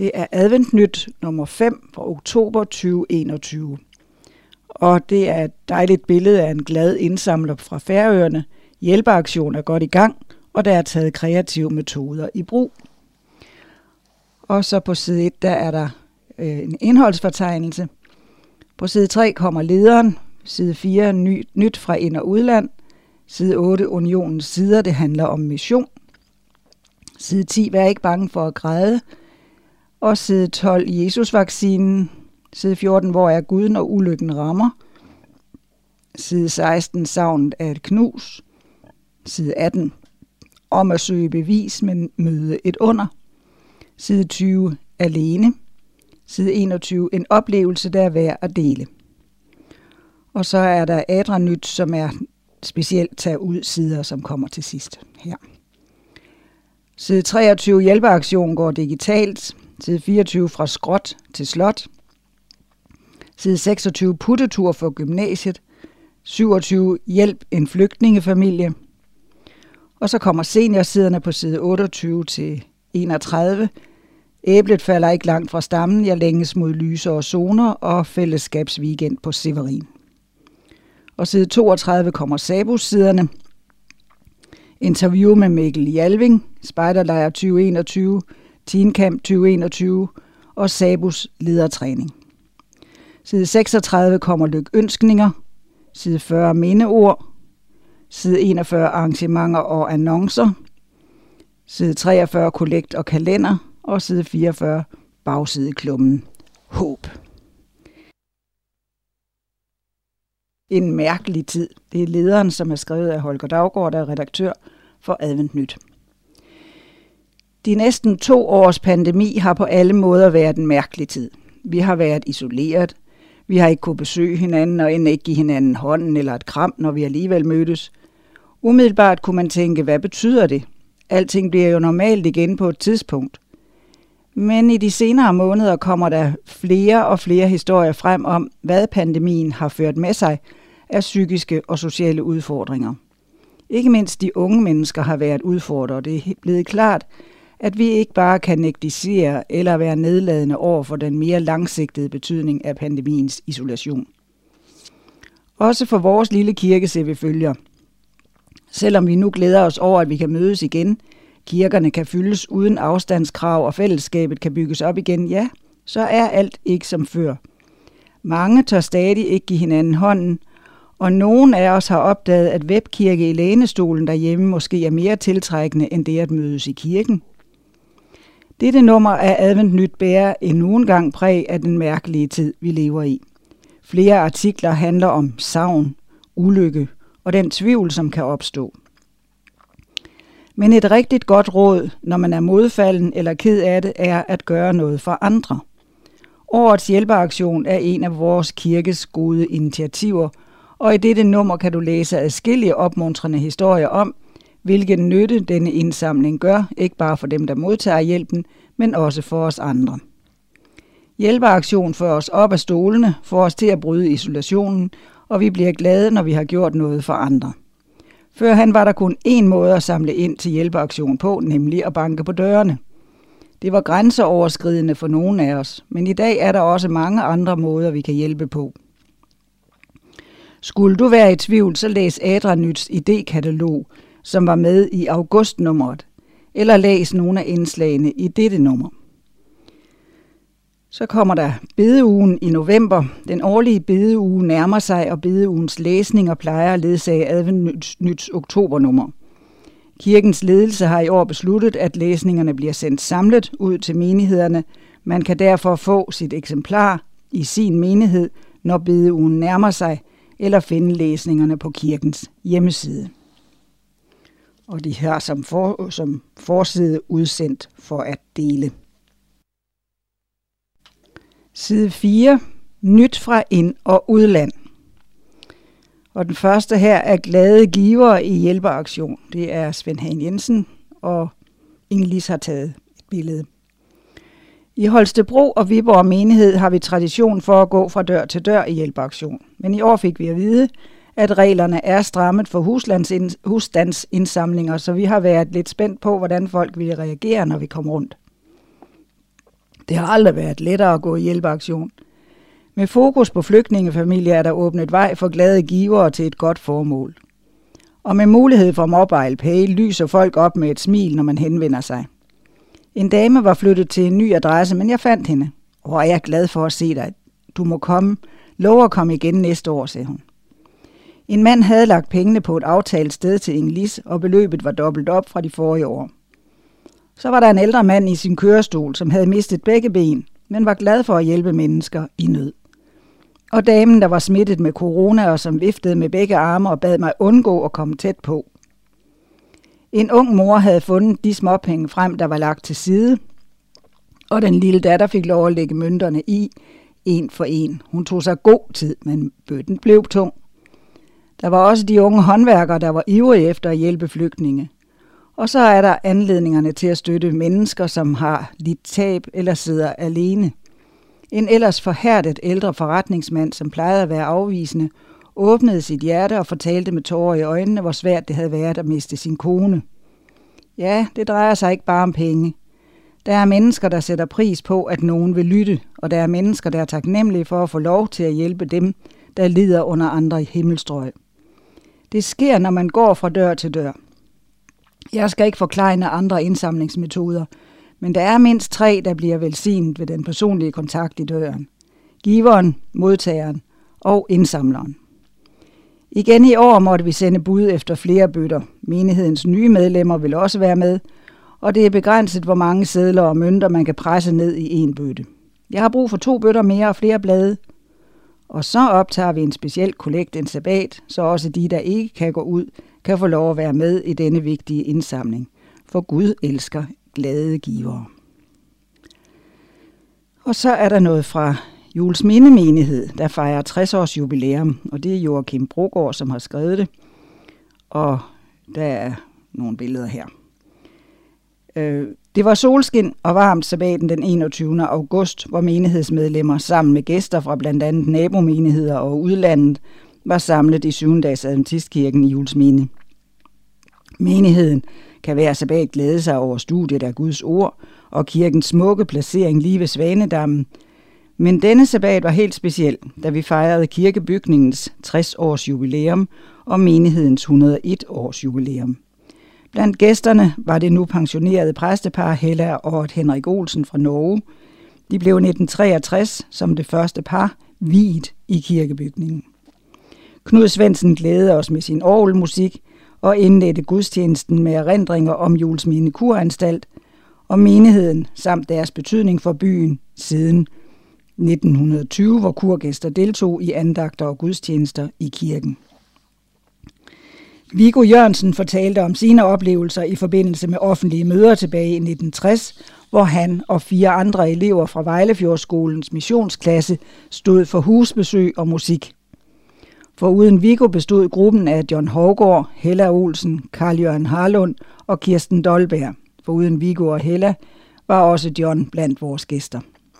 Det er Adventnyt nummer 5 fra oktober 2021. Og det er et dejligt billede af en glad indsamler fra Færøerne. Hjælpeaktion er godt i gang, og der er taget kreative metoder i brug. Og så på side 1, der er der en indholdsfortegnelse. På side 3 kommer lederen. Side 4 nyt fra ind- og udland. Side 8 unionens sider, det handler om mission. Side 10, vær ikke bange for at græde. Og side 12, Jesusvaccinen. Side 14, hvor er Gud, når ulykken rammer. Side 16, savnet af et knus. Side 18, om at søge bevis, men møde et under. Side 20, alene. Side 21, en oplevelse, der er værd at dele. Og så er der Adranyt, som er specielt tage ud sider, som kommer til sidst her. Side 23, hjælpeaktion går digitalt. Side 24, fra skråt til slot. Side 26, puttetur for gymnasiet. 27, hjælp en flygtningefamilie. Og så kommer seniorsiderne på side 28 til 31. Æblet falder ikke langt fra stammen. Jeg længes mod lysere zoner og fællesskabsweekend på Severin. Og side 32 kommer Sabus-siderne. Interview med Mikkel Jalving, Spejderlejr 2021, Teencamp 2021 og Sabus ledertræning. Side 36 kommer lykønskninger. Side 40 mindeord. Side 41 arrangementer og annoncer. Side 43 kollekt og kalender. Og side 44 bagsideklummen håb. En mærkelig tid. Det er lederen, som er skrevet af Holger Daugaard, der er redaktør for Adventnyt. De næsten 2 års pandemi har på alle måder været en mærkelig tid. Vi har været isoleret. Vi har ikke kunnet besøge hinanden og end ikke give hinanden hånden eller et kram, når vi alligevel mødtes. Umiddelbart kunne man tænke, hvad betyder det? Alting bliver jo normalt igen på et tidspunkt. Men i de senere måneder kommer der flere og flere historier frem om, hvad pandemien har ført med sig af psykiske og sociale udfordringer. Ikke mindst de unge mennesker har været udfordret. Det er blevet klart, at vi ikke bare kan negligere eller være nedladende over for den mere langsigtede betydning af pandemiens isolation. Også for vores lille kirke ser vi følger. Selvom vi nu glæder os over, at vi kan mødes igen, kirkerne kan fyldes uden afstandskrav og fællesskabet kan bygges op igen, ja, så er alt ikke som før. Mange tør stadig ikke give hinanden hånden, og nogen af os har opdaget, at webkirke i lænestolen derhjemme måske er mere tiltrækkende end det at mødes i kirken. Dette nummer af Adventnyt bærer endnu en gang præg af den mærkelige tid, vi lever i. Flere artikler handler om savn, ulykke og den tvivl, som kan opstå. Men et rigtigt godt råd, når man er modfalden eller ked af det, er at gøre noget for andre. Årets hjælpeaktion er en af vores kirkes gode initiativer, og i dette nummer kan du læse adskillige opmuntrende historier om, hvilken nytte denne indsamling gør, ikke bare for dem, der modtager hjælpen, men også for os andre. Hjælpeaktion får os op af stolene, får os til at bryde isolationen, og vi bliver glade, når vi har gjort noget for andre. Førhen var der kun én måde at samle ind til hjælpeaktion på, nemlig at banke på dørene. Det var grænseoverskridende for nogen af os, men i dag er der også mange andre måder, vi kan hjælpe på. Skulle du være i tvivl, så læs Adranyts idékatalog, som var med i augustnummeret, eller læs nogle af indslagene i dette nummer. Så kommer der bedeugen i november. Den årlige bedeuge nærmer sig, og bedeugens læsninger plejer at ledsage Adventnyts oktobernummer. Kirkens ledelse har i år besluttet, at læsningerne bliver sendt samlet ud til menighederne. Man kan derfor få sit eksemplar i sin menighed, når bedeugen nærmer sig, eller finde læsningerne på kirkens hjemmeside. Og de her som forside udsendt for at dele. Side 4. Nyt fra ind- og udland. Og den første her er glade givere i hjælpeaktion. Det er Svend Hagen Jensen, og Inge-Lis har taget et billede. I Holstebro og Viborg menighed har vi tradition for at gå fra dør til dør i hjælpeaktion. Men i år fik vi at vide, at reglerne er strammet for husstandsindsamlinger, så vi har været lidt spændt på, hvordan folk ville reagere, når vi kom rundt. Det har aldrig været lettere at gå i hjælpeaktion. Med fokus på flygtningefamilier er der åbnet vej for glade givere til et godt formål. Og med mulighed for mobile pay lyser folk op med et smil, når man henvender sig. En dame var flyttet til en ny adresse, men jeg fandt hende. Hvor er jeg glad for at se dig. Du må komme. Lov at komme igen næste år, sagde hun. En mand havde lagt pengene på et aftalt sted til Inglis, og beløbet var dobbelt op fra de forrige år. Så var der en ældre mand i sin kørestol, som havde mistet begge ben, men var glad for at hjælpe mennesker i nød. Og damen, der var smittet med corona og som viftede med begge arme og bad mig undgå at komme tæt på. En ung mor havde fundet de småpenge frem, der var lagt til side, og den lille datter fik lov at lægge mønterne i, en for en. Hun tog sig god tid, men bøtten blev tung. Der var også de unge håndværkere, der var ivrige efter at hjælpe flygtninge. Og så er der anledningerne til at støtte mennesker, som har lidt tab eller sidder alene. En ellers forhærdet ældre forretningsmand, som plejede at være afvisende, åbnede sit hjerte og fortalte med tårer i øjnene, hvor svært det havde været at miste sin kone. Ja, det drejer sig ikke bare om penge. Der er mennesker, der sætter pris på, at nogen vil lytte, og der er mennesker, der er taknemmelige for at få lov til at hjælpe dem, der lider under andre himmelstrøg. Det sker, når man går fra dør til dør. Jeg skal ikke forklejne andre indsamlingsmetoder, men der er mindst 3, der bliver velsignet ved den personlige kontakt i døren. Giveren, modtageren og indsamleren. Igen i år måtte vi sende bud efter flere bøtter. Menighedens nye medlemmer vil også være med, og det er begrænset, hvor mange sedler og mønter man kan presse ned i en bøtte. Jeg har brug for 2 bøtter mere og flere blade. Og så optager vi en speciel kollekt en sabbat, så også de, der ikke kan gå ud, kan få lov at være med i denne vigtige indsamling. For Gud elsker glade givere. Og så er der noget fra Juelsminde menighed, der fejrer 60 års jubilæum, og det er Joachim Brogaard, som har skrevet det. Og der er nogle billeder her. Det var solskin og varmt sabbaten den 21. august, hvor menighedsmedlemmer sammen med gæster fra blandt andet nabomenigheder og udlandet var samlet i 7-dags Adventistkirken i Juelsminde. Menigheden kan hver sabbat glæde sig over studiet af Guds ord og kirkens smukke placering lige ved Svanedammen. Men denne sabbat var helt speciel, da vi fejrede kirkebygningens 60 års jubilæum og menighedens 101 års jubilæum. Blandt gæsterne var det nu pensionerede præstepar Hella og Henrik Olsen fra Norge. De blev 1963 som det første par viet i kirkebygningen. Knud Svendsen glædede os med sin orgelmusik og indledte gudstjenesten med erindringer om Juelsminde Kuranstalt og menigheden samt deres betydning for byen siden 1920, hvor kurgæster deltog i andagter og gudstjenester i kirken. Viggo Jørgensen fortalte om sine oplevelser i forbindelse med offentlige møder tilbage i 1960, hvor han og 4 andre elever fra Vejlefjordskolens missionsklasse stod for husbesøg og musik. Foruden Viggo bestod gruppen af John Hovgaard, Hella Olsen, Carl Jørgen Harlund og Kirsten Dolberg. Foruden Viggo og Hella var også John blandt vores gæster.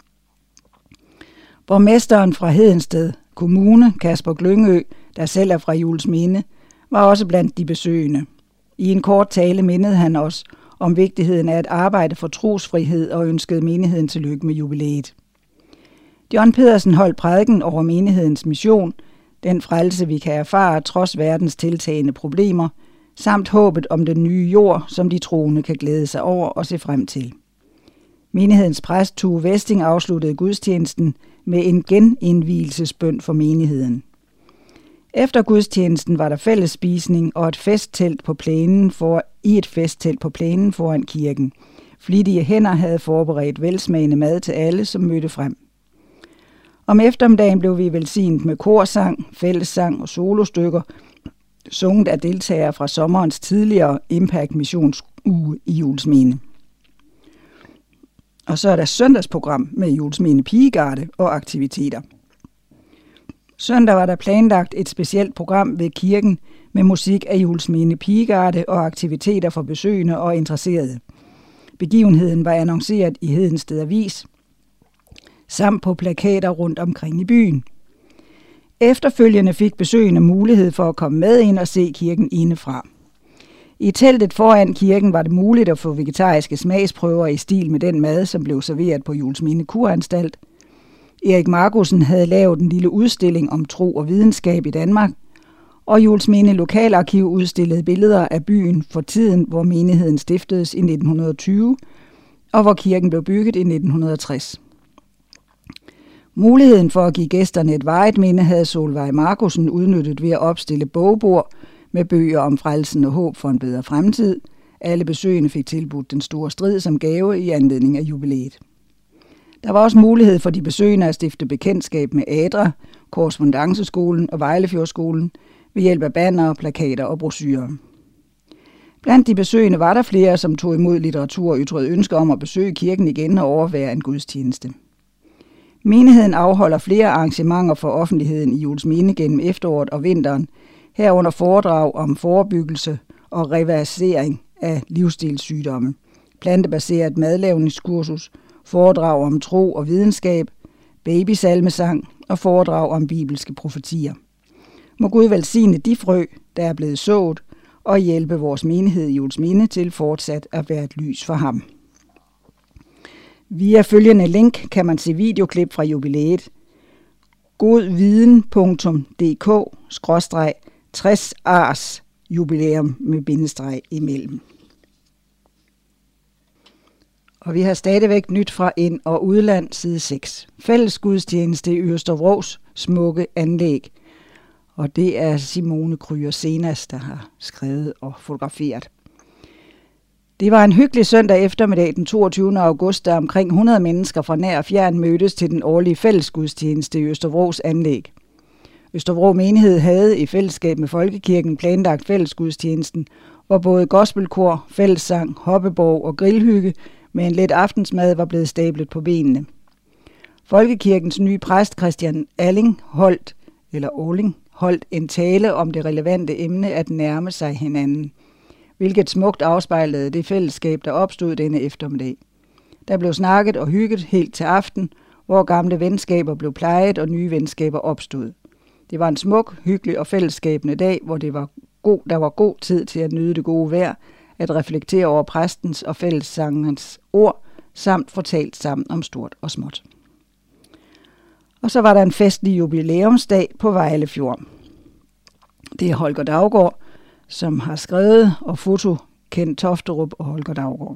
Borgmesteren fra Hedensted Kommune, Kasper Glyngø, der selv er fra Juelsminde, var også blandt de besøgende. I en kort tale mindede han os om vigtigheden af at arbejde for trosfrihed og ønskede menigheden tillykke med jubilæet. John Pedersen holdt prædiken over menighedens mission, den frelse vi kan erfare trods verdens tiltagende problemer, samt håbet om den nye jord, som de troende kan glæde sig over og se frem til. Menighedens præst Tue Vesting afsluttede gudstjenesten med en genindvielsesbøn for menigheden. Efter gudstjenesten var der fællesspisning og et festtelt på plænen foran kirken. Flittige hænder havde forberedt velsmagende mad til alle, som mødte frem. Om eftermiddagen blev vi velsignet med korsang, fællessang og solostykker, sunget af deltagere fra sommerens tidligere Impact Missionsuge i Juelsminde. Og så er der søndagsprogram med Juelsminde Pigegarde og aktiviteter. Søndag var der planlagt et specielt program ved kirken med musik af Juelsminde Pigegarde og aktiviteter for besøgende og interesserede. Begivenheden var annonceret i Hedensted Avis, samt på plakater rundt omkring i byen. Efterfølgende fik besøgende mulighed for at komme med ind og se kirken indefra. I teltet foran kirken var det muligt at få vegetariske smagsprøver i stil med den mad, som blev serveret på Juelsminde Kuranstalt. Erik Markussen havde lavet en lille udstilling om tro og videnskab i Danmark, og Juelsminde Lokalarkiv udstillede billeder af byen for tiden, hvor menigheden stiftedes i 1920, og hvor kirken blev bygget i 1960. Muligheden for at give gæsterne et varigt minde havde Solvej Markussen udnyttet ved at opstille bogbord med bøger om frelsen og håb for en bedre fremtid. Alle besøgende fik tilbudt Den Store Strid som gave i anledning af jubilæet. Der var også mulighed for de besøgende at stifte bekendtskab med ADRA, Korrespondanceskolen og Vejlefjordskolen ved hjælp af bannere, plakater og brochurer. Blandt de besøgende var der flere, som tog imod litteratur og ytrede ønsker om at besøge kirken igen og overvære en gudstjeneste. Menigheden afholder flere arrangementer for offentligheden i Juelsminde gennem efteråret og vinteren, herunder foredrag om forebyggelse og reversering af livsstilssygdomme, plantebaseret madlavningskursus, foredrag om tro og videnskab, babysalmesang og foredrag om bibelske profetier. Må Gud velsigne de frø, der er blevet sået, og hjælpe vores menighed i Juelsminde til fortsat at være et lys for ham. Via følgende link kan man se videoklip fra jubilæet: godviden.dk/60 Ars jubilæum med bindestreg imellem. Og vi har stadigvæk nyt fra ind- og udland, side 6. Fællesgudstjeneste i Østervrås smukke anlæg. Og det er Simone Kryer Senas, der har skrevet og fotograferet. Det var en hyggelig søndag eftermiddag den 22. august, da omkring 100 mennesker fra nær og fjern mødtes til den årlige fællesgudstjeneste i Østervrås anlæg. Østervrå menighed havde i fællesskab med Folkekirken planlagt fællesgudstjenesten, hvor både gospelkor, fællessang, hoppeborg og grillhygge med en let aftensmad var blevet stablet på benene. Folkekirkens nye præst Christian Alling holdt en tale om det relevante emne at nærme sig hinanden, hvilket smukt afspejlede det fællesskab, der opstod denne eftermiddag. Der blev snakket og hygget helt til aften, hvor gamle venskaber blev plejet og nye venskaber opstod. Det var en smuk, hyggelig og fællesskabende dag, hvor der var god tid til at nyde det gode vejr, at reflektere over præstens og fællessangernes ord, samt fortalt sammen om stort og småt. Og så var der en festlig jubilæumsdag på Vejlefjord. Det er Holger Daugaard, som har skrevet og foto Kent Tofterup og Holger Daugaard.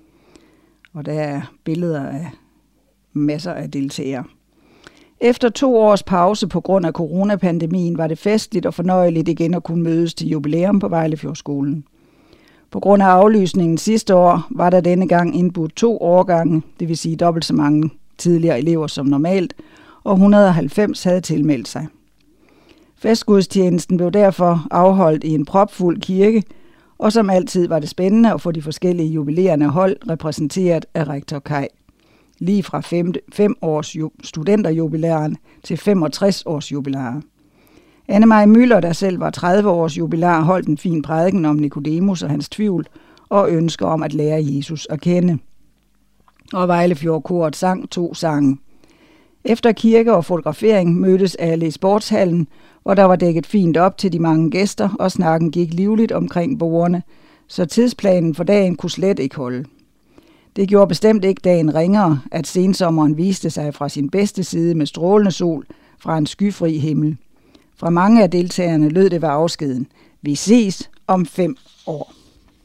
Og der er billeder af masser af deltagere. Efter 2 års pause på grund af coronapandemien var det festligt og fornøjeligt igen at kunne mødes til jubilæum på Vejlefjordskolen. På grund af aflysningen sidste år var der denne gang indbudt 2 årgange, det vil sige dobbelt så mange tidligere elever som normalt, og 190 havde tilmeldt sig. Festgudstjenesten blev derfor afholdt i en propfuld kirke, og som altid var det spændende at få de forskellige jubilerende hold repræsenteret af rektor Kai. Lige fra 5 års studenterjubilæren til 65 års jubilærer. Anne-Marie Müller, der selv var 30 års jubilæer, holdt en fin prædiken om Nikodemus og hans tvivl og ønsker om at lære Jesus at kende. Og Vejlefjordkoret sang 2 sange. Efter kirke og fotografering mødtes alle i sportshallen, hvor der var dækket fint op til de mange gæster, og snakken gik livligt omkring bordene, så tidsplanen for dagen kunne slet ikke holde. Det gjorde bestemt ikke dagen ringere, at sensommeren viste sig fra sin bedste side med strålende sol fra en skyfri himmel. Fra mange af deltagerne lød det ved afskeden: Vi ses om 5 år.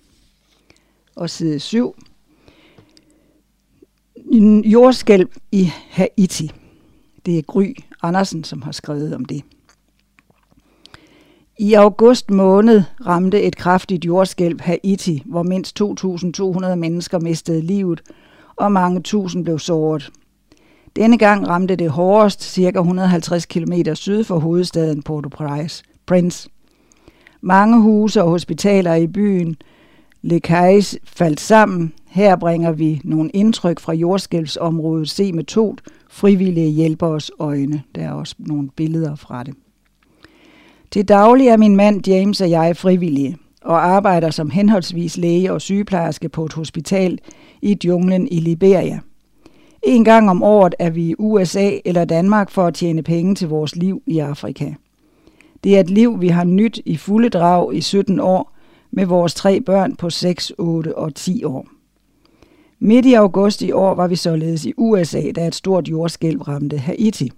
Og side 7. En jordskælv i Haiti. Det er Gry Andersen, som har skrevet om det. I august måned ramte et kraftigt jordskælv Haiti, hvor mindst 2.200 mennesker mistede livet, og mange tusind blev såret. Denne gang ramte det hårdest ca. 150 km syd for hovedstaden Port-au-Prince. Mange huse og hospitaler i byen Le Cayes faldt sammen. Her bringer vi nogle indtryk fra jordskælvsområdet Se metode, frivillige hjælperes øjne. Der er også nogle billeder fra det. Til daglig er min mand James og jeg frivillige og arbejder som henholdsvis læge og sygeplejerske på et hospital i junglen i Liberia. En gang om året er vi i USA eller Danmark for at tjene penge til vores liv i Afrika. Det er et liv, vi har nydt i fulde drag i 17 år, med vores 3 børn på 6, 8 og 10 år. Midt i august i år var vi således i USA, da et stort jordskælv ramte Haiti.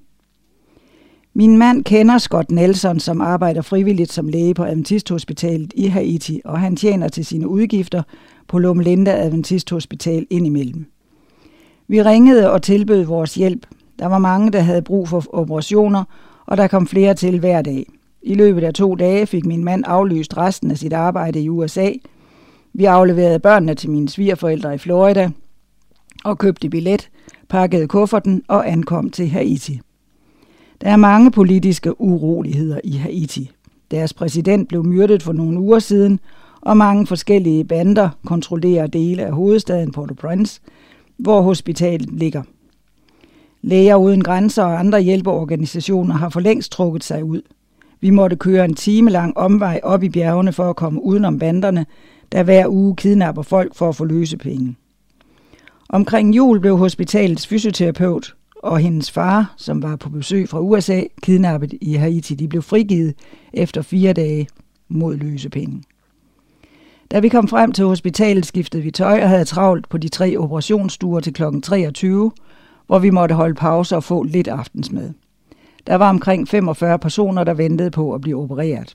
Min mand kender Scott Nelson, som arbejder frivilligt som læge på Adventisthospitalet i Haiti, og han tjener til sine udgifter på Loma Linda Adventisthospital indimellem. Vi ringede og tilbød vores hjælp. Der var mange, der havde brug for operationer, og der kom flere til hver dag. I løbet af 2 dage fik min mand aflyst resten af sit arbejde i USA. Vi afleverede børnene til mine svigerforældre i Florida og købte billet, pakkede kufferten og ankom til Haiti. Der er mange politiske uroligheder i Haiti. Deres præsident blev myrdet for nogle uger siden, og mange forskellige bander kontrollerer dele af hovedstaden Port-au-Prince, hvor hospitalet ligger. Læger uden grænser og andre hjælpeorganisationer har for længst trukket sig ud. Vi måtte køre en timelang omvej op i bjergene for at komme udenom banderne, der hver uge kidnapper folk for at få løsepenge. Omkring jul blev hospitalets fysioterapeut og hendes far, som var på besøg fra USA, kidnappet i Haiti. De blev frigivet efter 4 dage mod løsepenge. Da vi kom frem til hospitalet, skiftede vi tøj og havde travlt på de 3 operationsstuer til kl. 23, hvor vi måtte holde pause og få lidt aftensmad. Der var omkring 45 personer, der ventede på at blive opereret.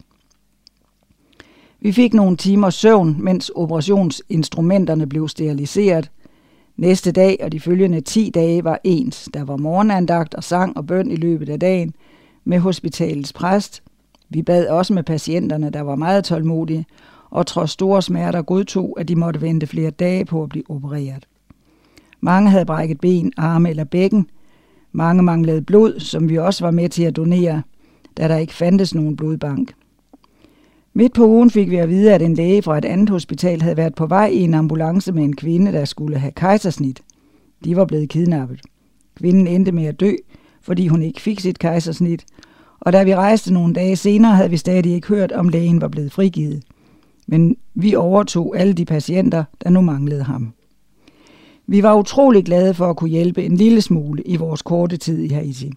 Vi fik nogle timers søvn, mens operationsinstrumenterne blev steriliseret. Næste dag og de følgende 10 dage var ens. Der var morgenandagt og sang og bøn i løbet af dagen med hospitalets præst. Vi bad også med patienterne, der var meget tålmodige, og trods store smerter godtog, at de måtte vente flere dage på at blive opereret. Mange havde brækket ben, arme eller bækken. Mange manglede blod, som vi også var med til at donere, da der ikke fandtes nogen blodbank. Midt på ugen fik vi at vide, at en læge fra et andet hospital havde været på vej i en ambulance med en kvinde, der skulle have kejsersnit. De var blevet kidnappet. Kvinden endte med at dø, fordi hun ikke fik sit kejsersnit, og da vi rejste nogle dage senere, havde vi stadig ikke hørt, om lægen var blevet frigivet. Men vi overtog alle de patienter, der nu manglede ham. Vi var utrolig glade for at kunne hjælpe en lille smule i vores korte tid i Haiti.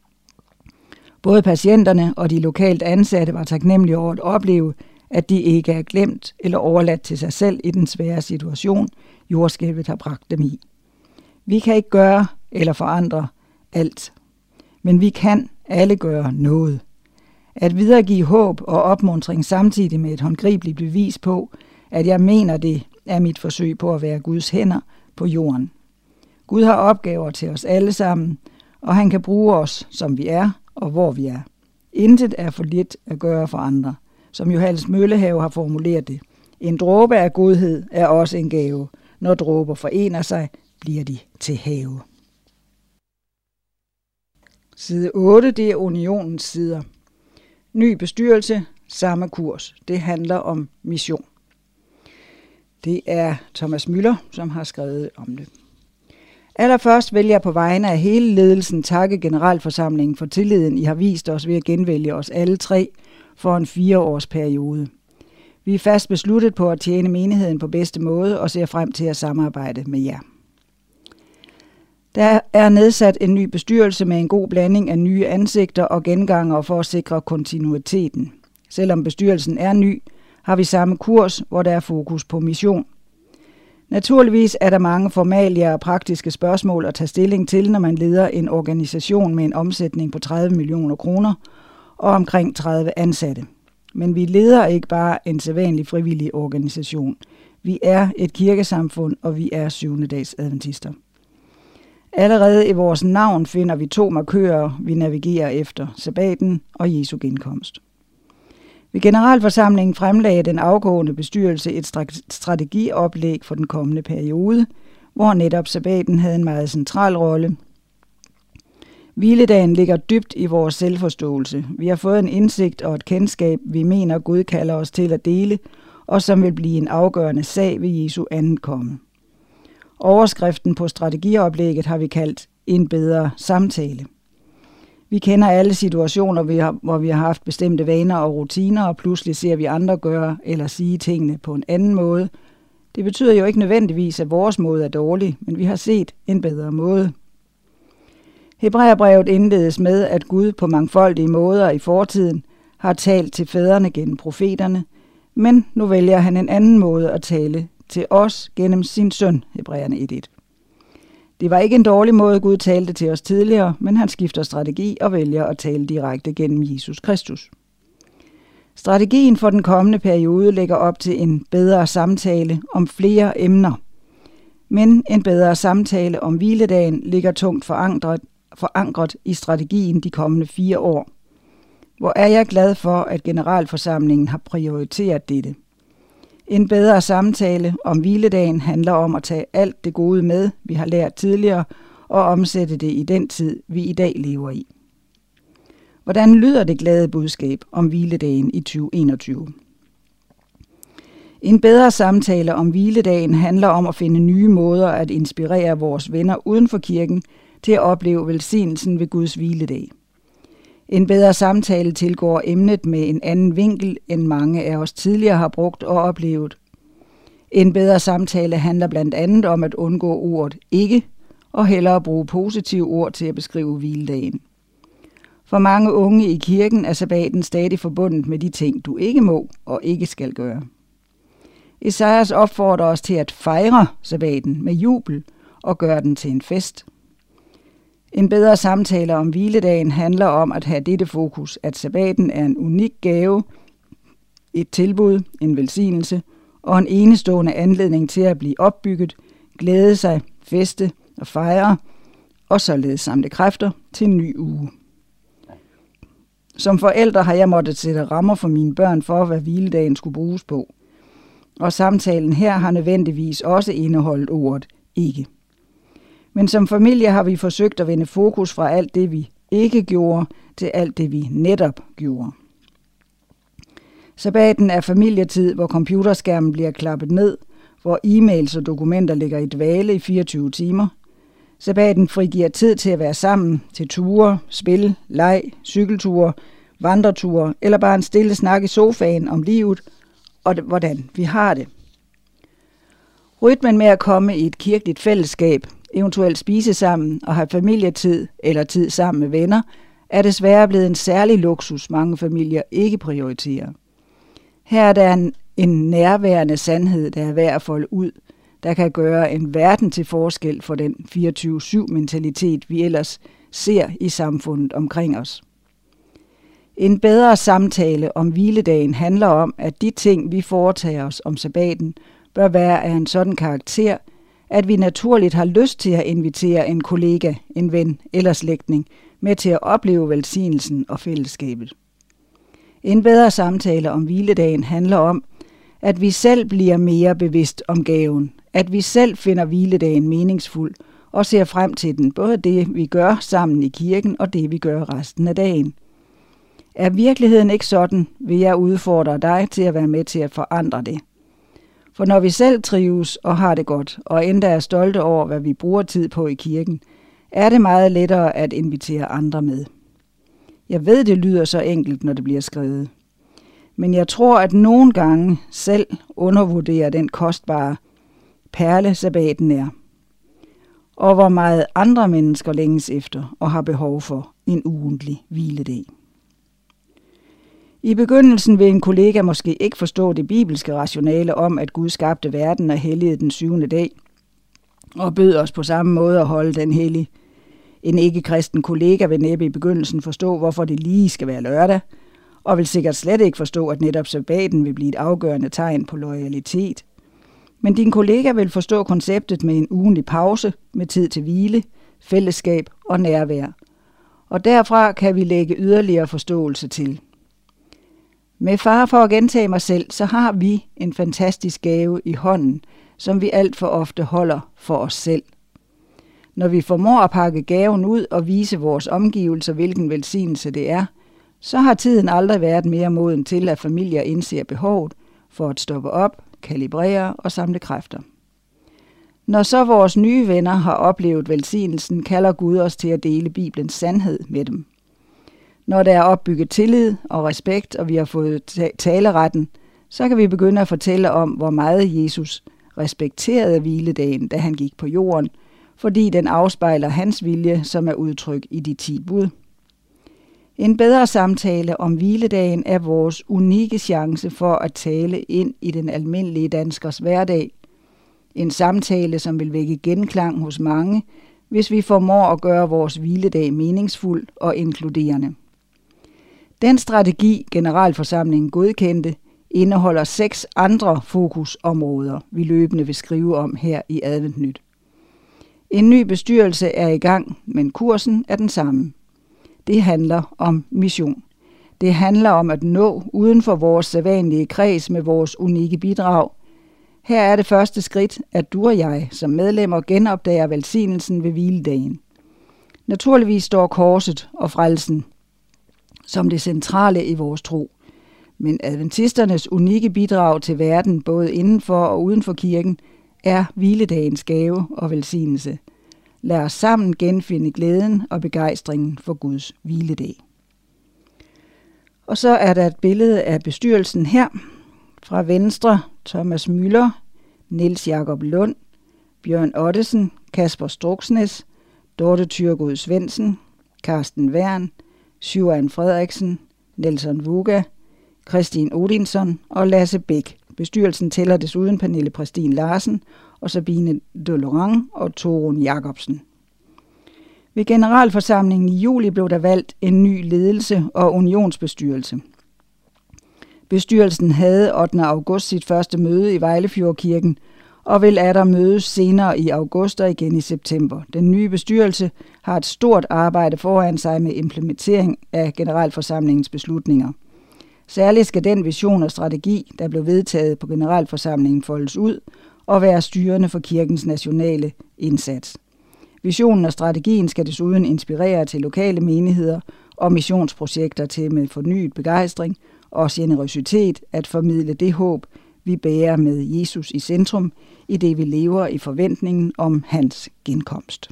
Både patienterne og de lokalt ansatte var taknemmelige over at opleve, at de ikke er glemt eller overladt til sig selv i den svære situation, jordskælvet har bragt dem i. Vi kan ikke gøre eller forandre alt, men vi kan alle gøre noget. At videregive håb og opmuntring samtidig med et håndgribeligt bevis på, at jeg mener det, er mit forsøg på at være Guds hænder på jorden. Gud har opgaver til os alle sammen, og han kan bruge os, som vi er og hvor vi er. Intet er for lidt at gøre for andre, som Johannes Møllehave har formuleret det. En dråbe af godhed er også en gave. Når dråber forener sig, bliver de til have. Side 8, det er Unionens sider. Ny bestyrelse, samme kurs. Det handler om mission. Det er Thomas Müller, som har skrevet om det. Allerførst vil jeg på vegne af hele ledelsen takke generalforsamlingen for tilliden, I har vist os ved at genvælge os alle 3 for en 4-års periode. Vi er fast besluttet på at tjene menigheden på bedste måde og ser frem til at samarbejde med jer. Der er nedsat en ny bestyrelse med en god blanding af nye ansigter og gengangere for at sikre kontinuiteten. Selvom bestyrelsen er ny, har vi samme kurs, hvor der er fokus på mission. Naturligvis er der mange formalier og praktiske spørgsmål at tage stilling til, når man leder en organisation med en omsætning på 30 millioner kroner og omkring 30 ansatte. Men vi leder ikke bare en sædvanlig frivillig organisation. Vi er et kirkesamfund, og vi er 7-dags adventister. Allerede i vores navn finder vi 2 markører, vi navigerer efter: sabbaten og Jesu genkomst. Ved generalforsamlingen fremlagde den afgående bestyrelse et strategioplæg for den kommende periode, hvor netop sabbaten havde en meget central rolle. Hviledagen ligger dybt i vores selvforståelse. Vi har fået en indsigt og et kendskab, vi mener Gud kalder os til at dele, og som vil blive en afgørende sag ved Jesu anden komme. Overskriften på strategioplægget har vi kaldt en bedre samtale. Vi kender alle situationer, hvor vi har haft bestemte vaner og rutiner, og pludselig ser vi andre gøre eller sige tingene på en anden måde. Det betyder jo ikke nødvendigvis, at vores måde er dårlig, men vi har set en bedre måde. Hebræerbrevet indledes med, at Gud på mangfoldige måder i fortiden har talt til fædrene gennem profeterne, Men nu vælger han en anden måde at tale til os gennem sin søn, Hebræerne 1:1. Det var ikke en dårlig måde, Gud talte til os tidligere, men han skifter strategi og vælger at tale direkte gennem Jesus Kristus. Strategien for den kommende periode lægger op til en bedre samtale om flere emner. Men en bedre samtale om hviledagen ligger tungt forankret i strategien de kommende 4 år. Hvor er jeg glad for, at generalforsamlingen har prioriteret dette. En bedre samtale om hviledagen handler om at tage alt det gode med, vi har lært tidligere, og omsætte det i den tid, vi i dag lever i. Hvordan lyder det glade budskab om hviledagen i 2021? En bedre samtale om hviledagen handler om at finde nye måder at inspirere vores venner uden for kirken til at opleve velsignelsen ved Guds hviledag. En bedre samtale tilgår emnet med en anden vinkel, end mange af os tidligere har brugt og oplevet. En bedre samtale handler blandt andet om at undgå ordet ikke, og hellere bruge positive ord til at beskrive hviledagen. For mange unge i kirken er sabbaten stadig forbundet med de ting, du ikke må og ikke skal gøre. Esajas opfordrer os til at fejre sabbaten med jubel og gøre den til en fest. En bedre samtale om hviledagen handler om at have dette fokus, at sabbaten er en unik gave, et tilbud, en velsignelse og en enestående anledning til at blive opbygget, glæde sig, feste og fejre, og således samle kræfter til en ny uge. Som forælder har jeg måttet sætte rammer for mine børn for, hvad hviledagen skulle bruges på. Og samtalen her har nødvendigvis også indeholdt ordet ikke. Men som familie har vi forsøgt at vende fokus fra alt det, vi ikke gjorde, til alt det, vi netop gjorde. Sabbaten er familietid, hvor computerskærmen bliver klappet ned, hvor e-mails og dokumenter ligger i dvale i 24 timer. Sabbaten frigiver tid til at være sammen, til ture, spil, leg, cykelture, vandreture eller bare en stille snak i sofaen om livet og hvordan vi har det. Rytmen med at komme i et kirkeligt fællesskab, eventuelt spise sammen og have familietid eller tid sammen med venner, er desværre blevet en særlig luksus, mange familier ikke prioriterer. Her er der en nærværende sandhed, der er værd at folde ud, der kan gøre en verden til forskel for den 24/7-mentalitet, vi ellers ser i samfundet omkring os. En bedre samtale om hviledagen handler om, at de ting, vi foretager os om sabbaten, bør være af en sådan karakter, at vi naturligt har lyst til at invitere en kollega, en ven eller slægtning med til at opleve velsignelsen og fællesskabet. En bedre samtale om hviledagen handler om, at vi selv bliver mere bevidst om gaven, at vi selv finder hviledagen meningsfuld og ser frem til den, både det vi gør sammen i kirken og det vi gør resten af dagen. Er virkeligheden ikke sådan, vil jeg udfordre dig til at være med til at forandre det. For når vi selv trives og har det godt, og endda er stolte over, hvad vi bruger tid på i kirken, er det meget lettere at invitere andre med. Jeg ved, det lyder så enkelt, når det bliver skrevet. Men jeg tror, at nogle gange selv undervurderer den kostbare perle, sabbaten er. Og hvor meget andre mennesker længes efter og har behov for en ugentlig hviledag. I begyndelsen vil en kollega måske ikke forstå det bibelske rationale om, at Gud skabte verden og helligede den 7. dag, og bød os på samme måde at holde den hellig. En ikke-kristen kollega vil næppe i begyndelsen forstå, hvorfor det lige skal være lørdag, og vil sikkert slet ikke forstå, at netop sabbaten vil blive et afgørende tegn på loyalitet. Men din kollega vil forstå konceptet med en ugentlig pause, med tid til hvile, fællesskab og nærvær. Og derfra kan vi lægge yderligere forståelse til. Med fare for at gentage mig selv, så har vi en fantastisk gave i hånden, som vi alt for ofte holder for os selv. Når vi formår at pakke gaven ud og vise vores omgivelser, hvilken velsignelse det er, så har tiden aldrig været mere moden til, at familier indser behovet for at stoppe op, kalibrere og samle kræfter. Når så vores nye venner har oplevet velsignelsen, kalder Gud os til at dele Bibelens sandhed med dem. Når der er opbygget tillid og respekt, og vi har fået taleretten, så kan vi begynde at fortælle om, hvor meget Jesus respekterede hviledagen, da han gik på jorden, fordi den afspejler hans vilje, som er udtrykt i de 10 bud. En bedre samtale om hviledagen er vores unikke chance for at tale ind i den almindelige danskers hverdag. En samtale, som vil vække genklang hos mange, hvis vi formår at gøre vores hviledag meningsfuld og inkluderende. Den strategi, generalforsamlingen godkendte, indeholder 6 andre fokusområder, vi løbende vil skrive om her i Adventnyt. En ny bestyrelse er i gang, men kursen er den samme. Det handler om mission. Det handler om at nå uden for vores sædvanlige kreds med vores unikke bidrag. Her er det første skridt, at du og jeg som medlemmer genopdager velsignelsen ved hviledagen. Naturligvis står korset og frelsen som det centrale i vores tro. Men adventisternes unikke bidrag til verden, både indenfor og uden for kirken, er hviledagens gave og velsignelse. Lad os sammen genfinde glæden og begejstringen for Guds hviledag. Og så er der et billede af bestyrelsen her. Fra venstre Thomas Müller, Niels Jakob Lund, Bjørn Ottesen, Kasper Struksnes, Dorte Thyregod Svendsen, Carsten Wern, Sjøren Frederiksen, Nelson Vuga, Christine Odinsson og Lasse Bæk. Bestyrelsen tæller desuden Pernille Præstin Larsen og Sabine Delorang og Torun Jacobsen. Ved generalforsamlingen i juli blev der valgt en ny ledelse og unionsbestyrelse. Bestyrelsen havde 8. august sit første møde i Vejlefjordkirken og vil atter mødes senere i august og igen i september. Den nye bestyrelse har et stort arbejde foran sig med implementering af generalforsamlingens beslutninger. Særligt skal den vision og strategi, der blev vedtaget på generalforsamlingen, foldes ud og være styrende for kirkens nationale indsats. Visionen og strategien skal desuden inspirere til lokale menigheder og missionsprojekter til med fornyet begejstring og generøsitet at formidle det håb, vi bærer med Jesus i centrum, i det vi lever i forventningen om hans genkomst.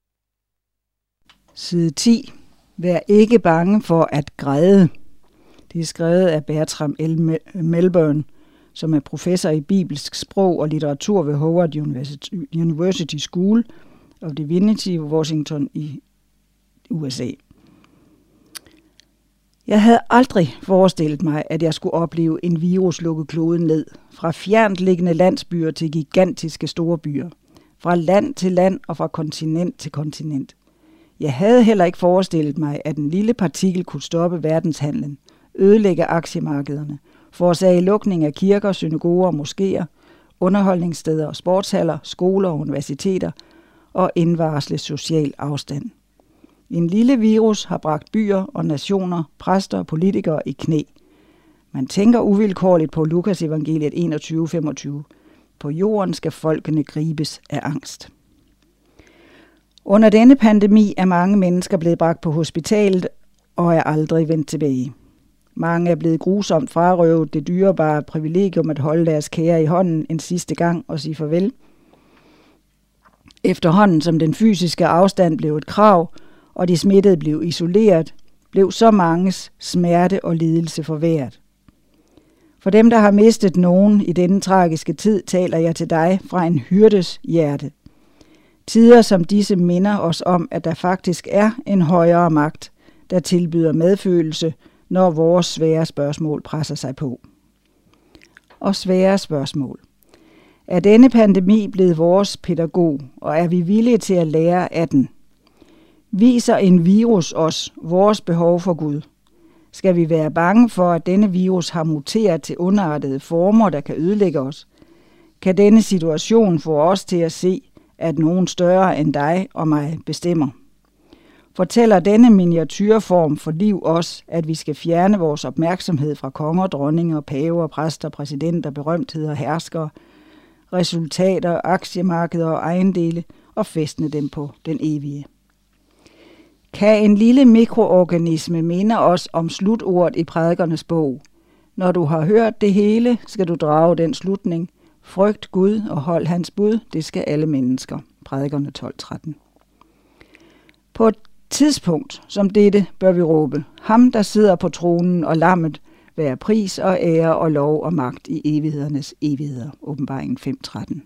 Side 10. Vær ikke bange for at græde. Det er skrevet af Bertram L. Melbourne, som er professor i bibelsk sprog og litteratur ved Howard University School of Divinity i Washington i USA. Jeg havde aldrig forestillet mig, at jeg skulle opleve en virus lukke kloden ned. Fra fjernt liggende landsbyer til gigantiske store byer. Fra land til land og fra kontinent til kontinent. Jeg havde heller ikke forestillet mig, at en lille partikel kunne stoppe verdenshandlen, ødelægge aktiemarkederne, forårsage lukning af kirker, synagoger, moskéer, underholdningssteder, sportshaller, skoler og universiteter og indvarsle social afstand. En lille virus har bragt byer og nationer, præster og politikere i knæ. Man tænker uvilkårligt på Lukas evangeliet 21:25. På jorden skal folkene gribes af angst. Under denne pandemi er mange mennesker blevet bragt på hospitalet og er aldrig vendt tilbage. Mange er blevet grusomt frarøvet det dyrebare privilegium at holde deres kære i hånden en sidste gang og sige farvel. Efterhånden som den fysiske afstand blev et krav, og de smittede blev isoleret, blev så manges smerte og lidelse forværret. For dem, der har mistet nogen i denne tragiske tid, taler jeg til dig fra en hyrdes hjerte. Tider som disse minder os om, at der faktisk er en højere magt, der tilbyder medfølelse, når vores svære spørgsmål presser sig på. Og svære spørgsmål. Er denne pandemi blevet vores pædagog, og er vi villige til at lære af den? Viser en virus os vores behov for Gud? Skal vi være bange for, at denne virus har muteret til underartede former, der kan ødelægge os? Kan denne situation få os til at se, at nogen større end dig og mig bestemmer? Fortæller denne miniatyrform for liv os, at vi skal fjerne vores opmærksomhed fra konger, dronninger, paver, præster, præsidenter, berømtheder, herskere, resultater, aktiemarkeder og ejendele og fæstne dem på den evige? Kan en lille mikroorganisme minde os om slutordet i prædikernes bog? Når du har hørt det hele, skal du drage den slutning. Frygt Gud og hold hans bud, det skal alle mennesker. Prædikerne 12:13. På et tidspunkt som dette bør vi råbe, ham der sidder på tronen og lammet, være pris og ære og lov og magt i evighedernes evigheder. Åbenbaringen 5:13.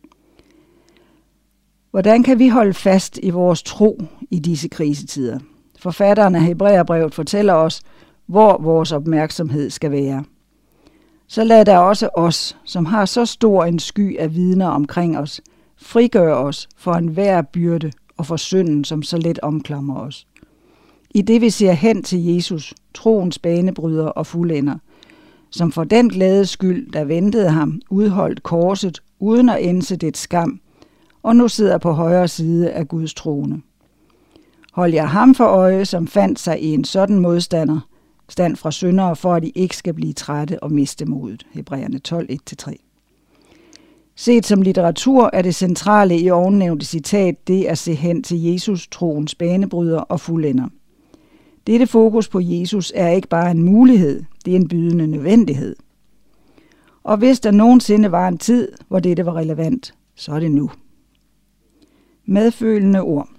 Hvordan kan vi holde fast i vores tro i disse krisetider? Forfatteren af Hebræerbrevet fortæller os, hvor vores opmærksomhed skal være. Så lad der også os, som har så stor en sky af vidner omkring os, frigøre os for enhver byrde og for synden, som så let omklamrer os. I det vi ser hen til Jesus, troens banebryder og fuldender, som for den glæde skyld, der ventede ham, udholdt korset uden at ænse dets skam, og nu sidder på højre side af Guds trone. Hold jer ham for øje, som fandt sig i en sådan modstander, stand fra syndere, for at I ikke skal blive trætte og miste modet. Hebræerne 12, 1-3. Set som litteratur er det centrale i ovennævnte citat det at se hen til Jesus, troens banebryder og fuldender. Dette fokus på Jesus er ikke bare en mulighed, det er en bydende nødvendighed. Og hvis der nogensinde var en tid, hvor dette var relevant, så er det nu. Medfølende ord.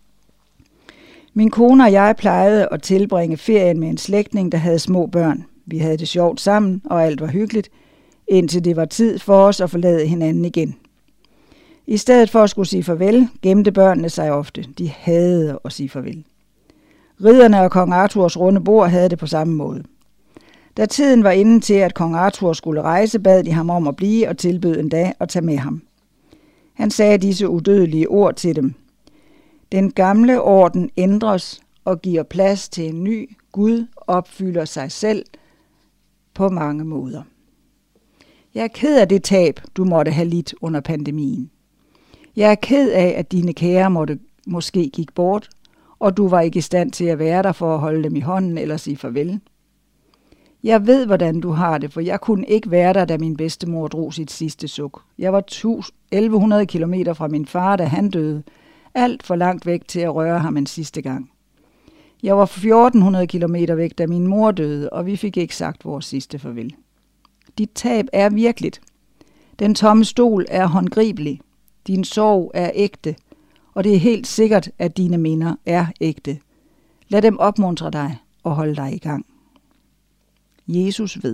Min kone og jeg plejede at tilbringe ferien med en slægtning, der havde små børn. Vi havde det sjovt sammen, og alt var hyggeligt, indtil det var tid for os at forlade hinanden igen. I stedet for at skulle sige farvel, gemte børnene sig ofte. De hadede at sige farvel. Ridderne og kong Arthurs runde bord havde det på samme måde. Da tiden var inde til, at kong Arthur skulle rejse, bad de ham om at blive og tilbød endda at tage med ham. Han sagde disse udødelige ord til dem. Den gamle orden ændres og giver plads til en ny. Gud opfylder sig selv på mange måder. Jeg er ked af det tab, du måtte have lidt under pandemien. Jeg er ked af, at dine kære måske gik bort, og du var ikke i stand til at være der for at holde dem i hånden eller sige farvel. Jeg ved, hvordan du har det, for jeg kunne ikke være der, da min bedstemor drog sit sidste suk. Jeg var 1100 kilometer fra min far, da han døde. Alt for langt væk til at røre ham en sidste gang. Jeg var 1400 kilometer væk, da min mor døde, og vi fik ikke sagt vores sidste farvel. Dit tab er virkeligt. Den tomme stol er håndgribelig. Din sorg er ægte, og det er helt sikkert, at dine minder er ægte. Lad dem opmuntre dig og holde dig i gang. Jesus ved.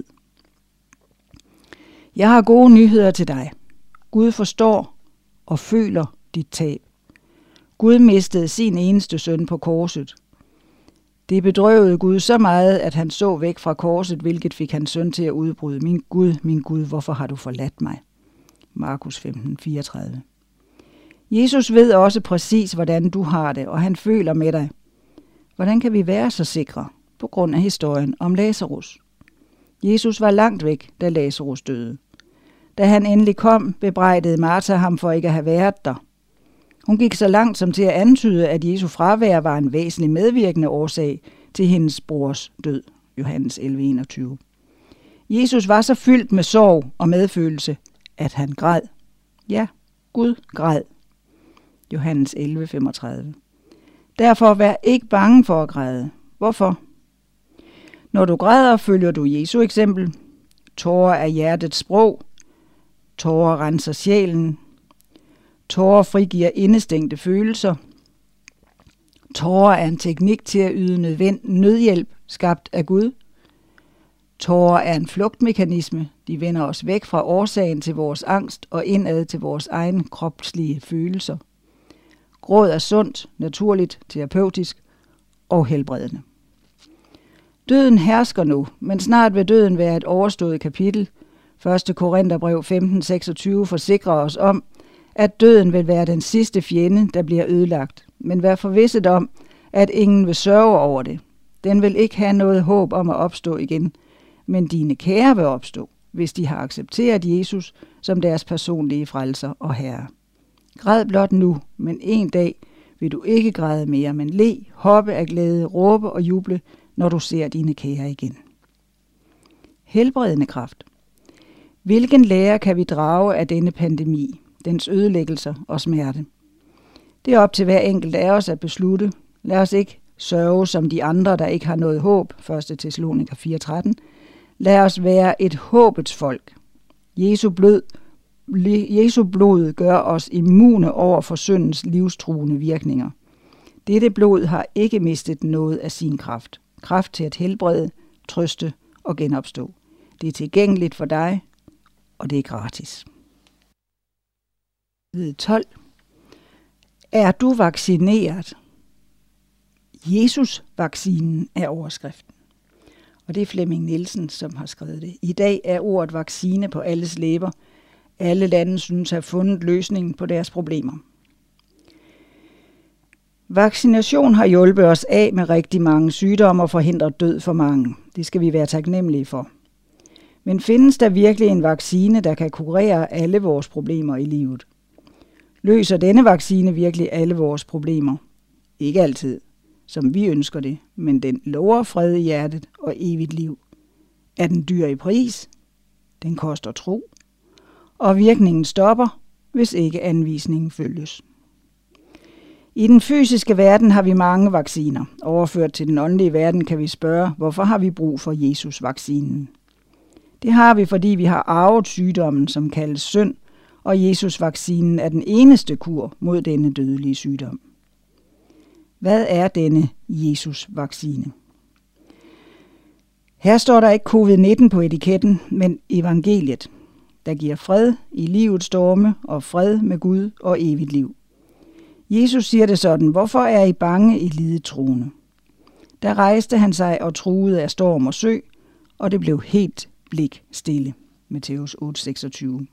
Jeg har gode nyheder til dig. Gud forstår og føler dit tab. Gud mistede sin eneste søn på korset. Det bedrøvede Gud så meget, at han så væk fra korset, hvilket fik hans søn til at udbryde. Min Gud, hvorfor har du forladt mig? Markus 15, 34. Jesus ved også præcis, hvordan du har det, og han føler med dig. Hvordan kan vi være så sikre? På grund af historien om Lazarus. Jesus var langt væk, da Lazarus døde. Da han endelig kom, bebrejdede Martha ham for ikke at have været der. Hun gik så langt som til at antyde, at Jesu fravær var en væsentlig medvirkende årsag til hendes brors død. Johannes 11:21. Jesus var så fyldt med sorg og medfølelse, at han græd. Ja, Gud græd. Johannes 11:35. Derfor vær ikke bange for at græde. Hvorfor? Når du græder, følger du Jesu eksempel. Tårer er hjertets sprog. Tårer renser sjælen. Tårer frigiver indestængte følelser. Tårer er en teknik til at yde nødhjælp, skabt af Gud. Tårer er en flugtmekanisme. De vender os væk fra årsagen til vores angst og indad til vores egen kropslige følelser. Gråd er sundt, naturligt, terapeutisk og helbredende. Døden hersker nu, men snart vil døden være et overstået kapitel. 1. Korintherbrev 15:26 forsikrer os om, at døden vil være den sidste fjende, der bliver ødelagt. Men vær forvisset om, at ingen vil sørge over det. Den vil ikke have noget håb om at opstå igen, men dine kære vil opstå, hvis de har accepteret Jesus som deres personlige frelser og herre. Græd blot nu, men en dag vil du ikke græde mere, men le, hoppe af glæde, råbe og juble, når du ser dine kære igen. Helbredende kraft. Hvilken lære kan vi drage af denne pandemi, dens ødelæggelser og smerte? Det er op til hver enkelt af os at beslutte. Lad os ikke sørge som de andre, der ikke har noget håb. 1. Thessaloniker 4:13. Lad os være et håbets folk. Jesu blod gør os immune over for syndens livstruende virkninger. Dette blod har ikke mistet noget af sin kraft. Kraft til at helbrede, trøste og genopstå. Det er tilgængeligt for dig, og det er gratis. 12. Er du vaccineret? Jesus-vaccinen er overskriften. Og det er Flemming Nielsen, som har skrevet det. I dag er ordet vaccine på alles læber. Alle lande synes at have fundet løsningen på deres problemer. Vaccination har hjulpet os af med rigtig mange sygdomme og forhindret død for mange. Det skal vi være taknemmelige for. Men findes der virkelig en vaccine, der kan kurere alle vores problemer i livet? Løser denne vaccine virkelig alle vores problemer? Ikke altid, som vi ønsker det, men den lover fred i hjertet og evigt liv. Er den dyr i pris? Den koster tro. Og virkningen stopper, hvis ikke anvisningen følges. I den fysiske verden har vi mange vacciner. Overført til den åndelige verden kan vi spørge, hvorfor har vi brug for Jesus-vaccinen? Det har vi, fordi vi har arvet sygdommen, som kaldes synd, og Jesus-vaccinen er den eneste kur mod denne dødelige sygdom. Hvad er denne Jesus-vaccine? Her står der ikke covid-19 på etiketten, men evangeliet, der giver fred i livets storme og fred med Gud og evigt liv. Jesus siger det sådan: hvorfor er I bange, I lidetroende? Der rejste han sig og truede af storm og sø, og det blev helt blik stille. Matthæus 8:26.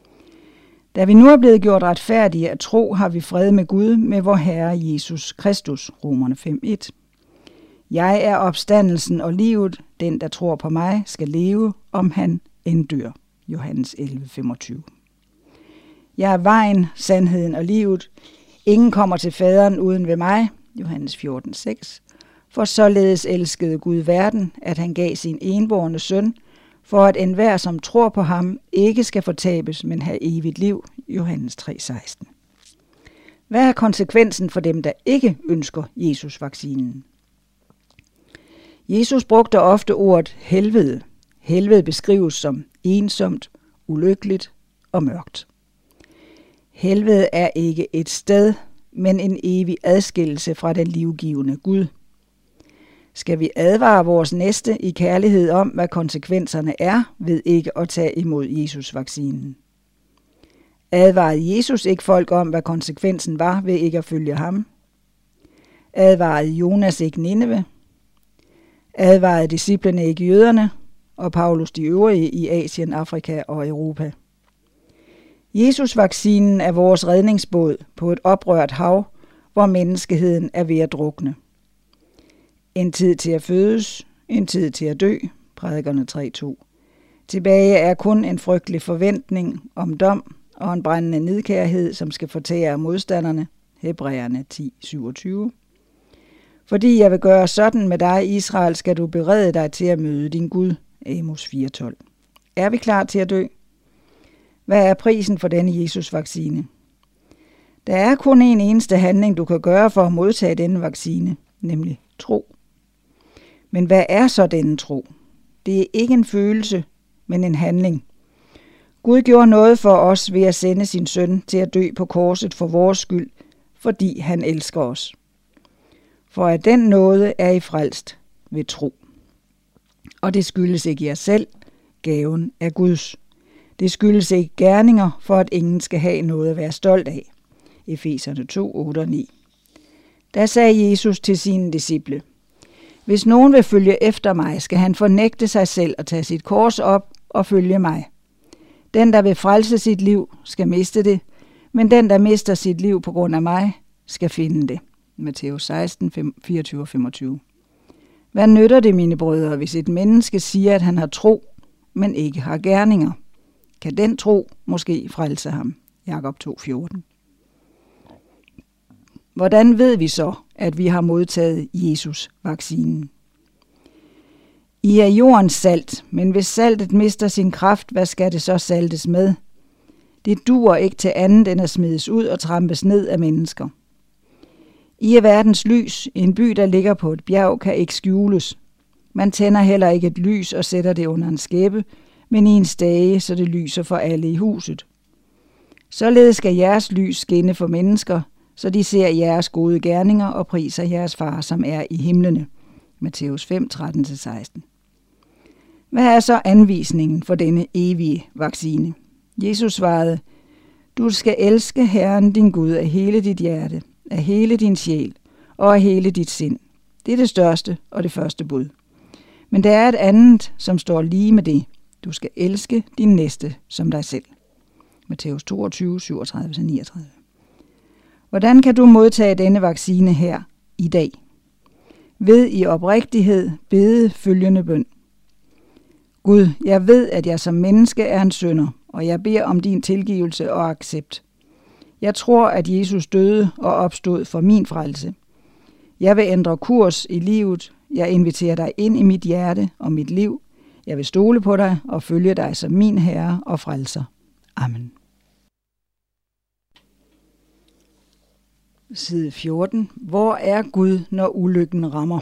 Da vi nu er blevet gjort retfærdige af tro, har vi fred med Gud med vor Herre Jesus Kristus. Romerne 5:1. Jeg er opstandelsen og livet. Den, der tror på mig, skal leve, om han end dør. Johannes 11:25. Jeg er vejen, sandheden og livet. Ingen kommer til faderen uden ved mig. Johannes 14:6. For således elskede Gud verden, at han gav sin enbårne søn, for at enhver, som tror på ham, ikke skal fortabes, men have evigt liv. Johannes 3:16. Hvad er konsekvensen for dem, der ikke ønsker Jesus-vaccinen? Jesus brugte ofte ordet helvede. Helvede beskrives som ensomt, ulykkeligt og mørkt. Helvede er ikke et sted, men en evig adskillelse fra den livgivende Gud. Skal vi advare vores næste i kærlighed om, hvad konsekvenserne er ved ikke at tage imod Jesus-vaccinen? Advarede Jesus ikke folk om, hvad konsekvensen var ved ikke at følge ham? Advarede Jonas ikke Nineve? Advarede disciplene ikke jøderne, og Paulus de øvrige i Asien, Afrika og Europa? Jesus-vaccinen er vores redningsbåd på et oprørt hav, hvor menneskeheden er ved at drukne. En tid til at fødes, en tid til at dø, Prædikerne 3:2. Tilbage er kun en frygtelig forventning om dom og en brændende nidkærhed, som skal fortære modstanderne, Hebræerne 10:27. Fordi jeg vil gøre sådan med dig, Israel, skal du berede dig til at møde din Gud, Amos 4:12. Er vi klar til at dø? Hvad er prisen for denne Jesus-vaccine? Der er kun en eneste handling, du kan gøre for at modtage denne vaccine, nemlig tro. Men hvad er så denne tro? Det er ikke en følelse, men en handling. Gud gjorde noget for os ved at sende sin søn til at dø på korset for vores skyld, fordi han elsker os. For at den nåde er I frelst ved tro. Og det skyldes ikke jer selv, gaven er Guds. Det skyldes ikke gerninger, for at ingen skal have noget at være stolt af. Efeserne 2:8-9. Der sagde Jesus til sine disciple: hvis nogen vil følge efter mig, skal han fornægte sig selv og tage sit kors op og følge mig. Den, der vil frelse sit liv, skal miste det, men den, der mister sit liv på grund af mig, skal finde det. Matthæus 16:24-25. Hvad nytter det, mine brødre, hvis et menneske siger, at han har tro, men ikke har gerninger? Kan den tro måske frelse ham? Jakob 2:14. Hvordan ved vi så, at vi har modtaget Jesus-vaccinen? I er jordens salt, men hvis saltet mister sin kraft, hvad skal det så saltes med? Det duer ikke til andet end at smides ud og trampes ned af mennesker. I er verdens lys. En by, der ligger på et bjerg, kan ikke skjules. Man tænder heller ikke et lys og sætter det under en skæppe, men i en stage, så det lyser for alle i huset. Således skal jeres lys skinne for mennesker, så de ser jeres gode gerninger og priser jeres far, som er i himlene. Matthæus 5:13-16. Hvad er så anvisningen for denne evige vaccine? Jesus svarede: du skal elske Herren din Gud af hele dit hjerte, af hele din sjæl og af hele dit sind. Det er det største og det første bud. Men der er et andet, som står lige med det. Du skal elske din næste som dig selv. Matthæus 22, 37-39. Hvordan kan du modtage denne vaccine her i dag? Ved i oprigtighed bede følgende bøn. Gud, jeg ved, at jeg som menneske er en synder, og jeg beder om din tilgivelse og accept. Jeg tror, at Jesus døde og opstod for min frelse. Jeg vil ændre kurs i livet. Jeg inviterer dig ind i mit hjerte og mit liv. Jeg vil stole på dig og følge dig som min Herre og frelser. Amen. Side 14. Hvor er Gud, når ulykken rammer?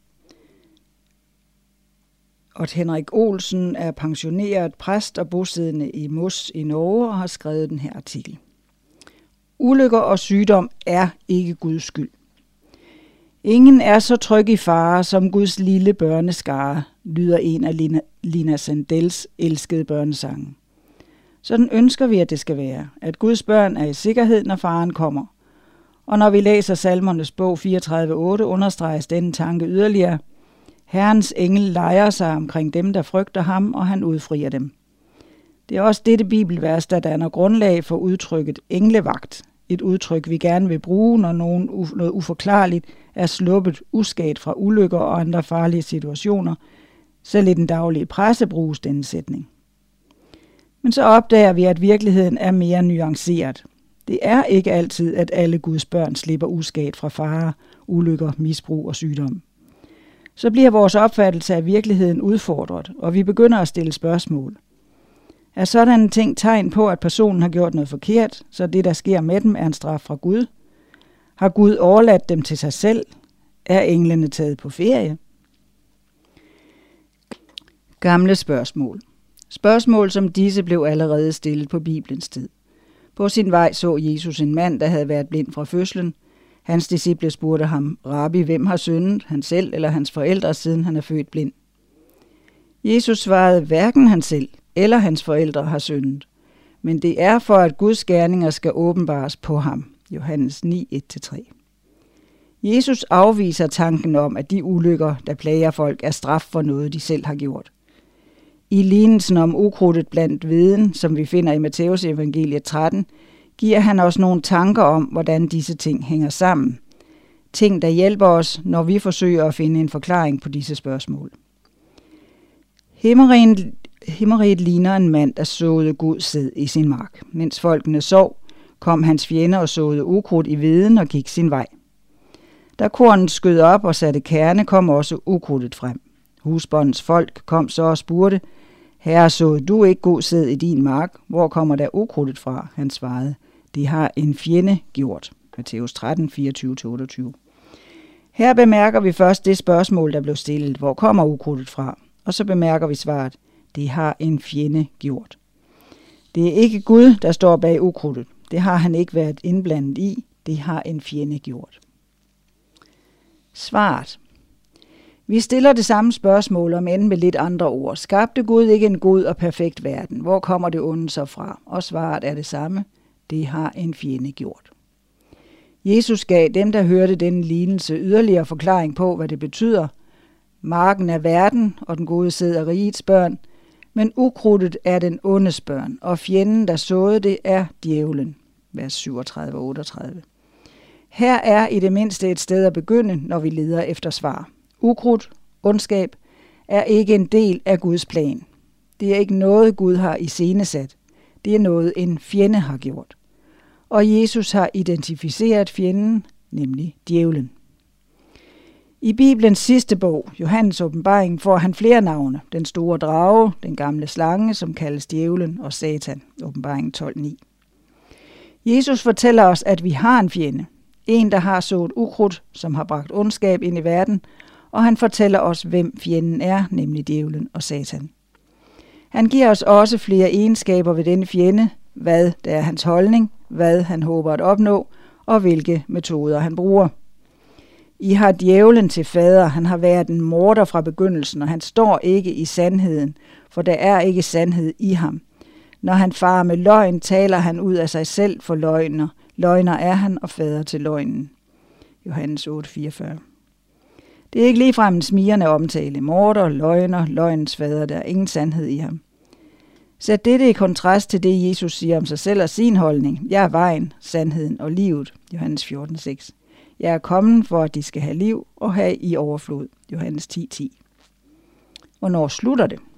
Odd Henrik Olsen er pensioneret præst og bosiddende i Moss i Norge og har skrevet den her artikel. Ulykker og sygdom er ikke Guds skyld. Ingen er så tryg i fare som Guds lille børneskare, lyder en af Lina Sandels elskede børnesange. Sådan ønsker vi, at det skal være, at Guds børn er i sikkerhed, når faren kommer. Og når vi læser Salmernes bog 34:8, understreges denne tanke yderligere. Herrens engel leger sig omkring dem, der frygter ham, og han udfrier dem. Det er også dette bibelvers, der danner grundlag for udtrykket englevagt. Et udtryk, vi gerne vil bruge, når noget uforklarligt er sluppet uskadt fra ulykker og andre farlige situationer. Selv i den daglige presse bruges denne sætning. Men så opdager vi, at virkeligheden er mere nuanceret. Det er ikke altid, at alle Guds børn slipper uskadt fra fare, ulykker, misbrug og sygdom. Så bliver vores opfattelse af virkeligheden udfordret, og vi begynder at stille spørgsmål. Er sådan en ting tegn på, at personen har gjort noget forkert, så det, der sker med dem, er en straf fra Gud? Har Gud overladt dem til sig selv? Er englene taget på ferie? Gamle spørgsmål. Spørgsmål som disse blev allerede stillet på Bibelens tid. På sin vej så Jesus en mand, der havde været blind fra fødslen. Hans disciple spurgte ham, Rabbi, hvem har syndet, han selv eller hans forældre, siden han er født blind? Jesus svarede, hverken han selv eller hans forældre har syndet, men det er for, at Guds gerninger skal åbenbares på ham. Johannes 9, 1-3. Jesus afviser tanken om, at de ulykker, der plager folk, er straf for noget, de selv har gjort. I lignelsen om ukrudtet blandt hveden, som vi finder i Matthæus evangeliet 13, giver han os nogle tanker om, hvordan disse ting hænger sammen. Ting, der hjælper os, når vi forsøger at finde en forklaring på disse spørgsmål. Himmeriget ligner en mand, der såede god sæd i sin mark. Mens folkene sov, kom hans fjender og såede ukrudt i hveden og gik sin vej. Da kornet skød op og satte kerne, kom også ukrudtet frem. Husbondens folk kom så og spurgte, Herre, såede du ikke god sæd i din mark? Hvor kommer der ukrudtet fra? Han svarede, det har en fjende gjort. Matthæus 13, 24-28. Her bemærker vi først det spørgsmål, der blev stillet, hvor kommer ukrudtet fra? Og så bemærker vi svaret, det har en fjende gjort. Det er ikke Gud, der står bag ukrudtet. Det har han ikke været indblandet i. Det har en fjende gjort. Svaret. Vi stiller det samme spørgsmål, om end med lidt andre ord. Skabte Gud ikke en god og perfekt verden? Hvor kommer det onde så fra? Og svaret er det samme. Det har en fjende gjort. Jesus gav dem, der hørte denne lignelse, yderligere forklaring på, hvad det betyder. Marken er verden, og den gode sæd er rigets børn, men ukrudtet er den ondes børn, og fjenden, der såede det, er djævlen. Vers 37 og 38. Her er i det mindste et sted at begynde, når vi leder efter svar. Ukrudt, ondskab, er ikke en del af Guds plan. Det er ikke noget, Gud har iscenesat. Det er noget, en fjende har gjort. Og Jesus har identificeret fjenden, nemlig djævlen. I Bibelens sidste bog, Johannes åbenbaring, får han flere navne. Den store drage, den gamle slange, som kaldes djævlen, og Satan, åbenbaring 12:9. Jesus fortæller os, at vi har en fjende. En, der har sået ukrudt, som har bragt ondskab ind i verden, og han fortæller os, hvem fjenden er, nemlig djævlen og Satan. Han giver os også flere egenskaber ved denne fjende, hvad der er hans holdning, hvad han håber at opnå, og hvilke metoder han bruger. I har djævlen til fader, han har været en morder fra begyndelsen, og han står ikke i sandheden, for der er ikke sandhed i ham. Når han farer med løgn, taler han ud af sig selv for løgner. Løgner er han og fader til løgnen. Johannes 8:44. Det er ikke ligefrem en smirrende omtale. Morder, løgner, løgnens fader, der er ingen sandhed i ham. Sæt dette i kontrast til det, Jesus siger om sig selv og sin holdning. Jeg er vejen, sandheden og livet. Johannes 14:6. Jeg er kommet for, at de skal have liv og have i overflod. Johannes 10:10. Hvornår slutter det?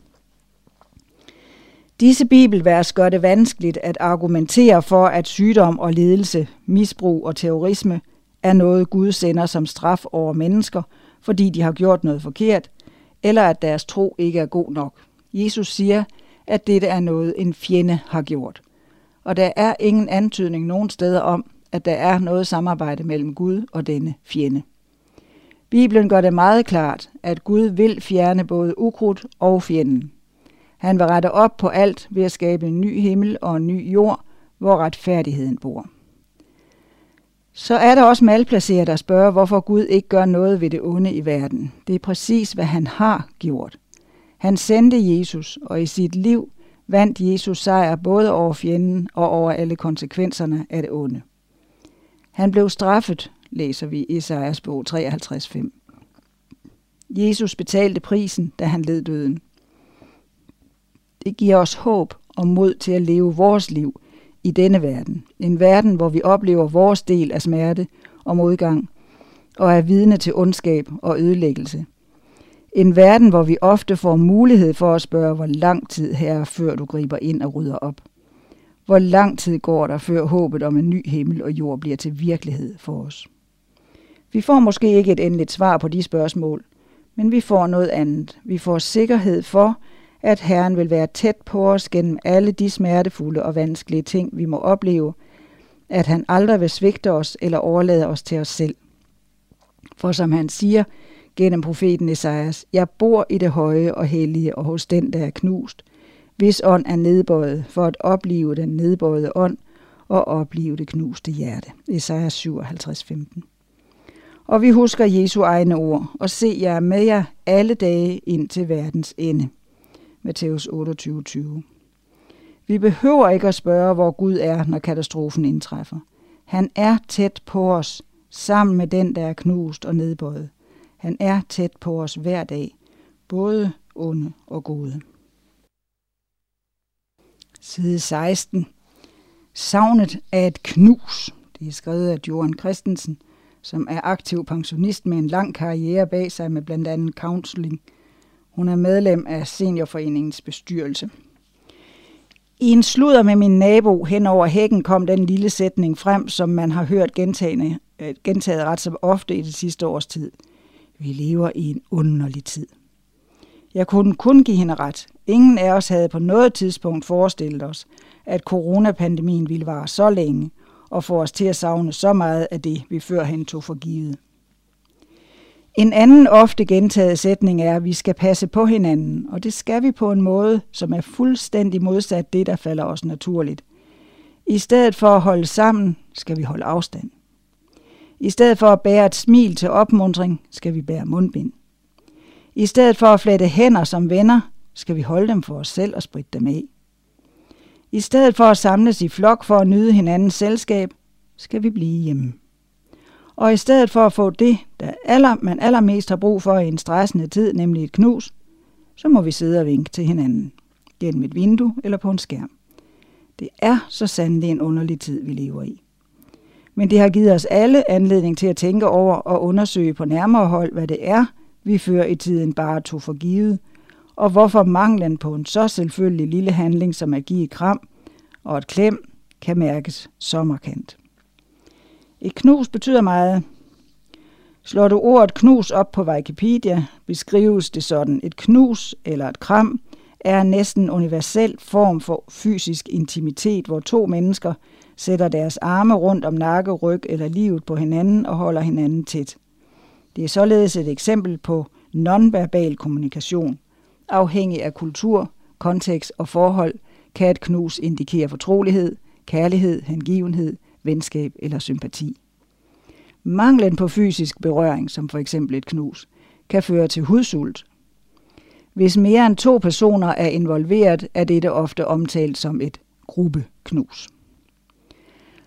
Disse bibelvers gør det vanskeligt at argumentere for, at sygdom og lidelse, misbrug og terrorisme er noget Gud sender som straf over mennesker, fordi de har gjort noget forkert, eller at deres tro ikke er god nok. Jesus siger, at dette er noget, en fjende har gjort. Og der er ingen antydning nogen steder om, at der er noget samarbejde mellem Gud og denne fjende. Bibelen gør det meget klart, at Gud vil fjerne både ukrudt og fjenden. Han vil rette op på alt ved at skabe en ny himmel og en ny jord, hvor retfærdigheden bor. Så er der også malplaceret at spørge, hvorfor Gud ikke gør noget ved det onde i verden. Det er præcis, hvad han har gjort. Han sendte Jesus, og i sit liv vandt Jesus sejr både over fjenden og over alle konsekvenserne af det onde. Han blev straffet, læser vi i Esajas bog 53:5. Jesus betalte prisen, da han led døden. Det giver os håb og mod til at leve vores liv i denne verden. En verden, hvor vi oplever vores del af smerte og modgang og er vidne til ondskab og ødelæggelse. En verden, hvor vi ofte får mulighed for at spørge, hvor lang tid her før du griber ind og rydder op. Hvor lang tid går der, før håbet om en ny himmel og jord bliver til virkelighed for os? Vi får måske ikke et endeligt svar på de spørgsmål, men vi får noget andet. Vi får sikkerhed for, at Herren vil være tæt på os gennem alle de smertefulde og vanskelige ting, vi må opleve, at han aldrig vil svigte os eller overlade os til os selv. For som han siger gennem profeten Esajas, jeg bor i det høje og hellige og hos den, der er knust, hvis ånd er nedbøjet, for at opleve den nedbøjede ånd og opleve det knuste hjerte. Esajas 57:15. Og vi husker Jesu egne ord, og se, jeg er med jer alle dage ind til verdens ende. Matthæus 28:20. Vi behøver ikke at spørge, hvor Gud er, når katastrofen indtræffer. Han er tæt på os, sammen med den, der er knust og nedbøjet. Han er tæt på os hver dag, både onde og gode. Side 16. Savnet af et knus. Det er skrevet af Johan Christensen, som er aktiv pensionist med en lang karriere bag sig med blandt andet counseling. Hun er medlem af Seniorforeningens bestyrelse. I en sludder med min nabo hen over hækken kom den lille sætning frem, som man har hørt gentaget ret så ofte i det sidste års tid. Vi lever i en underlig tid. Jeg kunne kun give hende ret. Ingen af os havde på noget tidspunkt forestillet os, at coronapandemien ville vare så længe og få os til at savne så meget af det, vi førhen tog for givet. En anden ofte gentaget sætning er, at vi skal passe på hinanden, og det skal vi på en måde, som er fuldstændig modsat det, der falder os naturligt. I stedet for at holde sammen, skal vi holde afstand. I stedet for at bære et smil til opmuntring, skal vi bære mundbind. I stedet for at flette hænder som venner, skal vi holde dem for os selv og spritte dem af. I stedet for at samles i flok for at nyde hinandens selskab, skal vi blive hjemme. Og i stedet for at få det, man allermest har brug for i en stressende tid, nemlig et knus, så må vi sidde og vinke til hinanden, gennem et vindue eller på en skærm. Det er så sandelig en underlig tid, vi lever i. Men det har givet os alle anledning til at tænke over og undersøge på nærmere hold, hvad det er, vi før i tiden bare tog for givet, og hvorfor manglen på en så selvfølgelig lille handling som at give et kram og et klem kan mærkes så markant. Et knus betyder meget. Slår du ordet knus op på Wikipedia, beskrives det sådan. Et knus eller et kram er en næsten universel form for fysisk intimitet, hvor to mennesker sætter deres arme rundt om nakke, ryg eller livet på hinanden og holder hinanden tæt. Det er således et eksempel på nonverbal kommunikation. Afhængig af kultur, kontekst og forhold kan et knus indikere fortrolighed, kærlighed, hengivenhed, venskab eller sympati. Manglen på fysisk berøring, som for eksempel et knus, kan føre til hudsult. Hvis mere end 2 personer er involveret, er dette ofte omtalt som et gruppeknus.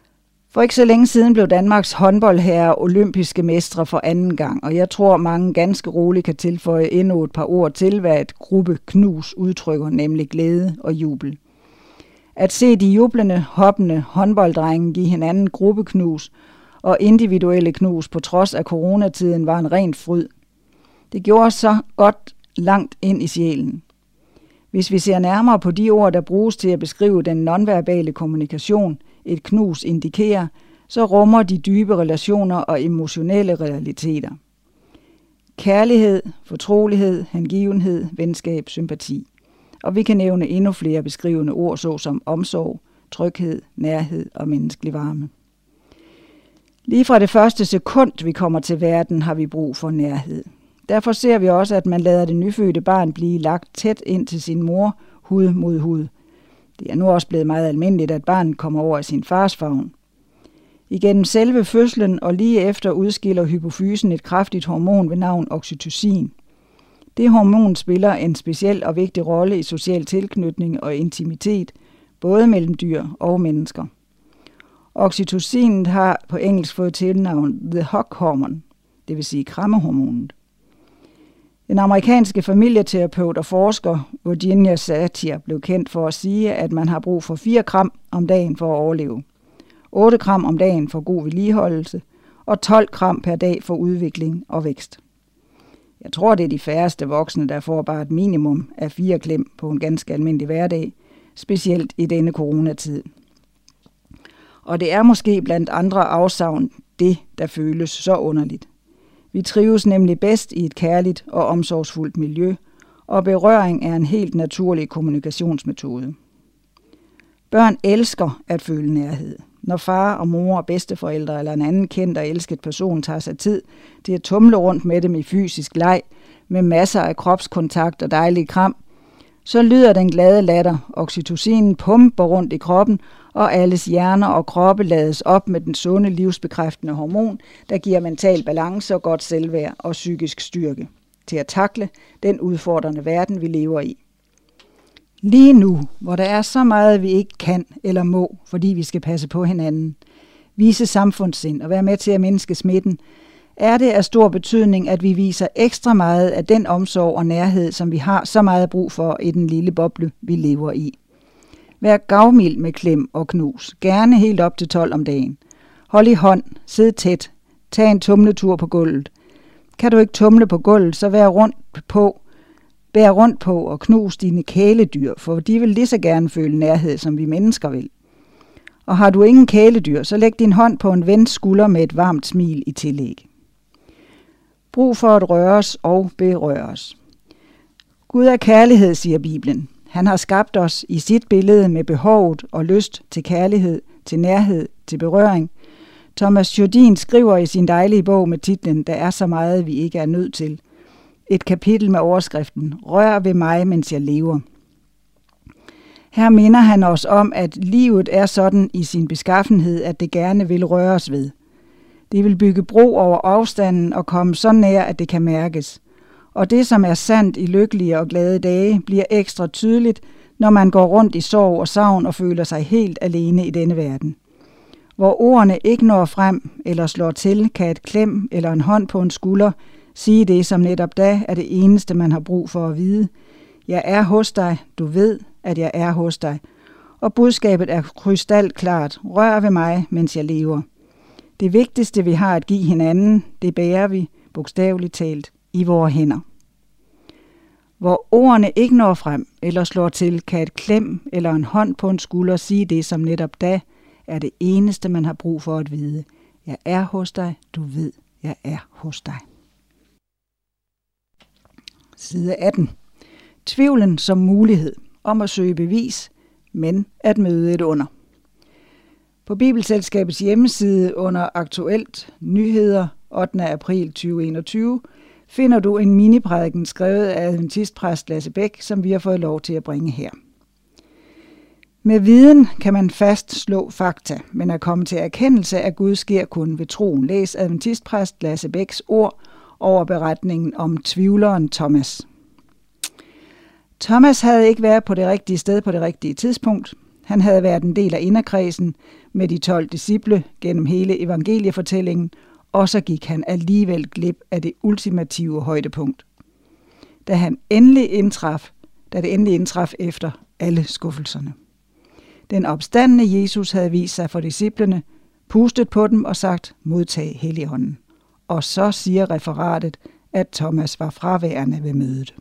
For ikke så længe siden blev Danmarks håndboldherrer olympiske mestre for anden gang, og jeg tror, mange ganske roligt kan tilføje endnu et par ord til, hvad et gruppe knus udtrykker, nemlig glæde og jubel. At se de jublende, hoppende håndbolddrenge give hinanden gruppeknus og individuelle knus på trods af coronatiden var en ren fryd. Det gjorde så godt langt ind i sjælen. Hvis vi ser nærmere på de ord, der bruges til at beskrive den nonverbale kommunikation, et knus indikerer, så rummer de dybe relationer og emotionelle realiteter. Kærlighed, fortrolighed, hengivenhed, venskab, sympati. Og vi kan nævne endnu flere beskrivende ord, såsom omsorg, tryghed, nærhed og menneskelig varme. Lige fra det første sekund, vi kommer til verden, har vi brug for nærhed. Derfor ser vi også, at man lader det nyfødte barn blive lagt tæt ind til sin mor, hud mod hud. Det er nu også blevet meget almindeligt, at barnet kommer over i sin fars favn. Igennem selve fødslen og lige efter udskiller hypofysen et kraftigt hormon ved navn oxytocin. Det hormon spiller en speciel og vigtig rolle i social tilknytning og intimitet, både mellem dyr og mennesker. Oxytocinet har på engelsk fået tilnavn the hug hormone, det vil sige krammehormonet. Den amerikanske familieterapeut og forsker Virginia Satir blev kendt for at sige, at man har brug for 4 kram om dagen for at overleve, 8 kram om dagen for god vedligeholdelse og 12 kram per dag for udvikling og vækst. Jeg tror, det er de færreste voksne, der får bare et minimum af 4 klem på en ganske almindelig hverdag, specielt i denne coronatid. Og det er måske blandt andre afsavn det, der føles så underligt. Vi trives nemlig bedst i et kærligt og omsorgsfuldt miljø, og berøring er en helt naturlig kommunikationsmetode. Børn elsker at føle nærhed. Når far og mor og bedsteforældre eller en anden kendt og elsket person tager sig tid til at tumle rundt med dem i fysisk leg, med masser af kropskontakt og dejlig kram, så lyder den glade latter, oxytocinen pumper rundt i kroppen, og alles hjerner og kroppe lades op med den sunde livsbekræftende hormon, der giver mental balance og godt selvværd og psykisk styrke til at takle den udfordrende verden, vi lever i. Lige nu, hvor der er så meget, vi ikke kan eller må, fordi vi skal passe på hinanden, vise samfundssind og være med til at mindske smitten, er det af stor betydning, at vi viser ekstra meget af den omsorg og nærhed, som vi har så meget brug for i den lille boble, vi lever i. Vær gavmild med klem og knus, gerne helt op til 12 om dagen. Hold i hånd, sid tæt, tag en tumletur på gulvet. Kan du ikke tumle på gulvet, så bær rundt på og knus dine kæledyr, for de vil lige så gerne føle nærhed, som vi mennesker vil. Og har du ingen kæledyr, så læg din hånd på en vens skulder med et varmt smil i tillæg. Brug for at røres og berøres. Gud er kærlighed, siger Bibelen. Han har skabt os i sit billede med behovet og lyst til kærlighed, til nærhed, til berøring. Thomas Jordin skriver i sin dejlige bog med titlen Der er så meget, vi ikke er nødt til. Et kapitel med overskriften Rør ved mig, mens jeg lever. Her minder han os om, at livet er sådan i sin beskaffenhed, at det gerne vil røres ved. Det vil bygge bro over afstanden og komme så nær, at det kan mærkes. Og det, som er sandt i lykkelige og glade dage, bliver ekstra tydeligt, når man går rundt i sorg og savn og føler sig helt alene i denne verden. Hvor ordene ikke når frem eller slår til, kan et klem eller en hånd på en skulder sige det, som netop da er det eneste, man har brug for at vide. Jeg er hos dig, du ved, at jeg er hos dig. Og budskabet er krystalklart. Rør ved mig, mens jeg lever. Det vigtigste, vi har at give hinanden, det bærer vi, bogstaveligt talt, i vores hænder. Hvor ordene ikke når frem eller slår til, kan et klem eller en hånd på en skulder sige det, som netop da er det eneste, man har brug for at vide. Jeg er hos dig, du ved, jeg er hos dig. Side 18. Tvivlen som mulighed, om at søge bevis, men at møde et under. På Bibelselskabets hjemmeside under Aktuelt Nyheder 8. april 2021 finder du en miniprædiken skrevet af adventistpræst Lasse Bæk, som vi har fået lov til at bringe her. Med viden kan man fastslå fakta, men at komme til erkendelse af Gud sker kun ved troen. Læs adventistpræst Lasse Bæks ord over beretningen om tvivleren Thomas. Thomas havde ikke været på det rigtige sted på det rigtige tidspunkt. Han havde været en del af inderkredsen med de 12 disciple gennem hele evangeliefortællingen, og så gik han alligevel glip af det ultimative højdepunkt. Da det endelig indtraf efter alle skuffelserne. Den opstandne Jesus havde vist sig for disciplene, pustet på dem og sagt, modtag Helligånden. Og så siger referatet, at Thomas var fraværende ved mødet.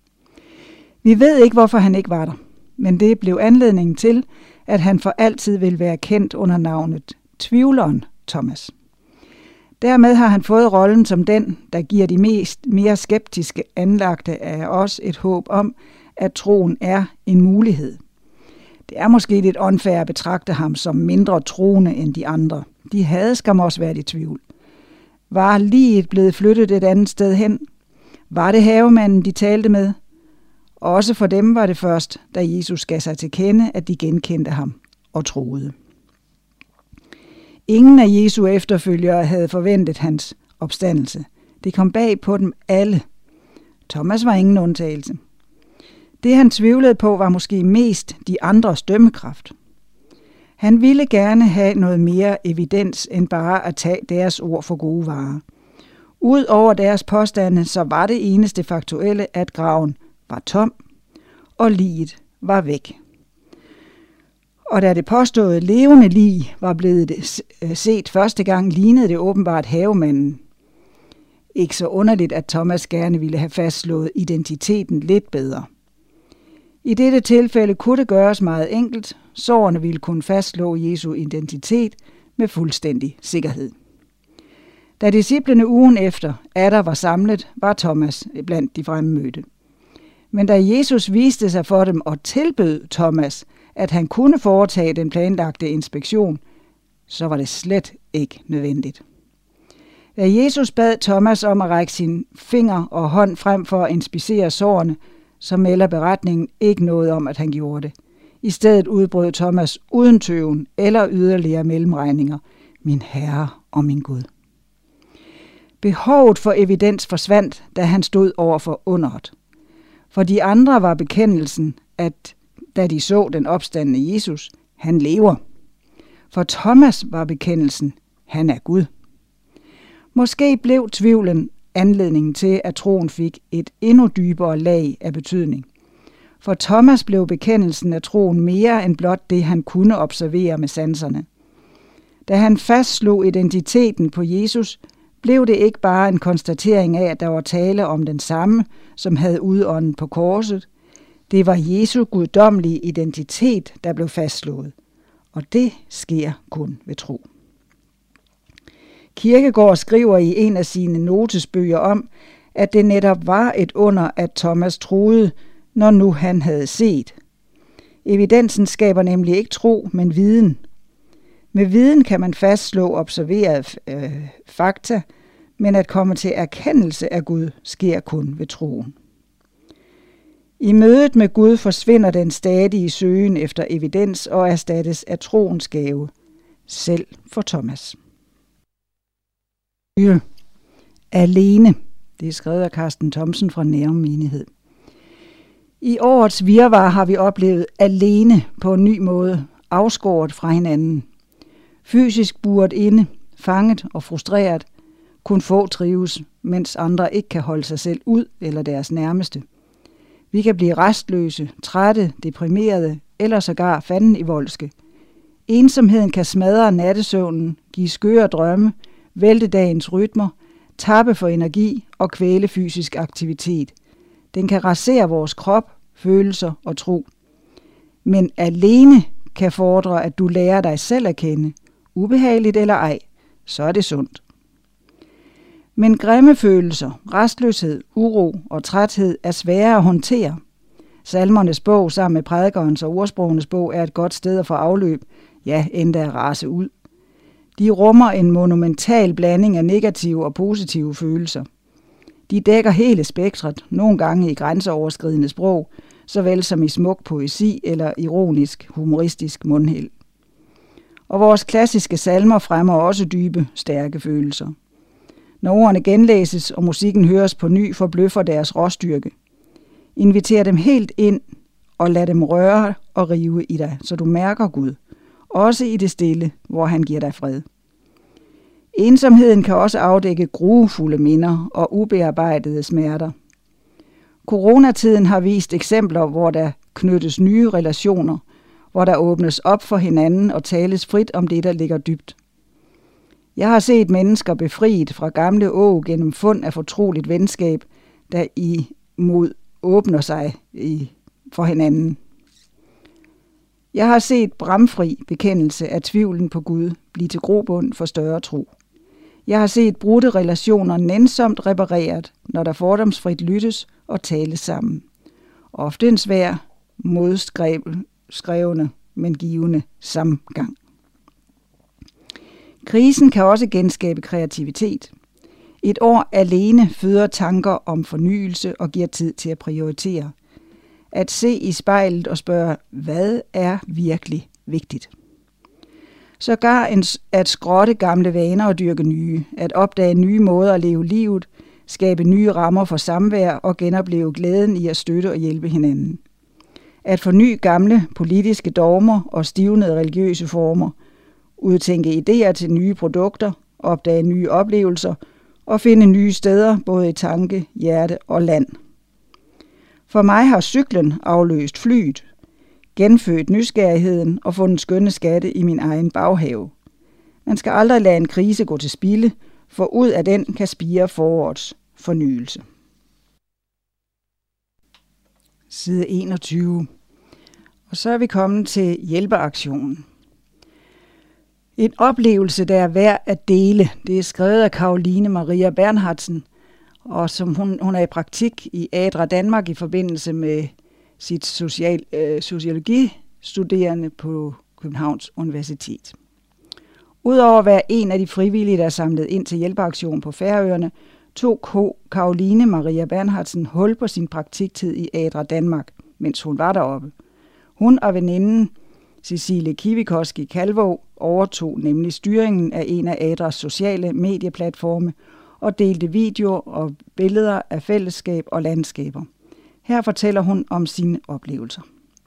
Vi ved ikke, hvorfor han ikke var der, men det blev anledningen til, at han for altid vil være kendt under navnet Tvivleren Thomas. Dermed har han fået rollen som den, der giver de mere skeptiske anlagte af os et håb om, at troen er en mulighed. Det er måske lidt unfair at betragte ham som mindre troende end de andre. De havde skam også været i tvivl. Var liget blevet flyttet et andet sted hen? Var det havemanden, de talte med? Også for dem var det først, da Jesus gav sig til kende, at de genkendte ham og troede. Ingen af Jesu efterfølgere havde forventet hans opstandelse. Det kom bag på dem alle. Thomas var ingen undtagelse. Det han tvivlede på var måske mest de andres dømmekraft. Han ville gerne have noget mere evidens end bare at tage deres ord for gode varer. Udover deres påstande, så var det eneste faktuelle, at graven var tom, og liget var væk. Og da det påståede levende lig var blevet set første gang, lignede det åbenbart havemanden. Ikke så underligt, at Thomas gerne ville have fastslået identiteten lidt bedre. I dette tilfælde kunne det gøres meget enkelt. Sårene ville kunne fastslå Jesu identitet med fuldstændig sikkerhed. Da disciplene ugen efter atter var samlet, var Thomas blandt de fremmødte. Men da Jesus viste sig for dem og tilbød Thomas, at han kunne foretage den planlagte inspektion, så var det slet ikke nødvendigt. Da Jesus bad Thomas om at række sin finger og hånd frem for at inspicere sårene, så melder beretningen ikke noget om, at han gjorde det. I stedet udbrød Thomas uden tøven eller yderligere mellemregninger, min Herre og min Gud. Behovet for evidens forsvandt, da han stod over for underet. For de andre var bekendelsen, at da de så den opstandne Jesus, han lever. For Thomas var bekendelsen, han er Gud. Måske blev tvivlen anledningen til, at troen fik et endnu dybere lag af betydning. For Thomas blev bekendelsen af troen mere end blot det, han kunne observere med sanserne. Da han fastslog identiteten på Jesus, blev det ikke bare en konstatering af, at der var tale om den samme, som havde udåndet på korset. Det var Jesu guddommelige identitet, der blev fastslået. Og det sker kun ved tro. Kierkegaard skriver i en af sine notesbøger om, at det netop var et under, at Thomas troede, når nu han havde set. Evidensen skaber nemlig ikke tro, men viden. Med viden kan man fastslå observerede fakta, men at komme til erkendelse af Gud sker kun ved troen. I mødet med Gud forsvinder den stadige søgen efter evidens og erstattes af troens gave, selv for Thomas. Alene. Det er skrevet af Carsten Thomsen fra Nærum Menighed. I årets virvar har vi oplevet alene på en ny måde, afskåret fra hinanden. Fysisk buret inde, fanget og frustreret, kun få trives, mens andre ikke kan holde sig selv ud eller deres nærmeste. Vi kan blive restløse, trætte, deprimerede eller sågar fanden i voldske. Ensomheden kan smadre nattesøvnen, give skøre drømme, vælte dagens rytmer, tappe for energi og kvæle fysisk aktivitet. Den kan rasere vores krop, følelser og tro. Men alene kan fordre, at du lærer dig selv at kende, ubehageligt eller ej, så er det sundt. Men grimme følelser, restløshed, uro og træthed er svære at håndtere. Salmernes bog sammen med prædikernes og ordsprogenes bog er et godt sted at få afløb, ja, endda at rase ud. De rummer en monumental blanding af negative og positive følelser. De dækker hele spektret, nogle gange i grænseoverskridende sprog, såvel som i smuk poesi eller ironisk, humoristisk mundheld. Og vores klassiske salmer fremmer også dybe, stærke følelser. Når ordene genlæses og musikken høres på ny, forbløffer deres råstyrke. Inviter dem helt ind og lad dem røre og rive i dig, så du mærker Gud. Også i det stille, hvor han giver dig fred. Ensomheden kan også afdække grufulde minder og ubearbejdede smerter. Coronatiden har vist eksempler, hvor der knyttes nye relationer, hvor der åbnes op for hinanden og tales frit om det, der ligger dybt. Jeg har set mennesker befriet fra gamle åg gennem fund af fortroligt venskab, der imod åbner sig for hinanden. Jeg har set bramfri bekendelse af tvivlen på Gud blive til grobund for større tro. Jeg har set brudte relationer nænsomt repareret, når der fordomsfrit lyttes og tales sammen. Ofte en svær, modskrevne, men givende samgang. Krisen kan også genskabe kreativitet. Et år alene føder tanker om fornyelse og giver tid til at prioritere. At se i spejlet og spørge, hvad er virkelig vigtigt? Sågar at skrotte gamle vaner og dyrke nye, at opdage nye måder at leve livet, skabe nye rammer for samvær og genopleve glæden i at støtte og hjælpe hinanden. At forny gamle politiske dogmer og stivnede religiøse former, udtænke idéer til nye produkter, opdage nye oplevelser og finde nye steder både i tanke, hjerte og land. For mig har cyklen afløst flyet, genfødt nysgerrigheden og fundet skønne skatte i min egen baghave. Man skal aldrig lade en krise gå til spilde, for ud af den kan spire forårets fornyelse. Side 21. Og så er vi kommet til hjælpeaktionen. En oplevelse, der er værd at dele. Det er skrevet af Caroline Maria Bernhardsen, og som hun er i praktik i ADRA Danmark i forbindelse med sit sociologistuderende på Københavns Universitet. Udover at være en af de frivillige, der er samlet ind til hjælpeaktion på Færøerne, tog Caroline Maria Bernhardsen hul på sin praktiktid i ADRA Danmark, mens hun var deroppe. Hun og veninden Cecilie Kivikoski Kalvåg overtog nemlig styringen af en af ADRAs sociale medieplatforme og delte videoer og billeder af fællesskab og landskaber. Her fortæller hun om sine oplevelser.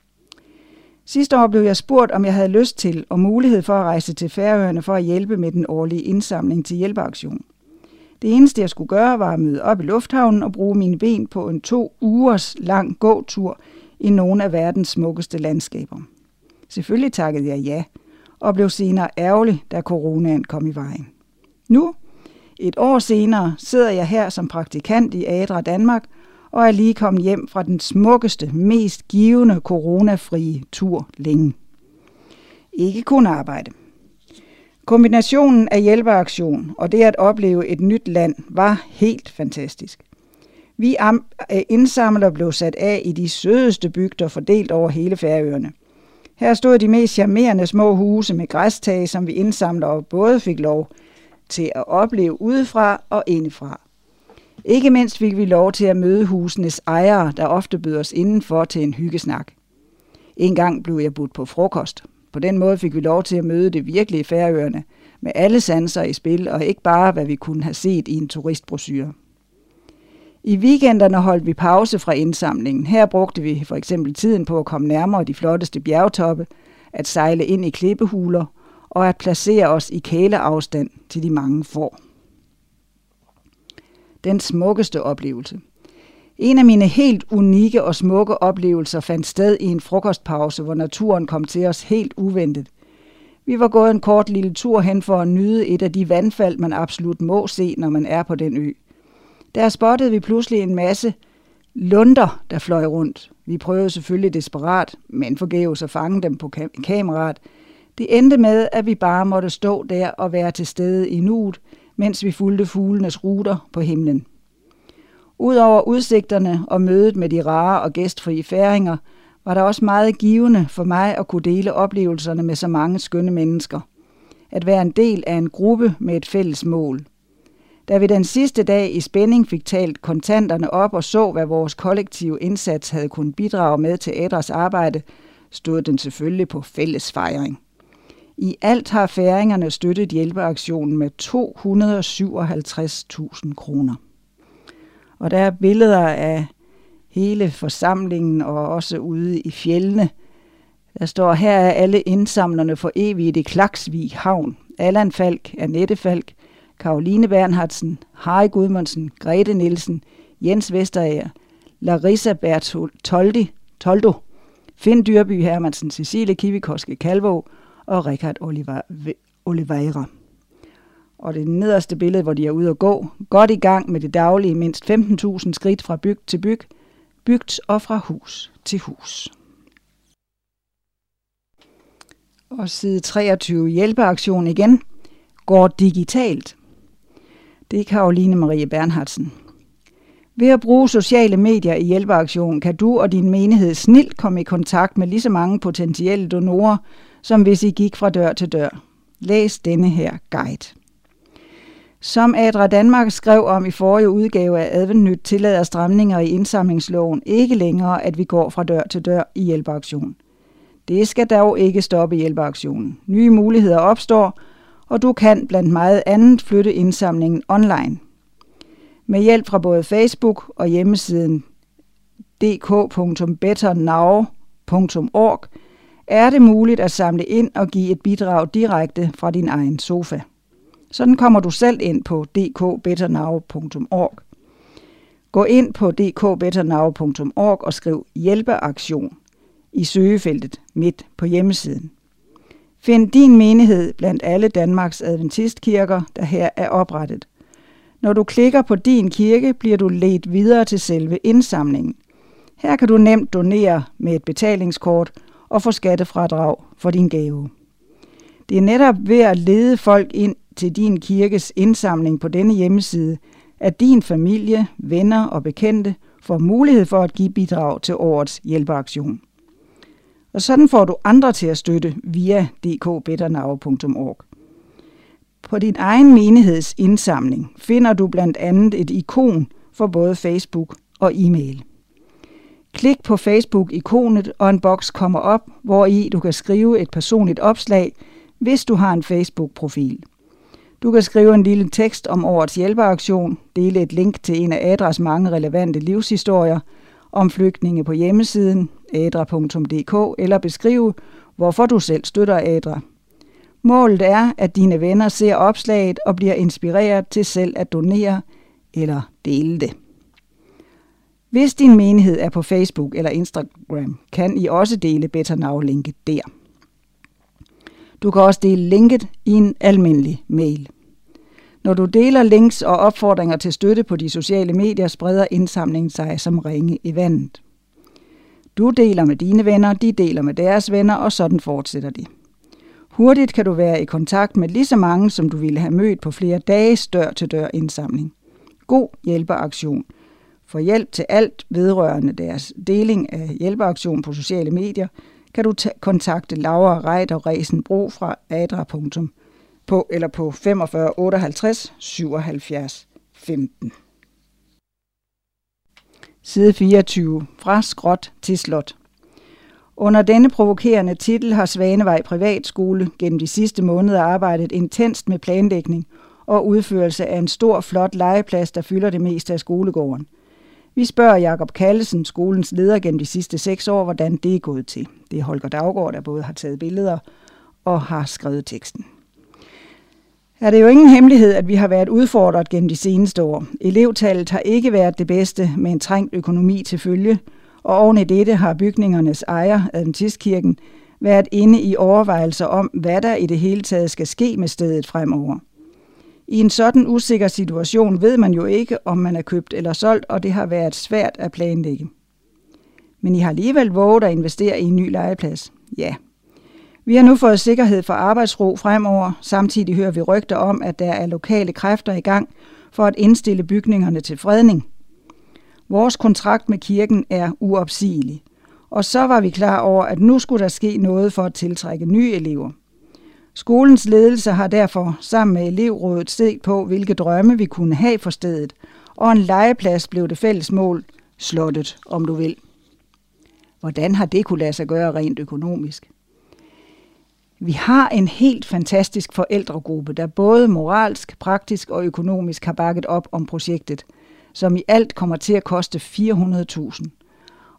Sidste år blev jeg spurgt, om jeg havde lyst til og mulighed for at rejse til Færøerne for at hjælpe med den årlige indsamling til hjælpeaktion. Det eneste, jeg skulle gøre, var at møde op i lufthavnen og bruge mine ben på en 2 ugers lang gåtur i nogle af verdens smukkeste landskaber. Selvfølgelig takkede jeg ja, og blev senere ærgerlig, da coronaen kom i vejen. Nu, et år senere, sidder jeg her som praktikant i ADRA Danmark, og er lige kommet hjem fra den smukkeste, mest givende coronafrie tur længe. Ikke kun arbejde. Kombinationen af hjælpeaktion og det at opleve et nyt land var helt fantastisk. Vi indsamler blev sat af i de sødeste bygder fordelt over hele Færøerne. Her stod de mest charmerende små huse med græstage, som vi indsamlere både fik lov til at opleve udefra og indefra. Ikke mindst fik vi lov til at møde husenes ejere, der ofte bød os indenfor til en hyggesnak. En gang blev jeg budt på frokost. På den måde fik vi lov til at møde det virkelige Færøerne, med alle sanser i spil og ikke bare, hvad vi kunne have set i en turistbrochure. I weekenderne holdt vi pause fra indsamlingen. Her brugte vi for eksempel tiden på at komme nærmere de flotteste bjergtoppe, at sejle ind i klippehuler og at placere os i kæleafstand til de mange får. Den smukkeste oplevelse. En af mine helt unikke og smukke oplevelser fandt sted i en frokostpause, hvor naturen kom til os helt uventet. Vi var gået en kort lille tur hen for at nyde et af de vandfald, man absolut må se, når man er på den ø. Der spottede vi pludselig en masse lunder, der fløj rundt. Vi prøvede selvfølgelig desperat, men forgæves at fange dem på kameraet. Det endte med, at vi bare måtte stå der og være til stede i nuet, mens vi fulgte fuglenes ruter på himlen. Udover udsigterne og mødet med de rare og gæstfrie færinger, var der også meget givende for mig at kunne dele oplevelserne med så mange skønne mennesker. At være en del af en gruppe med et fælles mål. Da vi den sidste dag i spænding fik talt kontanterne op og så, hvad vores kollektive indsats havde kunnet bidrage med til ADRAs arbejde, stod den selvfølgelig på fælles fejring. I alt har færingerne støttet hjælpeaktionen med 257.000 kroner. Og der er billeder af hele forsamlingen og også ude i fjeldene. Der står, her er alle indsamlerne for evigt i Klaksvig Havn. Allan Falk, Annette Falk, Caroline Bernhardsen, Harry Gudmundsen, Grete Nielsen, Jens Vesterager, Larissa Bertoldo, Finn Dyrby Hermansen, Cecilie Kivikoske Kalvåg og Richard Oliveira. Og det nederste billede, hvor de er ude at gå, godt i gang med det daglige, mindst 15.000 skridt fra bygd til bygd og fra hus til hus. Og side 23, hjælpeaktion igen, går digitalt. Det er Caroline Marie Bernhardsen. Ved at bruge sociale medier i hjælpeaktion, kan du og din menighed snilt komme i kontakt med lige så mange potentielle donorer, som hvis I gik fra dør til dør. Læs denne her guide. Som Adra Danmark skrev om i forrige udgave af Adventnyt, tillader stramninger i indsamlingsloven ikke længere, at vi går fra dør til dør i hjælpeaktion. Det skal dog ikke stoppe hjælpeaktionen. Nye muligheder opstår, og du kan blandt meget andet flytte indsamlingen online. Med hjælp fra både Facebook og hjemmesiden dk.betternow.org er det muligt at samle ind og give et bidrag direkte fra din egen sofa. Sådan kommer du selv ind på dk.betternow.org. Gå ind på dk.betternow.org og skriv hjælpeaktion i søgefeltet midt på hjemmesiden. Find din menighed blandt alle Danmarks adventistkirker, der her er oprettet. Når du klikker på din kirke, bliver du ledt videre til selve indsamlingen. Her kan du nemt donere med et betalingskort og få skattefradrag for din gave. Det er netop ved at lede folk ind til din kirkes indsamling på denne hjemmeside, at din familie, venner og bekendte får mulighed for at give bidrag til årets hjælpeaktion. Og sådan får du andre til at støtte via dk.betternow.org. På din egen menigheds indsamling finder du blandt andet et ikon for både Facebook og e-mail. Klik på Facebook-ikonet, og en boks kommer op, hvori du kan skrive et personligt opslag, hvis du har en Facebook-profil. Du kan skrive en lille tekst om årets hjælpeaktion, dele et link til en af Adras mange relevante livshistorier om flygtninge på hjemmesiden adra.dk eller beskrive, hvorfor du selv støtter Adra. Målet er, at dine venner ser opslaget og bliver inspireret til selv at donere eller dele det. Hvis din menighed er på Facebook eller Instagram, kan I også dele Better Now-linket der. Du kan også dele linket i en almindelig mail. Når du deler links og opfordringer til støtte på de sociale medier, spreder indsamlingen sig som ringe i vandet. Du deler med dine venner, de deler med deres venner, og sådan fortsætter de. Hurtigt kan du være i kontakt med lige så mange, som du ville have mødt på flere dages dør-til-dør indsamling. God hjælpeaktion. For hjælp til alt vedrørende deres deling af hjælpeaktion på sociale medier, kan du kontakte Laura Reiter Resenbro fra Adra. På 45 58 77 15. Side 24. Fra skråt til slot. Under denne provokerende titel har Svanevej Privatskole gennem de sidste måneder arbejdet intenst med planlægning og udførelse af en stor, flot legeplads, der fylder det meste af skolegården. Vi spørger Jakob Kallesen, skolens leder gennem de sidste 6 år, hvordan det er gået til. Det er Holger Daugaard, der både har taget billeder og har skrevet teksten. Er det jo ingen hemmelighed, at vi har været udfordret gennem de seneste år. Elevtallet har ikke været det bedste med en trængt økonomi til følge, og oven i dette har bygningernes ejer, Adventistkirken, været inde i overvejelser om, hvad der i det hele taget skal ske med stedet fremover. I en sådan usikker situation ved man jo ikke, om man er købt eller solgt, og det har været svært at planlægge. Men I har alligevel våget at investere i en ny legeplads. Ja. Vi har nu fået sikkerhed for arbejdsro fremover. Samtidig hører vi rygter om, at der er lokale kræfter i gang for at indstille bygningerne til fredning. Vores kontrakt med kirken er uopsigelig. Og så var vi klar over, at nu skulle der ske noget for at tiltrække nye elever. Skolens ledelse har derfor sammen med elevrådet set på, hvilke drømme vi kunne have for stedet, og en legeplads blev det fælles mål, slottet om du vil. Hvordan har det kunne lade sig gøre rent økonomisk? Vi har en helt fantastisk forældregruppe, der både moralsk, praktisk og økonomisk har bakket op om projektet, som i alt kommer til at koste 400.000.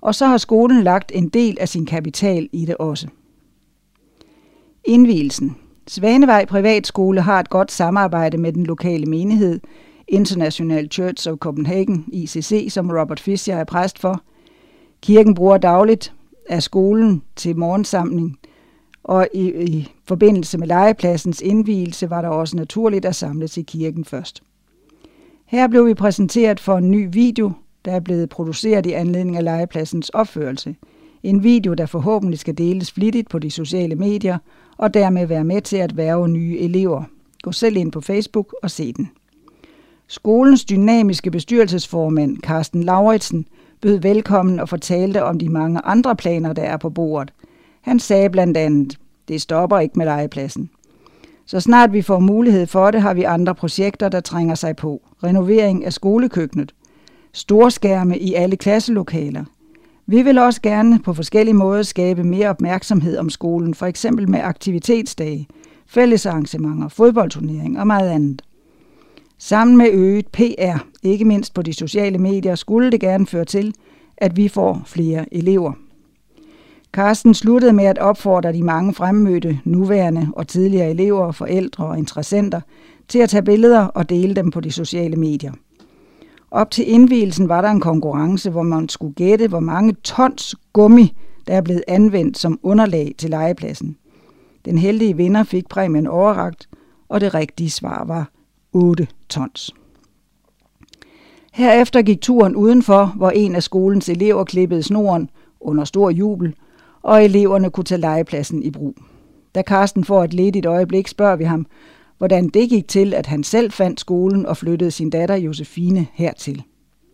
og så har skolen lagt en del af sin kapital i det også. Indvielsen. Svanevej Privatskole har et godt samarbejde med den lokale menighed, International Church of Copenhagen, ICC, som Robert Fischer er præst for. Kirken bruger dagligt af skolen til morgensamling, og i forbindelse med legepladsens indvielse var der også naturligt at samles i kirken først. Her blev vi præsenteret for en ny video, der er blevet produceret i anledning af legepladsens opførelse. En video, der forhåbentlig skal deles flittigt på de sociale medier, og dermed være med til at hverve nye elever. Gå selv ind på Facebook og se den. Skolens dynamiske bestyrelsesformand, Carsten Lauritsen, bød velkommen og fortalte om de mange andre planer, der er på bordet. Han sagde blandt andet, det stopper ikke med legepladsen. Så snart vi får mulighed for det, har vi andre projekter, der trænger sig på. Renovering af skolekøkkenet. Storskærme i alle klasselokaler. Vi vil også gerne på forskellige måder skabe mere opmærksomhed om skolen, for eksempel med aktivitetsdage, fællesarrangementer, fodboldturnering og meget andet. Sammen med øget PR, ikke mindst på de sociale medier, skulle det gerne føre til, at vi får flere elever. Carsten sluttede med at opfordre de mange fremmødte, nuværende og tidligere elever, forældre og interessenter til at tage billeder og dele dem på de sociale medier. Op til indvielsen var der en konkurrence, hvor man skulle gætte, hvor mange tons gummi, der er blevet anvendt som underlag til legepladsen. Den heldige vinder fik præmien overrakt, og det rigtige svar var 8 tons. Herefter gik turen udenfor, hvor en af skolens elever klippede snoren under stor jubel, og eleverne kunne tage legepladsen i brug. Da Carsten får et ledigt øjeblik, spørger vi ham, hvordan det gik til, at han selv fandt skolen og flyttede sin datter Josefine hertil.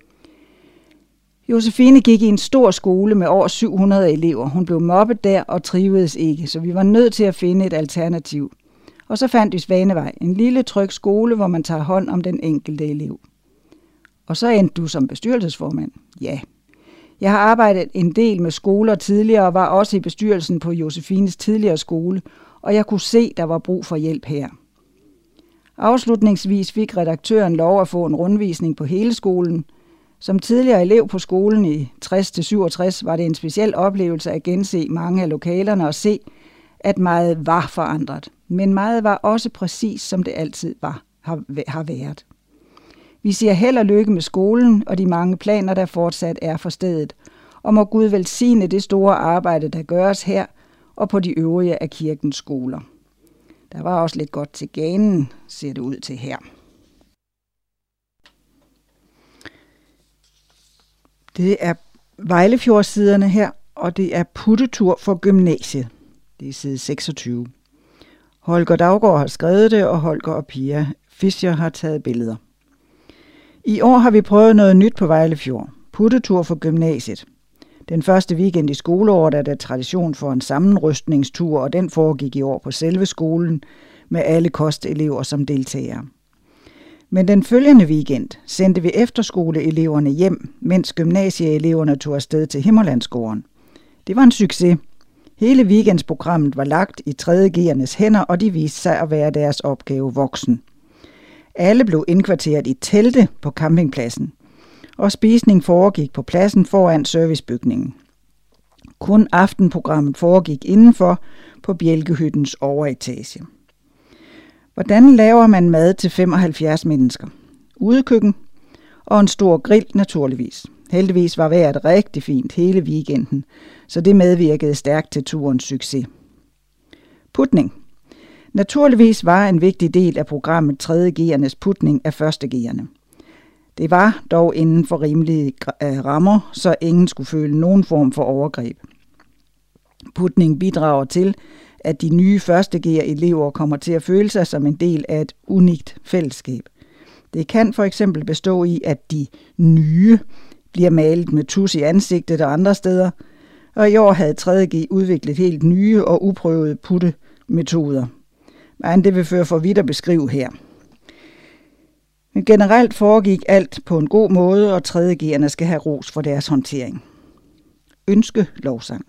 Josefine gik i en stor skole med over 700 elever. Hun blev mobbet der og trivedes ikke, så vi var nødt til at finde et alternativ. Og så fandt vi Svanevej, en lille tryg skole, hvor man tager hånd om den enkelte elev. Og så endte du som bestyrelsesformand? Ja. Jeg har arbejdet en del med skoler tidligere og var også i bestyrelsen på Josefines tidligere skole, og jeg kunne se, der var brug for hjælp her. Afslutningsvis fik redaktøren lov at få en rundvisning på hele skolen. Som tidligere elev på skolen i 60-67 var det en speciel oplevelse at gense mange af lokalerne og se, at meget var forandret. Men meget var også præcis, som det altid har været. Vi siger held og lykke med skolen og de mange planer, der fortsat er for stedet, og må Gud velsigne det store arbejde, der gøres her og på de øvrige af kirkens skoler. Der var også lidt godt til ganen, ser det ud til her. Det er Vejlefjordsiderne her, og det er puttetur for gymnasiet. Det er side 26. Holger Daugaard har skrevet det, og Holger og Pia Fischer har taget billeder. I år har vi prøvet noget nyt på Vejlefjord. Puttetur for gymnasiet. Den første weekend i skoleåret er der tradition for en sammenrystningstur, og den foregik i år på selve skolen med alle kostelever som deltagere. Men den følgende weekend sendte vi efterskoleeleverne hjem, mens gymnasieeleverne tog afsted til Himmerlandsgården. Det var en succes. Hele weekendsprogrammet var lagt i 3.G'ernes hænder, og de viste sig at være deres opgave voksen. Alle blev indkvarteret i telte på campingpladsen, og spisning foregik på pladsen foran servicebygningen. Kun aftenprogrammet foregik indenfor på Bjælkehyttens overetage. Hvordan laver man mad til 75 mennesker? Udekøkken og en stor grill naturligvis. Heldigvis var vejret rigtig fint hele weekenden, så det medvirkede stærkt til turens succes. Putning. Naturligvis var en vigtig del af programmet 3.G'ernes putning af 1.G'erne. Det var dog inden for rimelige rammer, så ingen skulle føle nogen form for overgreb. Putning bidrager til, at de nye 1.G-elever kommer til at føle sig som en del af et unikt fællesskab. Det kan for eksempel bestå i, at de nye bliver malet med tus i ansigtet og andre steder, og i år havde 3.G udviklet helt nye og uprøvede puttemetoder. Men det vil føre for vidt at beskrive her. Men generelt foregik alt på en god måde, og 3.G'erne skal have ros for deres håndtering. Ønskelovsang.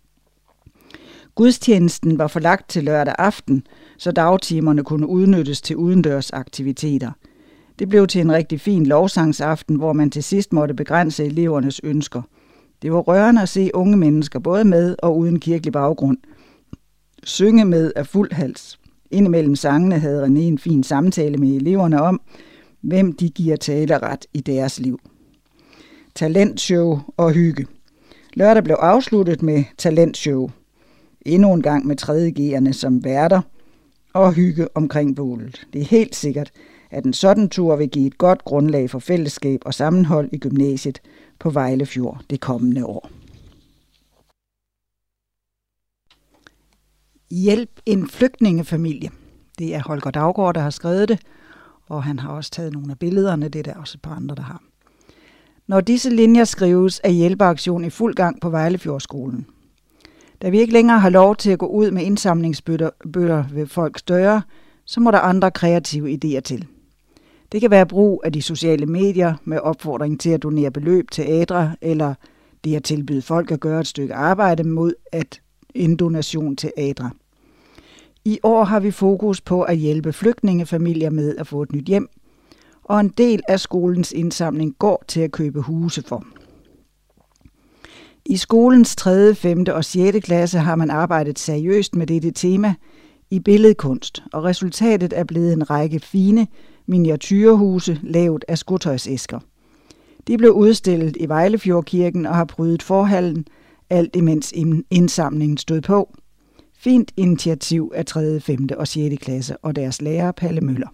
Gudstjenesten var forlagt til lørdag aften, så dagtimerne kunne udnyttes til udendørs aktiviteter. Det blev til en rigtig fin lovsangsaften, hvor man til sidst måtte begrænse elevernes ønsker. Det var rørende at se unge mennesker, både med og uden kirkelig baggrund, synge med af fuld hals. Indimellem sangene havde René en fin samtale med eleverne om, hvem de giver taleret i deres liv. Talentshow og hygge. Lørdag blev afsluttet med talentshow. Endnu en gang med 3.G'erne som værter og hygge omkring bålet. Det er helt sikkert, at en sådan tur vil give et godt grundlag for fællesskab og sammenhold i gymnasiet på Vejle Fjord det kommende år. Hjælp en flygtningefamilie. Det er Holger Daugaard, der har skrevet det, og han har også taget nogle af billederne. Det er der også et par andre, der har. Når disse linjer skrives, er hjælpeaktion i fuld gang på Vejlefjordskolen. Da vi ikke længere har lov til at gå ud med indsamlingsbøtter ved folks døre, så må der andre kreative idéer til. Det kan være brug af de sociale medier med opfordring til at donere beløb til ADRA, eller det at tilbyde folk at gøre et stykke arbejde mod en donation til ADRA. I år har vi fokus på at hjælpe flygtningefamilier med at få et nyt hjem, og en del af skolens indsamling går til at købe huse for. I skolens 3., 5. og 6. klasse har man arbejdet seriøst med dette tema i billedkunst, og resultatet er blevet en række fine miniatyrehuse lavet af skotøjsæsker. De blev udstillet i Vejlefjordkirken og har prydet forhallen, alt imens indsamlingen stod på. Fint initiativ af 3., 5. og 6. klasse og deres lærer Palle Møller.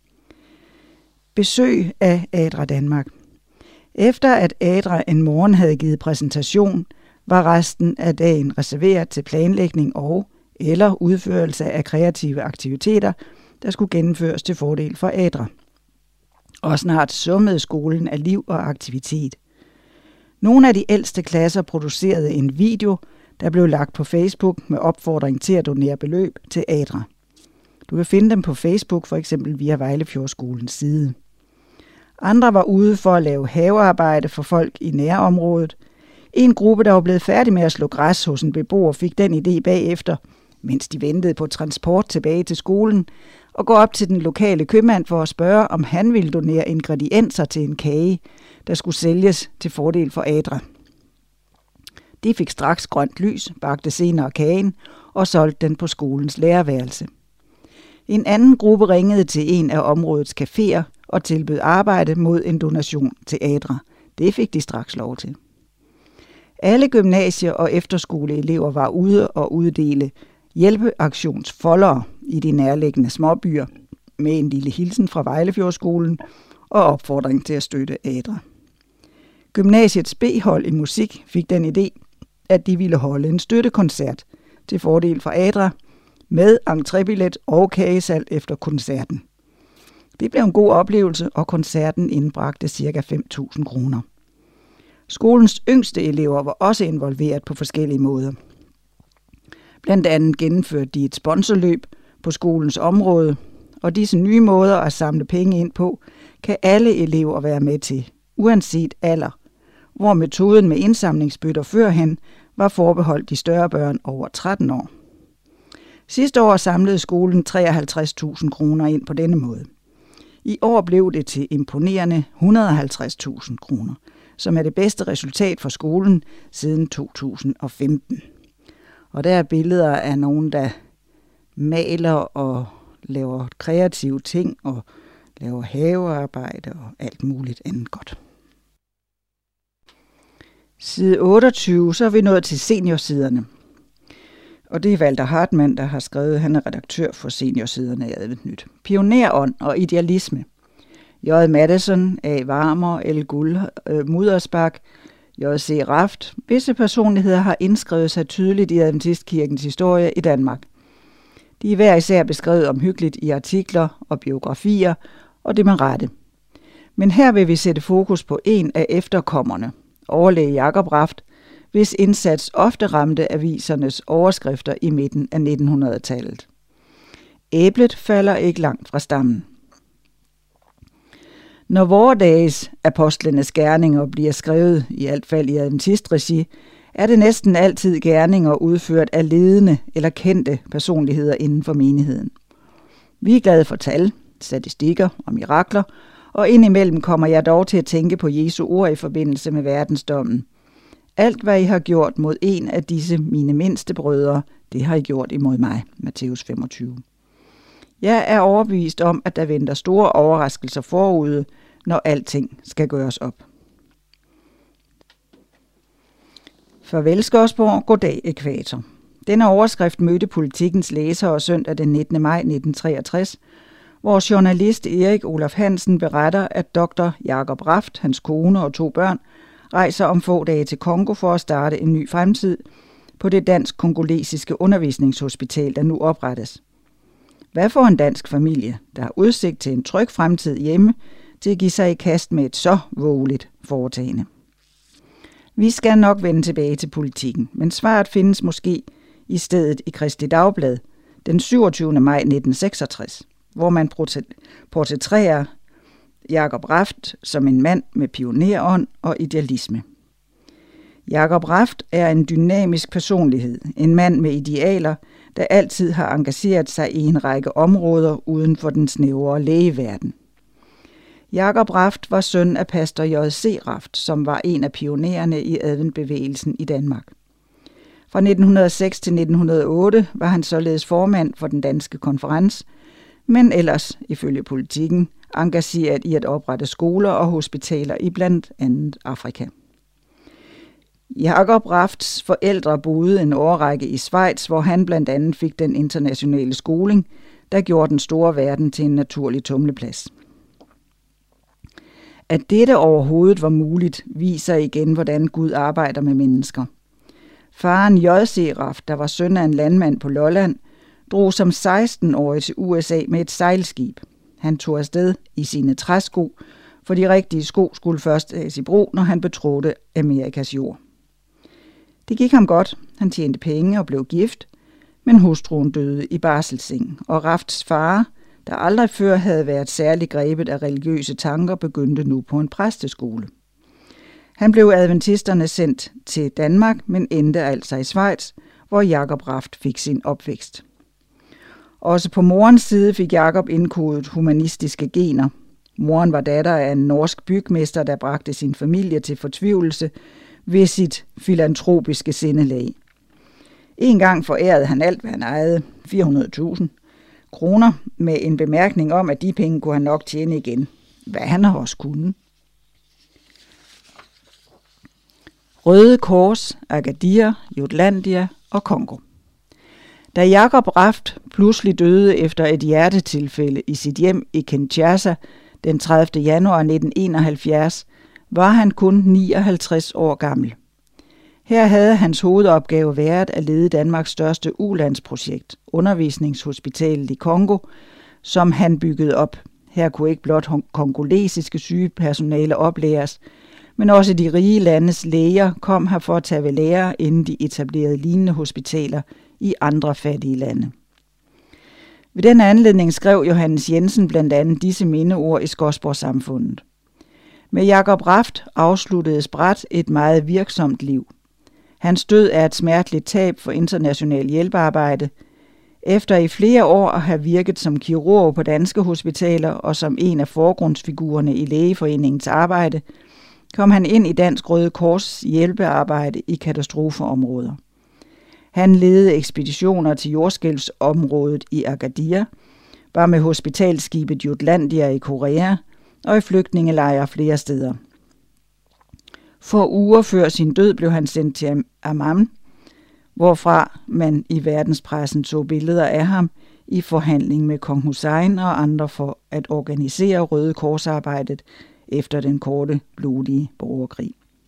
Besøg af ADRA Danmark. Efter at ADRA en morgen havde givet præsentation, var resten af dagen reserveret til planlægning og eller udførelse af kreative aktiviteter, der skulle gennemføres til fordel for ADRA. Og snart summede skolen af liv og aktivitet. Nogle af de ældste klasser producerede en video, der blev lagt på Facebook med opfordring til at donere beløb til ADRA. Du kan finde dem på Facebook, for eksempel via Vejlefjordskolens side. Andre var ude for at lave havearbejde for folk i nærområdet. En gruppe, der var blevet færdig med at slå græs hos en beboer, fik den idé bagefter, mens de ventede på transport tilbage til skolen, og gå op til den lokale købmand for at spørge, om han ville donere ingredienser til en kage, der skulle sælges til fordel for ADRA. De fik straks grønt lys, bagte senere kagen og solgte den på skolens lærerværelse. En anden gruppe ringede til en af områdets caféer og tilbød arbejde mod en donation til ADRA. Det fik de straks lov til. Alle gymnasie- og efterskoleelever var ude og uddele hjælpeaktionsfoldere i de nærliggende småbyer med en lille hilsen fra Vejlefjordskolen og opfordring til at støtte ADRA. Gymnasiets B-hold i musik fik den idé, at de ville holde en støttekoncert til fordel for ADRA med entrébillet og kagesalt efter koncerten. Det blev en god oplevelse, og koncerten indbragte ca. 5.000 kroner. Skolens yngste elever var også involveret på forskellige måder. Blandt andet gennemførte de et sponsorløb på skolens område, og disse nye måder at samle penge ind på, kan alle elever være med til, uanset alder, hvor metoden med indsamlingsbøtter førhen var forbeholdt de større børn over 13 år. Sidste år samlede skolen 53.000 kroner ind på denne måde. I år blev det til imponerende 150.000 kroner, som er det bedste resultat for skolen siden 2015. Og der er billeder af nogen, der maler og laver kreative ting og laver havearbejde og alt muligt andet godt. Side 28, så er vi nået til seniorsiderne. Og det er Walter Hartmann, der har skrevet, han er redaktør for seniorsiderne i Adventnyt. Pionerånd og idealisme. J. Madison, A. Varmer, L. Guld, Mudersbak, J.C. Raft. Visse personligheder har indskrevet sig tydeligt i Adventistkirkens historie i Danmark. De er hver især beskrevet omhyggeligt i artikler og biografier, og det med rette. Men her vil vi sætte fokus på en af efterkommerne, overlæge Jakob Raft, hvis indsats ofte ramte avisernes overskrifter i midten af 1900-tallet. Æblet falder ikke langt fra stammen. Når vore dages apostlenes gerninger bliver skrevet, i alt fald i adventistregi, er det næsten altid gerninger udført af ledende eller kendte personligheder inden for menigheden. Vi er glade for tal, statistikker og mirakler, og indimellem kommer jeg dog til at tænke på Jesu ord i forbindelse med verdensdommen. Alt hvad I har gjort mod en af disse mine mindste brødre, det har I gjort imod mig. Matthæus 25. Jeg er overbevist om, at der venter store overraskelser forude, når alting skal gøres op. Farvel Skodsborg, goddag Ækvator. Denne overskrift mødte Politikens læsere søndag den 19. maj 1963, hvor journalist Erik Olaf Hansen beretter, at dr. Jakob Raft, hans kone og 2 børn, rejser om få dage til Kongo for at starte en ny fremtid på det dansk-kongolesiske undervisningshospital, der nu oprettes. Hvad får en dansk familie, der har udsigt til en tryg fremtid hjemme, til at give sig i kast med et så vågeligt foretagende? Vi skal nok vende tilbage til Politikken, men svaret findes måske i stedet i Kristeligt Dagblad den 27. maj 1966, hvor man portrætterer Jakob Raft som en mand med pionerånd og idealisme. Jakob Raft er en dynamisk personlighed, en mand med idealer, der altid har engageret sig i en række områder uden for den snævre lægeverden. Jakob Raft var søn af pastor J.C. Raft, som var en af pionererne i adventbevægelsen i Danmark. Fra 1906 til 1908 var han således formand for den danske konferens, men ellers, ifølge Politikken, engageret i at oprette skoler og hospitaler i blandt andet Afrika. Jakob Rafts forældre boede en årrække i Schweiz, hvor han blandt andet fik den internationale skoling, der gjorde den store verden til en naturlig tumleplads. At dette overhovedet var muligt, viser igen, hvordan Gud arbejder med mennesker. Faren J.C. Raft, der var søn af en landmand på Lolland, drog som 16-årig til USA med et sejlskib. Han tog afsted i sine træsko, for de rigtige sko skulle først tages i brug, når han betrådte Amerikas jord. Det gik ham godt. Han tjente penge og blev gift, men hustruen døde i barselsseng, og Rafts far, der aldrig før havde været særlig grebet af religiøse tanker, begyndte nu på en præsteskole. Han blev adventisterne sendt til Danmark, men endte altså i Schweiz, hvor Jakob Raft fik sin opvækst. Også på morens side fik Jakob indkodet humanistiske gener. Moren var datter af en norsk bygmester, der bragte sin familie til fortvivlelse ved sit filantropiske sindelag. En gang forærede han alt, hvad han ejede, 400.000 kroner, med en bemærkning om, at de penge kunne han nok tjene igen, hvad han også kunne. Røde Kors, Agadir, Jutlandia og Kongo. Da Jakob Raft pludselig døde efter et hjertetilfælde i sit hjem i Kinshasa den 30. januar 1971, var han kun 59 år gammel. Her havde hans hovedopgave været at lede Danmarks største ulandsprojekt, Undervisningshospitalet i Kongo, som han byggede op. Her kunne ikke blot kongolesiske sygepersonale oplæres, men også de rige landes læger kom her for at tage ved lære, inden de etablerede lignende hospitaler i andre fattige lande. Ved den anledning skrev Johannes Jensen blandt andet disse mindeord i Skodsborg-samfundet. Med Jakob Raft afsluttedes brat et meget virksomt liv. Hans død er et smerteligt tab for international hjælpearbejde. Efter i flere år at have virket som kirurg på danske hospitaler og som en af forgrundsfigurerne i Lægeforeningens arbejde, kom han ind i Dansk Røde Kors hjælpearbejde i katastrofeområder. Han ledede ekspeditioner til jordskælvsområdet i Agadir, var med hospitalskibet Jutlandia i Korea og i flygtningelejre flere steder. For uger før sin død blev han sendt til Amman, hvorfra man i verdenspressen så billeder af ham i forhandling med kong Hussein og andre for at organisere Røde Korsarbejdet efter den korte, blodige borgerkrig.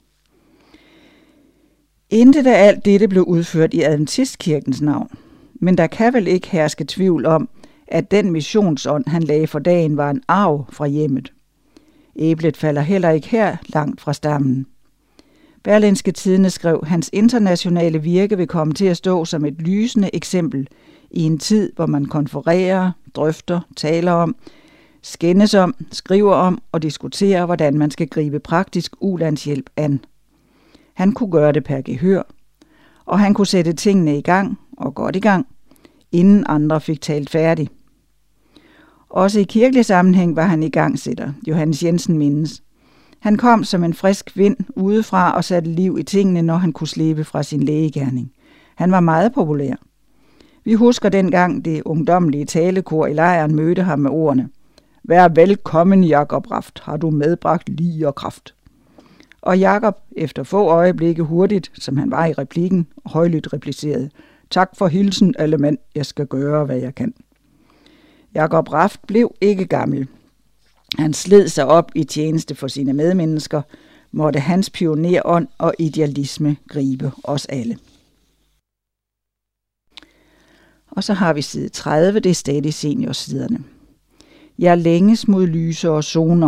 Intet af alt dette blev udført i Adventistkirkens navn, men der kan vel ikke herske tvivl om, at den missionsånd, han lagde for dagen, var en arv fra hjemmet. Æblet falder heller ikke her langt fra stammen. Berlingske Tidende skrev, hans internationale virke vil komme til at stå som et lysende eksempel i en tid, hvor man konfererer, drøfter, taler om, skændes om, skriver om og diskuterer, hvordan man skal gribe praktisk ulandshjælp an. Han kunne gøre det per gehør, og han kunne sætte tingene i gang, og godt i gang, inden andre fik talt færdig. Også i kirkelig sammenhæng var han igangsætter, Johannes Jensen mindes. Han kom som en frisk vind udefra og satte liv i tingene, når han kunne slippe fra sin lægegerning. Han var meget populær. Vi husker dengang det ungdommelige talekor i lejren mødte ham med ordene: "Vær velkommen, Jakob Raft, har du medbragt lig og kraft." Og Jakob efter få øjeblikke hurtigt, som han var i replikken, højlydt replicerede: "Tak for hilsen, alle mand, jeg skal gøre, hvad jeg kan." Jakob Raft blev ikke gammel. Han sled sig op i tjeneste for sine medmennesker, måtte hans pionerånd og idealisme gribe os alle. Og så har vi side 30, det er stadig seniorsiderne. Jeg længes mod lyse og zoner.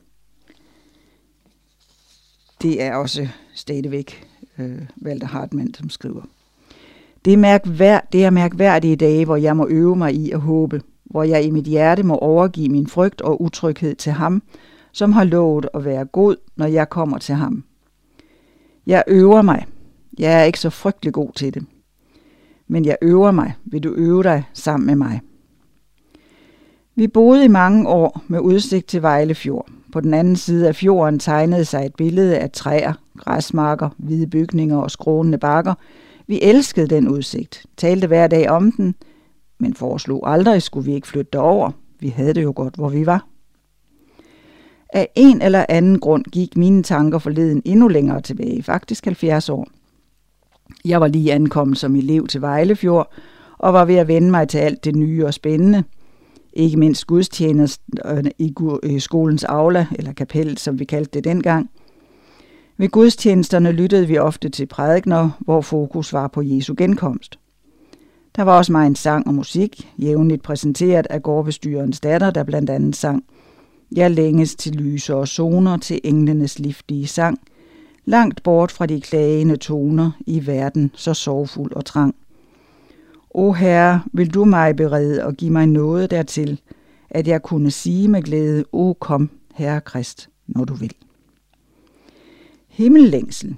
Det er også stadigvæk Walter Hartmann, som skriver. Det er mærkværdige dage, hvor jeg må øve mig i at håbe, hvor jeg i mit hjerte må overgive min frygt og utryghed til ham, som har lovet at være god, når jeg kommer til ham. Jeg øver mig. Jeg er ikke så frygtelig god til det. Men jeg øver mig. Vil du øve dig sammen med mig? Vi boede i mange år med udsigt til Vejle Fjord. På den anden side af fjorden tegnede sig et billede af træer, græsmarker, hvide bygninger og skrånende bakker. Vi elskede den udsigt, talte hver dag om den, men foreslog aldrig, skulle vi ikke flytte derover. Vi havde det jo godt, hvor vi var. Af en eller anden grund gik mine tanker forleden endnu længere tilbage, faktisk 70 år. Jeg var lige ankommet som elev til Vejle Fjord, og var ved at vende mig til alt det nye og spændende. Ikke mindst gudstjenesterne i skolens aula, eller kapellet, som vi kaldte det dengang. Ved gudstjenesterne lyttede vi ofte til prædikener, hvor fokus var på Jesu genkomst. Der var også meget sang og musik, jævnligt præsenteret af gårdbestyrerens datter, der blandt andet sang: "Jeg længes til lyse og zoner, til englenes liftige sang, langt bort fra de klagende toner i verden så sorgfuld og trang. O Herre, vil du mig berede og give mig noget dertil, at jeg kunne sige med glæde: O kom, Herre Krist, når du vil." Himmellængsel.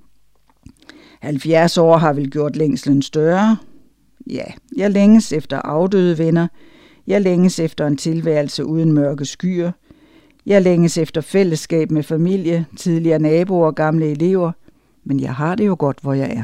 70 år har vel gjort længslen større. Ja, jeg længes efter afdøde venner. Jeg længes efter en tilværelse uden mørke skyer. Jeg længes efter fællesskab med familie, tidligere naboer og gamle elever. Men jeg har det jo godt, hvor jeg er.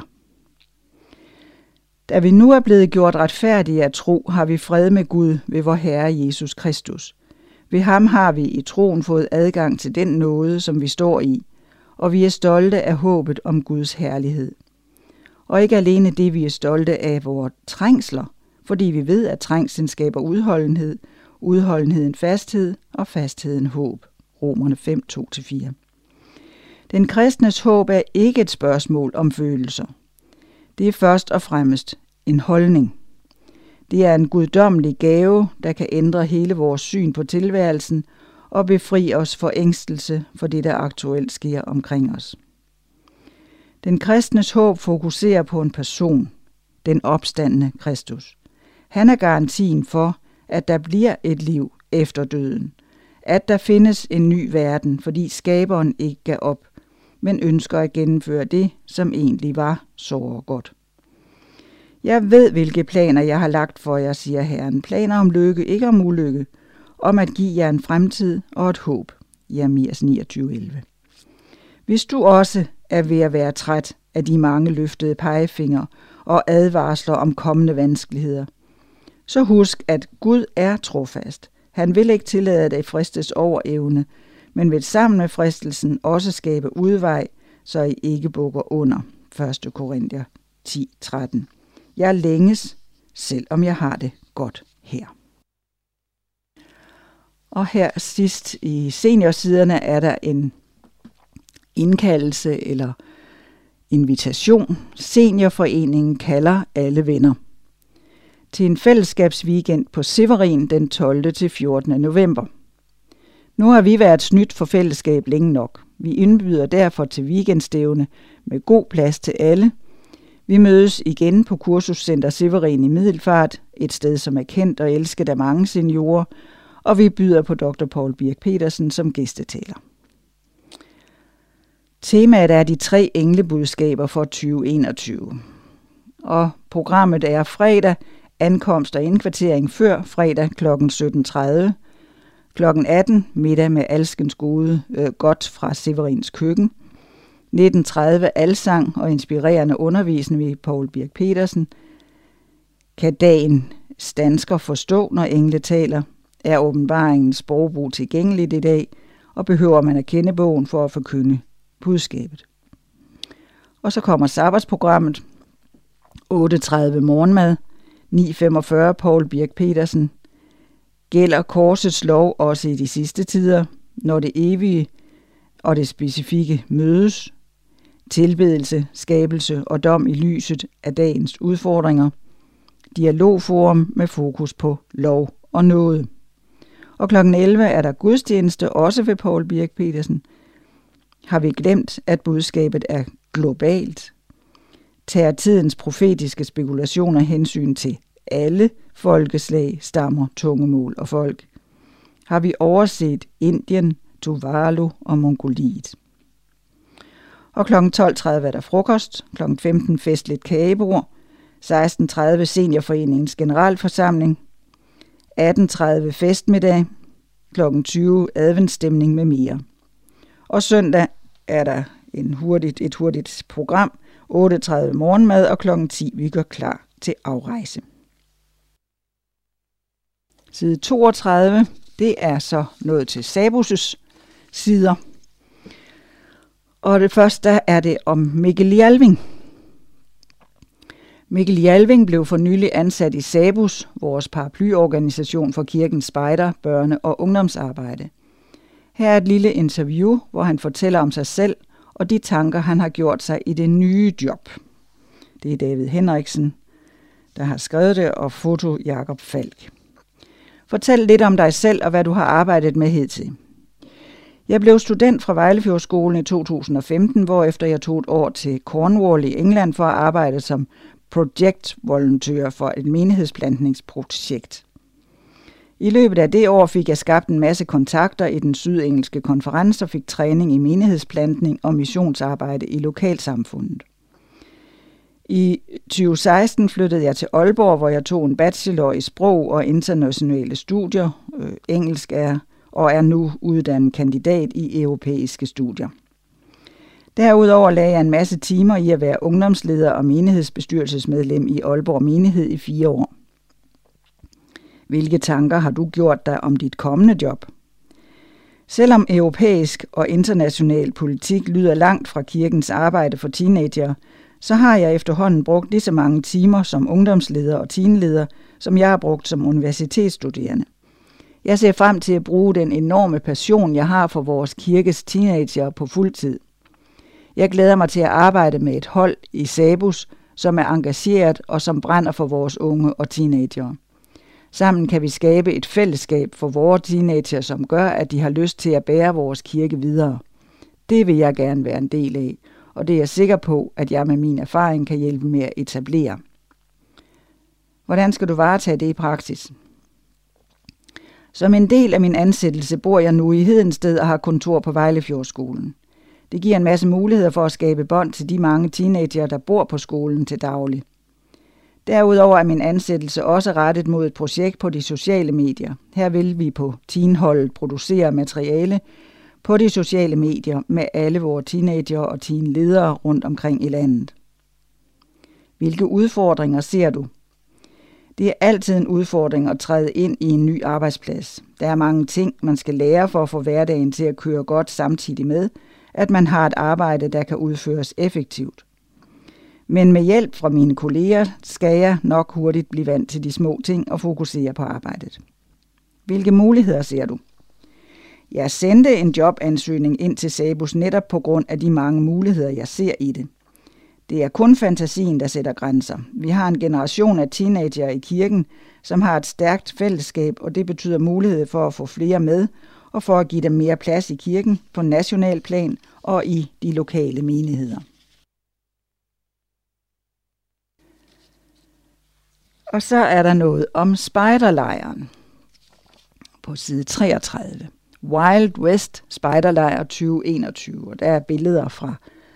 Da vi nu er blevet gjort retfærdige af tro, har vi fred med Gud ved vor Herre Jesus Kristus. Ved ham har vi i troen fået adgang til den nåde, som vi står i, og vi er stolte af håbet om Guds herlighed. Og ikke alene det, vi er stolte af vores trængsler, fordi vi ved, at trængslen skaber udholdenhed, udholdenheden fasthed og fastheden håb. Romerne 5, 2-4. Den kristnes håb er ikke et spørgsmål om følelser. Det er først og fremmest en holdning. Det er en guddommelig gave, der kan ændre hele vores syn på tilværelsen og befri os for ængstelse for det, der aktuelt sker omkring os. Den kristnes håb fokuserer på en person, den opstandne Kristus. Han er garantien for, at der bliver et liv efter døden, at der findes en ny verden, fordi skaberen ikke gav op, men ønsker at gennemføre det, som egentlig var så godt. Jeg ved, hvilke planer jeg har lagt for jer, siger Herren. Planer om lykke, ikke om ulykke, om at give jer en fremtid og et håb. Jeremias 29:11. Hvis du også er ved at være træt af de mange løftede pegefingre og advarsler om kommende vanskeligheder, så husk, at Gud er trofast. Han vil ikke tillade dig fristes over evne, men vil sammen med fristelsen også skabe udvej, så I ikke bukker under. 1. Korinther 10:13. Jeg længes, selvom jeg har det godt her. Og her sidst i seniorsiderne er der en indkaldelse eller invitation. Seniorforeningen kalder alle venner til en fællesskabsweekend på Severin den 12. til 14. november. Nu har vi været snydt for fællesskab længe nok. Vi indbyder derfor til weekendstævne med god plads til alle. Vi mødes igen på Kursuscenter Severin i Middelfart, et sted, som er kendt og elsket af mange seniorer, og vi byder på Dr. Poul Birk Petersen som gæstetaler. Temaet er de 3 englebudskaber for 2021. Og programmet er fredag, ankomst og indkvartering før fredag kl. 17:30. Klokken 18 middag med alskens gode godt fra Severins køkken. 19.30 alsang og inspirerende undervisning ved Poul Birch Petersen. Kan dagen dansker forstå, når engle taler? Er åbenbaringens sprogbrug tilgængeligt i dag? Og behøver man at kende bogen for at forkynde budskabet? Og så kommer sabbatsprogrammet. 8.30 morgenmad. 9.45 Poul Birch Petersen. Gælder korsets lov også i de sidste tider, når det evige og det specifikke mødes? Tilbedelse, skabelse og dom i lyset af dagens udfordringer. Dialogforum med fokus på lov og nåde. Og kl. 11 er der gudstjeneste, også ved Poul Birch Petersen. Har vi glemt, at budskabet er globalt? Tager tidens profetiske spekulationer hensyn til alle folkeslag, stammer, tungemål og folk? Har vi overset Indien, Tuvalu og Mongoliet? Og kl. 12.30 er der frokost, kl. 15 festligt kagebord, 16.30 Seniorforeningens generalforsamling, 18.30 festmiddag, kl. 20 adventsstemning med mere. Og søndag er der et hurtigt program, 8.30 morgenmad, og kl. 10 vi gør klar til afrejse. Side 32, det er så nået til Sabus' sider. Og det første er det om Mikkel Jalving. Mikkel Jalving blev for nylig ansat i Sabus, vores paraplyorganisation for kirkens spejder, børne- og ungdomsarbejde. Her er et lille interview, hvor han fortæller om sig selv og de tanker, han har gjort sig i det nye job. Det er David Henriksen, der har skrevet det, og foto Jakob Falk. Fortæl lidt om dig selv og hvad du har arbejdet med hidtil. Jeg blev student fra Vejlefjordskolen i 2015, hvorefter jeg tog et år til Cornwall i England for at arbejde som projektvolontør for et menighedsplantningsprojekt. I løbet af det år fik jeg skabt en masse kontakter i den sydengelske konference og fik træning i menighedsplantning og missionsarbejde i lokalsamfundet. I 2016 flyttede jeg til Aalborg, hvor jeg tog en bachelor i sprog og internationale studier. Engelsk er nu uddannet kandidat i europæiske studier. Derudover lagde jeg en masse timer i at være ungdomsleder og menighedsbestyrelsesmedlem i Aalborg Menighed i 4 år. Hvilke tanker har du gjort dig om dit kommende job? Selvom europæisk og international politik lyder langt fra kirkens arbejde for teenager, så har jeg efterhånden brugt lige så mange timer som ungdomsleder og teenleder, som jeg har brugt som universitetsstuderende. Jeg ser frem til at bruge den enorme passion, jeg har for vores kirkes teenager på fuld tid. Jeg glæder mig til at arbejde med et hold i Sabus, som er engageret og som brænder for vores unge og teenager. Sammen kan vi skabe et fællesskab for vores teenager, som gør, at de har lyst til at bære vores kirke videre. Det vil jeg gerne være en del af, og det er jeg sikker på, at jeg med min erfaring kan hjælpe med at etablere. Hvordan skal du varetage det i praksis? Som en del af min ansættelse bor jeg nu i Hedensted og har kontor på Vejlefjordskolen. Det giver en masse muligheder for at skabe bånd til de mange teenager, der bor på skolen til daglig. Derudover er min ansættelse også rettet mod et projekt på de sociale medier. Her vil vi på teenholdet producere materiale på de sociale medier med alle vores teenager og teenledere rundt omkring i landet. Hvilke udfordringer ser du? Det er altid en udfordring at træde ind i en ny arbejdsplads. Der er mange ting, man skal lære for at få hverdagen til at køre godt, samtidig med, at man har et arbejde, der kan udføres effektivt. Men med hjælp fra mine kolleger skal jeg nok hurtigt blive vant til de små ting og fokusere på arbejdet. Hvilke muligheder ser du? Jeg sendte en jobansøgning ind til Sabus netop på grund af de mange muligheder, jeg ser i det. Det er kun fantasien, der sætter grænser. Vi har en generation af teenager i kirken, som har et stærkt fællesskab, og det betyder mulighed for at få flere med, og for at give dem mere plads i kirken på national plan og i de lokale menigheder. Og så er der noget om spejderlejren på side 33. Wild West spejderlejr 2021, og der er billeder fra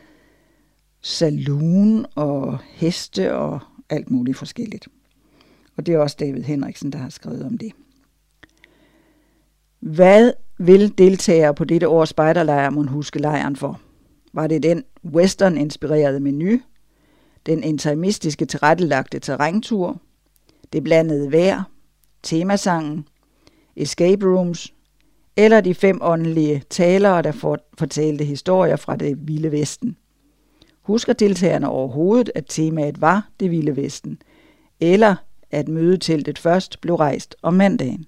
saloon og heste og alt muligt forskelligt. Og det er også David Henriksen, der har skrevet om det. Hvad vil deltagere på dette års spejderlejr mon huske lejren for? Var det den western-inspirerede menu, den interimistiske tilrettelagte terræntur, det blandede vejr, temasangen, escape rooms, eller de 5 åndelige talere, der fortalte historier fra det vilde vesten? Husker deltagerne overhovedet, at temaet var det vilde vesten, eller at mødeteltet først blev rejst om mandagen?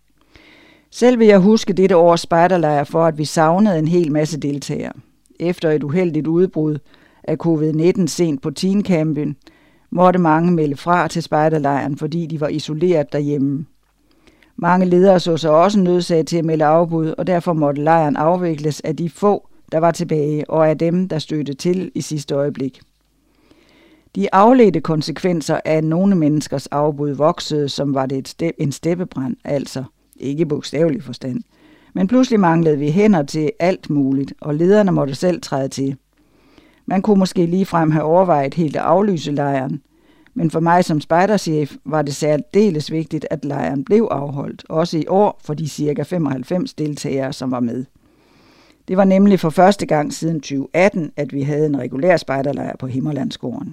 Selv vil jeg huske dette års spejderlejr for, at vi savnede en hel masse deltagere. Efter et uheldigt udbrud af covid-19 sent på teencampen, måtte mange melde fra til spejderlejren, fordi de var isoleret derhjemme. Mange ledere så sig også nødsaget til at melde afbud, og derfor måtte lejren afvikles af de få, der var tilbage, og af dem, der stødte til i sidste øjeblik. De afledte konsekvenser af nogle menneskers afbud voksede, som var det en steppebrand, altså ikke bogstavelig forstand. Men pludselig manglede vi hænder til alt muligt, og lederne måtte selv træde til. Man kunne måske ligefrem have overvejet helt at aflyse lejren, men for mig som spejderchef var det særdeles vigtigt, at lejren blev afholdt, også i år for de ca. 95 deltagere, som var med. Det var nemlig for første gang siden 2018, at vi havde en regulær spejderlejr på Himmerlandsgården.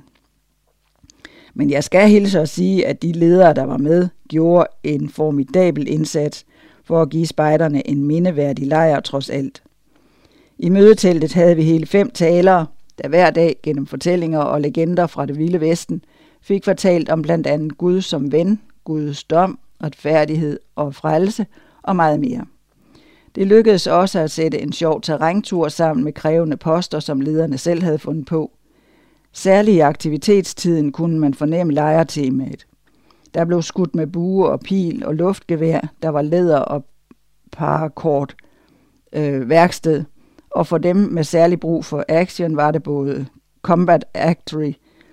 Men jeg skal hilse at sige, at de ledere, der var med, gjorde en formidabel indsats for at give spejderne en mindeværdig lejr trods alt. I mødeteltet havde vi hele 5 talere, der hver dag gennem fortællinger og legender fra det vilde vesten fik fortalt om blandt andet Gud som ven, Guds dom, retfærdighed og frelse og meget mere. Det lykkedes også at sætte en sjov terræntur sammen med krævende poster, som lederne selv havde fundet på. Særligt i aktivitetstiden kunne man fornemme lejretemaet. Der blev skudt med bue og pil og luftgevær, der var læder og paracord værksted, og for dem med særlig brug for action var det både combat archery,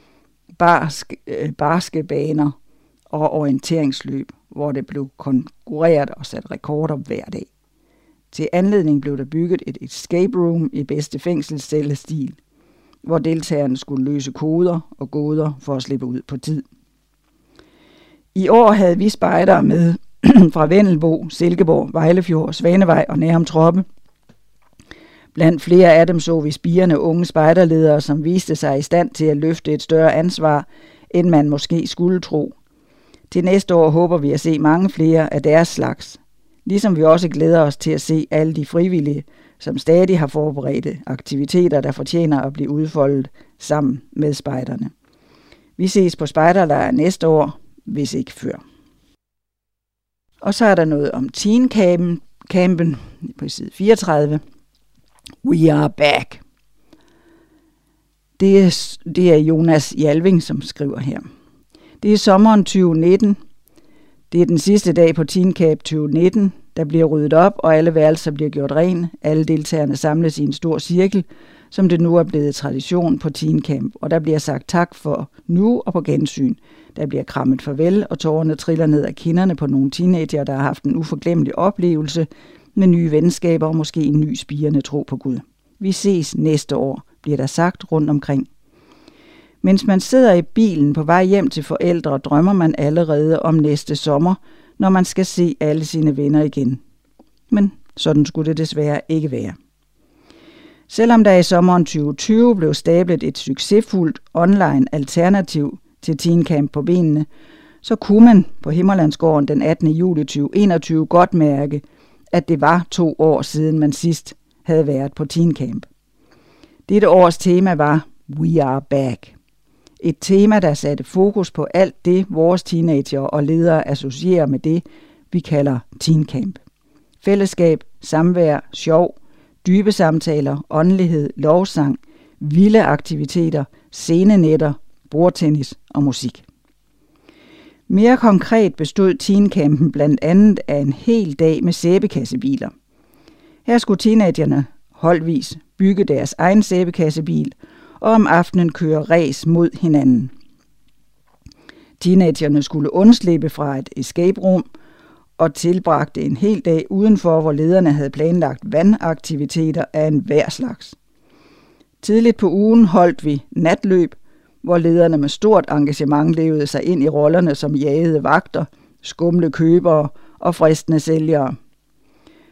barske baner og orienteringsløb, hvor det blev konkurreret og sat rekorder hver dag. Til anledning blev der bygget et escape room i bedste fængselscelle-stil, hvor deltagerne skulle løse koder og gåder for at slippe ud på tid. I år havde vi spejdere med fra Vendelbo, Silkeborg, Vejlefjord, Svanevej og Nærum Troppe. Blandt flere af dem så vi spirende unge spejderledere, som viste sig i stand til at løfte et større ansvar, end man måske skulle tro. Til næste år håber vi at se mange flere af deres slags. Ligesom vi også glæder os til at se alle de frivillige, som stadig har forberedte aktiviteter, der fortjener at blive udfoldet sammen med spejderne. Vi ses på spejderlejr næste år, hvis ikke før. Og så er der noget om teencampen på side 34. We are back. Det er Jonas Jalving, som skriver her. Det er sommeren 2019. Det er den sidste dag på Teencamp 2019. Der bliver ryddet op, og alle værelser bliver gjort ren. Alle deltagerne samles i en stor cirkel, som det nu er blevet tradition på Teencamp. Og der bliver sagt tak for nu og på gensyn. Der bliver krammet farvel, og tårerne triller ned af kinderne på nogle teenager, der har haft en uforglemmelig oplevelse med nye venskaber og måske en ny spirende tro på Gud. Vi ses næste år, bliver der sagt rundt omkring. Mens man sidder i bilen på vej hjem til forældre, drømmer man allerede om næste sommer, når man skal se alle sine venner igen. Men sådan skulle det desværre ikke være. Selvom der i sommeren 2020 blev stablet et succesfuldt online alternativ til Teencamp på benene, så kunne man på Himmerlandsgården den 18. juli 2021 godt mærke, at det var 2 år siden man sidst havde været på Teencamp. Dette års tema var We are back. Et tema, der satte fokus på alt det, vores teenager og ledere associerer med det, vi kalder Teencamp. Fællesskab, samvær, sjov, dybe samtaler, åndelighed, lovsang, vilde aktiviteter, scenenetter, bordtennis og musik. Mere konkret bestod Teencampen blandt andet af en hel dag med sæbekassebiler. Her skulle teenagerne holdvis bygge deres egen sæbekassebil, og om aftenen køre ræs mod hinanden. Teenagerne skulle undslippe fra et escape room og tilbragte en hel dag udenfor, hvor lederne havde planlagt vandaktiviteter af enhver slags. Tidligt på ugen holdt vi natløb, hvor lederne med stort engagement levede sig ind i rollerne som jagede vagter, skumle købere og fristende sælgere.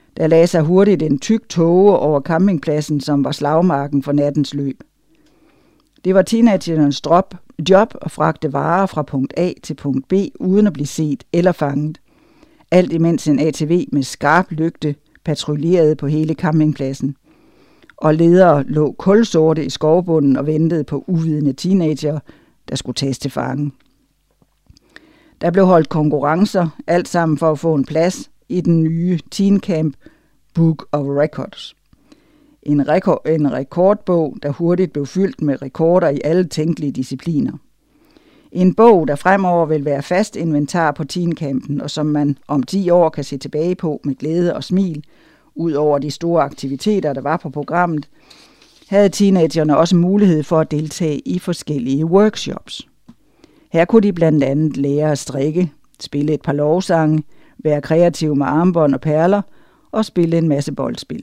Der lagde sig hurtigt en tyk tåge over campingpladsen, som var slagmarken for nattens løb. Det var teenagernes job at fragte varer fra punkt A til punkt B, uden at blive set eller fanget. Alt imens en ATV med skarp lygte patruljerede på hele campingpladsen. Og ledere lå kulsorte i skovbunden og ventede på uvidende teenager, der skulle tages til fange. Der blev holdt konkurrencer, alt sammen for at få en plads i den nye Teen Camp Book of Records. En rekordbog, der hurtigt blev fyldt med rekorder i alle tænkelige discipliner. En bog, der fremover vil være fast inventar på teencampen, og som man om 10 år kan se tilbage på med glæde og smil. Ud over de store aktiviteter, der var på programmet, havde teenagerne også mulighed for at deltage i forskellige workshops. Her kunne de blandt andet lære at strikke, spille et par lovsange, være kreative med armbånd og perler og spille en masse boldspil.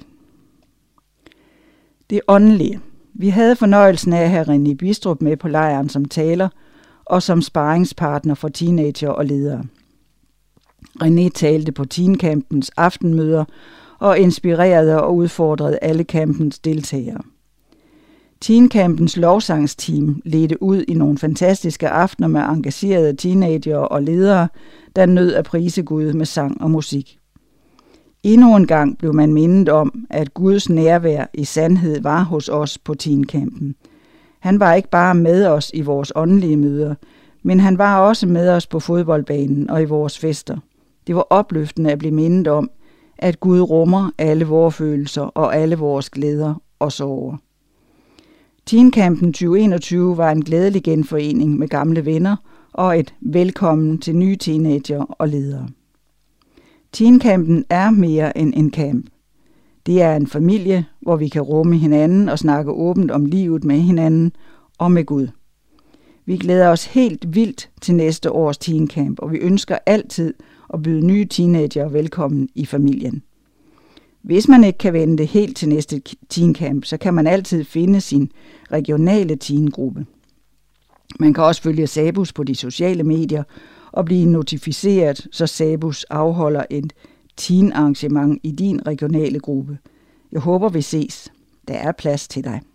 Det åndelige. Vi havde fornøjelsen af at have René Bistrup med på lejren som taler og som sparringspartner for teenager og ledere. René talte på teencampens aftenmøder og inspirerede og udfordrede alle campens deltagere. Teencampens lovsangsteam ledte ud i nogle fantastiske aftener med engagerede teenager og ledere, der nød at prise Gud med sang og musik. Endnu en gang blev man mindet om, at Guds nærvær i sandhed var hos os på teencampen. Han var ikke bare med os i vores åndelige møder, men han var også med os på fodboldbanen og i vores fester. Det var opløftende at blive mindet om, at Gud rummer alle vores følelser og alle vores glæder og sorger. Teencampen 2021 var en glædelig genforening med gamle venner og et velkommen til nye teenager og ledere. Teencampen er mere end en camp. Det er en familie, hvor vi kan rumme hinanden og snakke åbent om livet med hinanden og med Gud. Vi glæder os helt vildt til næste års teencamp, og vi ønsker altid at byde nye teenager velkommen i familien. Hvis man ikke kan vente helt til næste teencamp, så kan man altid finde sin regionale teengruppe. Man kan også følge Sabus på de sociale medier og blive notificeret, så Sabus afholder et teen-arrangement i din regionale gruppe. Jeg håber, vi ses. Der er plads til dig.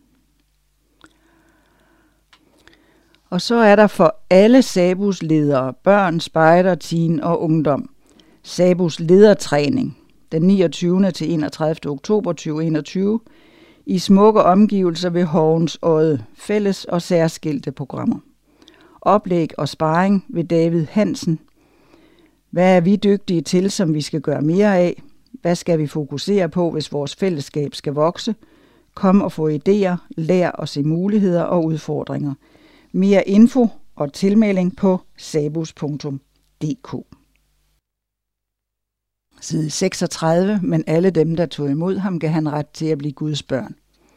Og så er der for alle Sabus ledere, børn, spejder, teen og ungdom, Sabus ledertræning den 29. til 31. oktober 2021 i smukke omgivelser ved Hovens Odde, fælles og særskilte programmer. Oplæg og sparring ved David Hansen. Hvad er vi dygtige til, som vi skal gøre mere af? Hvad skal vi fokusere på, hvis vores fællesskab skal vokse? Kom og få idéer, lær og se muligheder og udfordringer. Mere info og tilmelding på sabus.dk. Side 36, men alle dem, der tog imod ham, gav han ret til at blive Guds børn.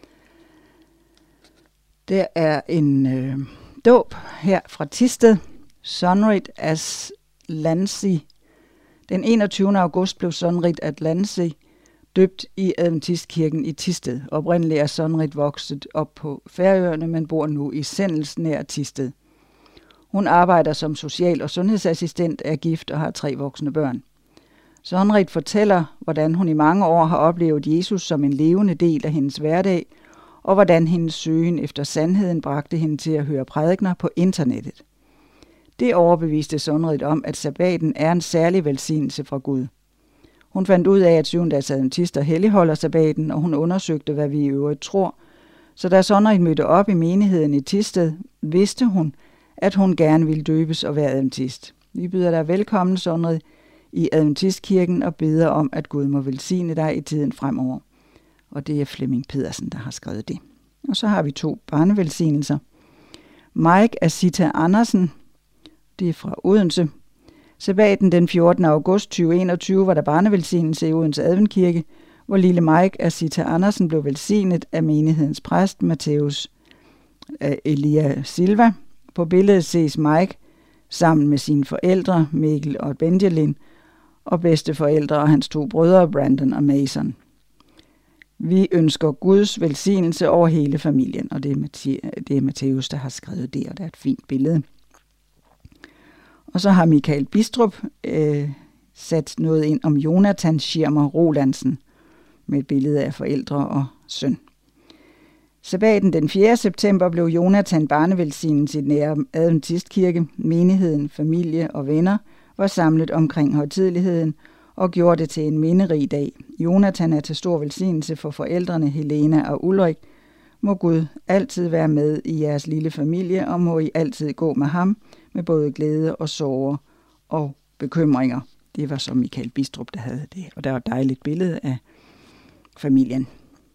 Der er en dåb her fra Thisted. Sunrit Atlansi. Den 21. august blev Sunrit Atlansi døbt i Adventistkirken i Thisted. Oprindeligt er Sunrit vokset op på Færøerne, men bor nu i Sendels nær Thisted. Hun arbejder som social- og sundhedsassistent, er gift og har 3 voksne børn. Sunrit fortæller, hvordan hun i mange år har oplevet Jesus som en levende del af hendes hverdag, og hvordan hendes søgen efter sandheden bragte hende til at høre prædikener på internettet. Det overbeviste Sunrit om, at sabbaten er en særlig velsignelse fra Gud. Hun fandt ud af, at 7-dages adventister helligholder sabbaten, og hun undersøgte, hvad vi i øvrigt tror. Så da Sunrit mødte op i menigheden i Thisted, vidste hun, at hun gerne ville døbes og være adventist. Vi byder dig velkommen, Sunrit, i Adventistkirken og beder om, at Gud må velsigne dig i tiden fremover. Og det er Flemming Pedersen, der har skrevet det. Og så har vi 2 barnevelsignelser. Mike Asita Andersen, det er fra Odense. Sabbaten den 14. august 2021 var der barnevelsignelse i Odense Adventkirke, hvor lille Mike Asita Andersen blev velsignet af menighedens præst, Matthæus Elia Silva. På billedet ses Mike sammen med sine forældre, Mikkel og Benjamin, og bedsteforældre og hans 2 brødre, Brandon og Mason. Vi ønsker Guds velsignelse over hele familien, og det er Matthæus, der har skrevet det, og der er et fint billede. Og så har Michael Bistrup sat noget ind om Jonathan Schirmer Rolandsen med et billede af forældre og søn. Sabbaten den 4. september blev Jonathan barnevelsignet i den nære adventistkirke. Menigheden, familie og venner var samlet omkring højtideligheden og gjorde det til en minderig dag. Jonathan er til stor velsignelse for forældrene Helena og Ulrik. Må Gud altid være med i jeres lille familie, og må I altid gå med ham med både glæde og sorger og bekymringer. Det var så Michael Bistrup, der havde det, og der var et dejligt billede af familien.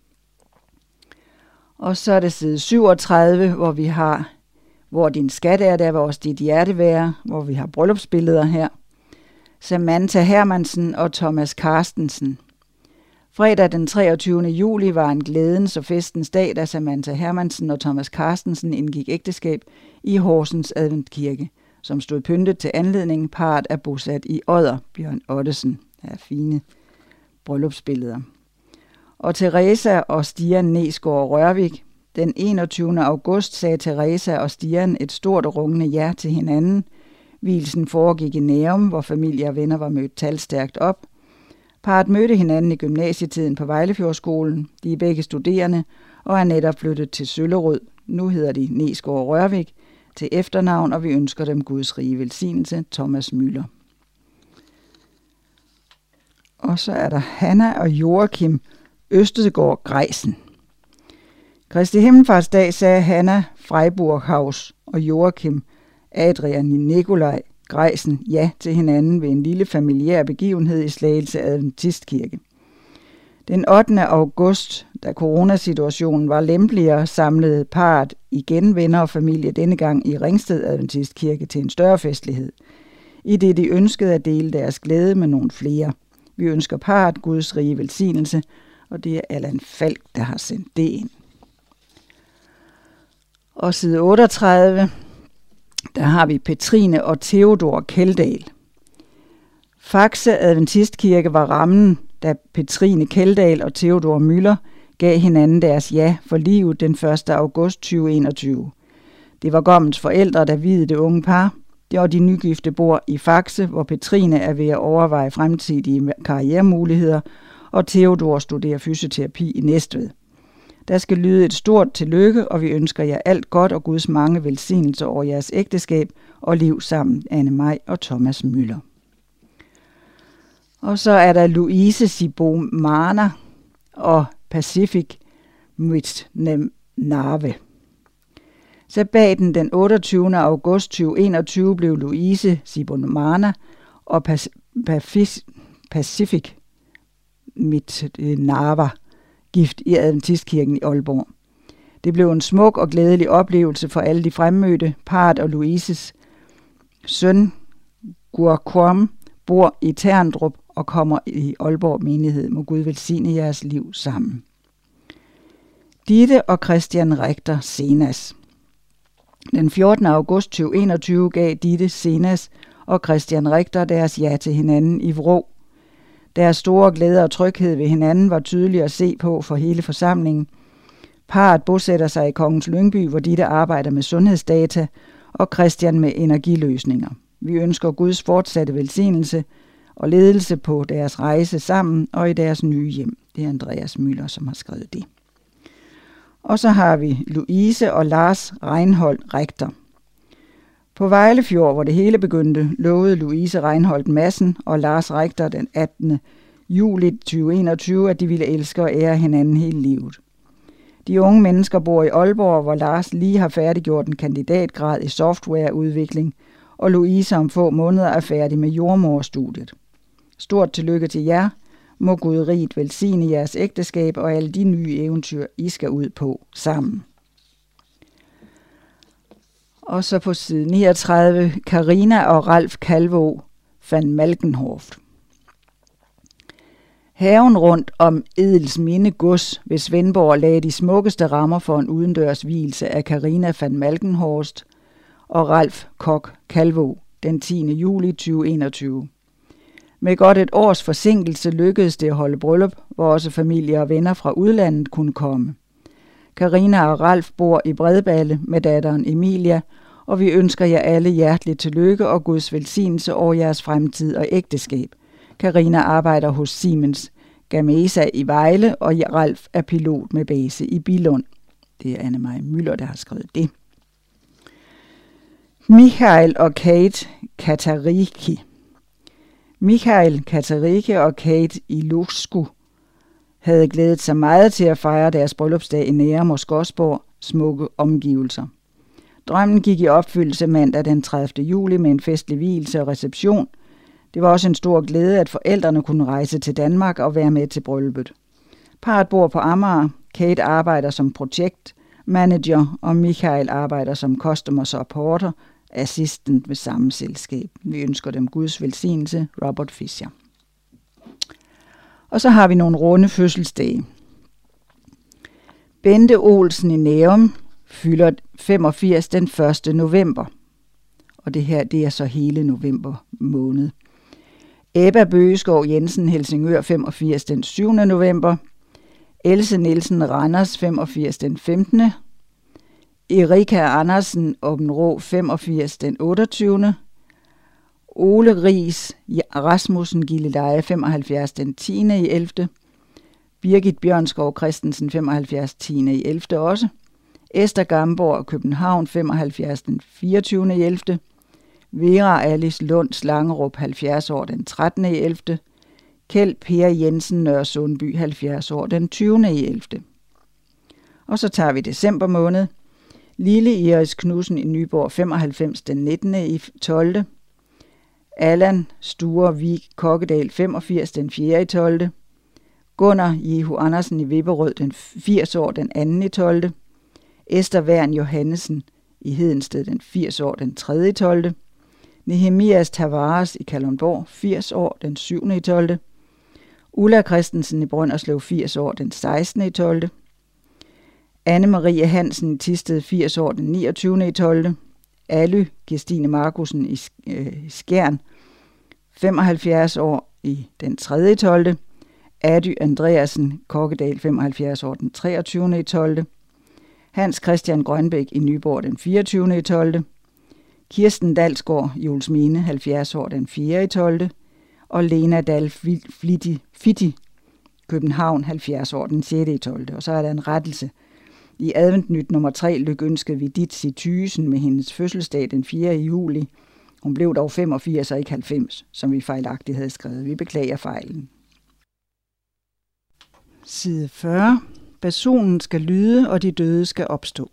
Og så er det side 37, hvor vi har, hvor din skat er, der hvor også dit hjerte være, hvor vi har bryllupsbilleder her. Samantha Hermansen og Thomas Carstensen. Fredag den 23. juli var en glædens og festens dag, da Samantha Hermansen og Thomas Carstensen indgik ægteskab i Horsens Adventkirke, som stod pyntet til anledning. Parret er bosat i Odder. Bjørn Ottesen. Der er fine bryllupsbilleder. Og Teresa og Stian Nesgaard Rørvik. Den 21. august sagde Teresa og Stian et stort og rungende ja til hinanden. Vielsen foregik i Nærum, hvor familie og venner var mødt talstærkt op. Parret mødte hinanden i gymnasietiden på Vejlefjordskolen. De er begge studerende og er netop flyttet til Søllerød. Nu hedder de Nesgaard Rørvik til efternavn, og vi ønsker dem Guds rige velsignelse. Thomas Müller. Og så er der Hanna og Joachim Østegård Greisen. Kristi Himmelfartsdag sagde Hanna Freiburghaus og Joachim Adrian Nikolaj Greisen ja til hinanden ved en lille familiær begivenhed i Slagelse Adventistkirke. Den 8. august, da coronasituationen var lempeligere, samlede parret igen venner og familie denne gang i Ringsted Adventistkirke til en større festlighed, i det de ønskede at dele deres glæde med nogle flere. Vi ønsker parret Guds rige velsignelse, og det er Allan Falk, der har sendt det ind. Og side 38, der har vi Petrine og Theodor Keldahl. Faxe Adventistkirke var rammen, da Petrine Keldahl og Theodor Müller gav hinanden deres ja for livet den 1. august 2021. Det var Gommens forældre, der viede det unge par. Det var de nygifte bor i Faxe, hvor Petrine er ved at overveje fremtidige karrieremuligheder, og Theodor studerer fysioterapi i Næstved. Der skal lyde et stort tillykke, og vi ønsker jer alt godt og Guds mange velsignelser over jeres ægteskab og liv sammen, Anne Maj og Thomas Müller. Og så er der Louise Sibomana og Pacific Mitnave. Sabbaten den 28. august 2021 blev Louise Sibomana og Pacific Mitnava gift i Adventistkirken i Aalborg. Det blev en smuk og glædelig oplevelse for alle de fremmødte. Parret og Louises søn Gurkorm bor i Terndrup og kommer i Aalborg menighed. Må Gud velsigne jeres liv sammen. Ditte og Christian Rektor Senas. Den 14. august 2021 gav Ditte Senas og Christian Rektor deres ja til hinanden i Vrå. Deres store glæde og tryghed ved hinanden var tydeligt at se på for hele forsamlingen. Parret bosætter sig i Kongens Lyngby, hvor Ditte arbejder med sundhedsdata, og Christian med energiløsninger. Vi ønsker Guds fortsatte velsignelse og ledelse på deres rejse sammen og i deres nye hjem. Det er Andreas Müller, som har skrevet det. Og så har vi Louise og Lars Reinholdt Rektor. På Vejlefjord, hvor det hele begyndte, lovede Louise Reinholdt Madsen og Lars Rektor den 18. juli 2021, at de ville elske og ære hinanden hele livet. De unge mennesker bor i Aalborg, hvor Lars lige har færdiggjort en kandidatgrad i softwareudvikling, og Louise om få måneder er færdig med jordmoderstudiet. Stort tillykke til jer. Må Gud rigt velsigne jeres ægteskab og alle de nye eventyr, I skal ud på sammen. Og så på side 39, Karina og Ralf Kalvå van Malkenhorst. Haven rundt om Edelsminde Gods ved Svendborg lagde de smukkeste rammer for en udendørs vielse af Karina van Malkenhorst og Ralf Kok Kalvå den 10. juli 2021. Med godt et års forsinkelse lykkedes det at holde bryllup, hvor også familie og venner fra udlandet kunne komme. Karina og Ralf bor i Bredballe med datteren Emilia, og vi ønsker jer alle hjerteligt tillykke og Guds velsignelse over jeres fremtid og ægteskab. Karina arbejder hos Siemens Gamesa i Vejle, og Ralf er pilot med base i Billund. Det er Anne-Marie Müller, der har skrevet det. Michael og Kate Katariki. Michael, Katarike og Kate Ilosku havde glædet sig meget til at fejre deres bryllupsdag i nære Moskosborg smukke omgivelser. Drømmen gik i opfyldelse mandag den 30. juli med en festlig vielse og reception. Det var også en stor glæde, at forældrene kunne rejse til Danmark og være med til brylluppet. Parret bor på Amager. Kate arbejder som projektmanager, og Michael arbejder som customer supporter, assistent ved samme selskab. Vi ønsker dem Guds velsignelse, Robert Fischer. Og så har vi nogle runde fødselsdage. Bente Olsen i Nærum fylder 85 den 1. november. Og det her, det er så hele november måned. Ebba Bøgeskov Jensen, Helsingør, 85 den 7. november. Else Nielsen Randers, 85 den 15. Erika Andersen Åbenrå, 85 den 28. Ole Ries Rasmussen Gilleleje, 75 den 10. i 11. Birgit Bjørnskov Christensen, 75 10. i 11. også. Esther Gamborg København, 75 den 24. i 11. Vera Alice Lund Slangerup, 70 år den 13. i 11. Kjeld Per Jensen Nørresundby, 70 år den 20. i 11. Og så tager vi december måned. Lille Iris Knudsen i Nyborg, 95 den 19. i 12. Allan Sture Vig Kokkedal, 85 den 4. i 12. Gunnar Jehu Andersen i Vipperød, den 80 år den 2. i 12. Esther Wern Johannesen i Hedensted, den 80 år den 3. i 12. Nehemias Tavares i Kalundborg, 80 år den 7. i 12. Ulla Christensen i Brønderslev, 80 år den 16. i 12. Anne-Marie Hansen i Thisted, 80 år den 29. i 12. Ally Kirstine Markusen i Skjern, 75 år i den 3. i 12. Ady Andreasen Kokkedal, 75 år den 23. i 12. Hans Christian Grønbæk i Nyborg den 24. i 12. Kirsten Dalsgaard Juelsminde, 70 år den 4. i 12. Og Lena Dahl Fitti København, 70 år den 6. i 12. Og så er der en rettelse. I adventnyt nummer 3 lykønskede vi Ditsi Thysen med hendes fødselsdag den 4. juli. Hun blev dog 85 og ikke 90, som vi fejlagtigt havde skrevet. Vi beklager fejlen. Side 40. Basunen skal lyde, og de døde skal opstå.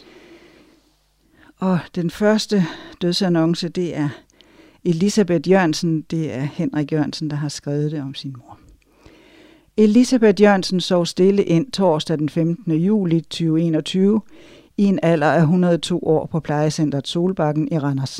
Og den første dødsannonce, det er Elisabeth Jørgensen. Det er Henrik Jørgensen, der har skrevet det om sin mor. Elisabeth Jørgensen sov stille ind torsdag den 15. juli 2021 i en alder af 102 år på plejecentret Solbakken i Randers.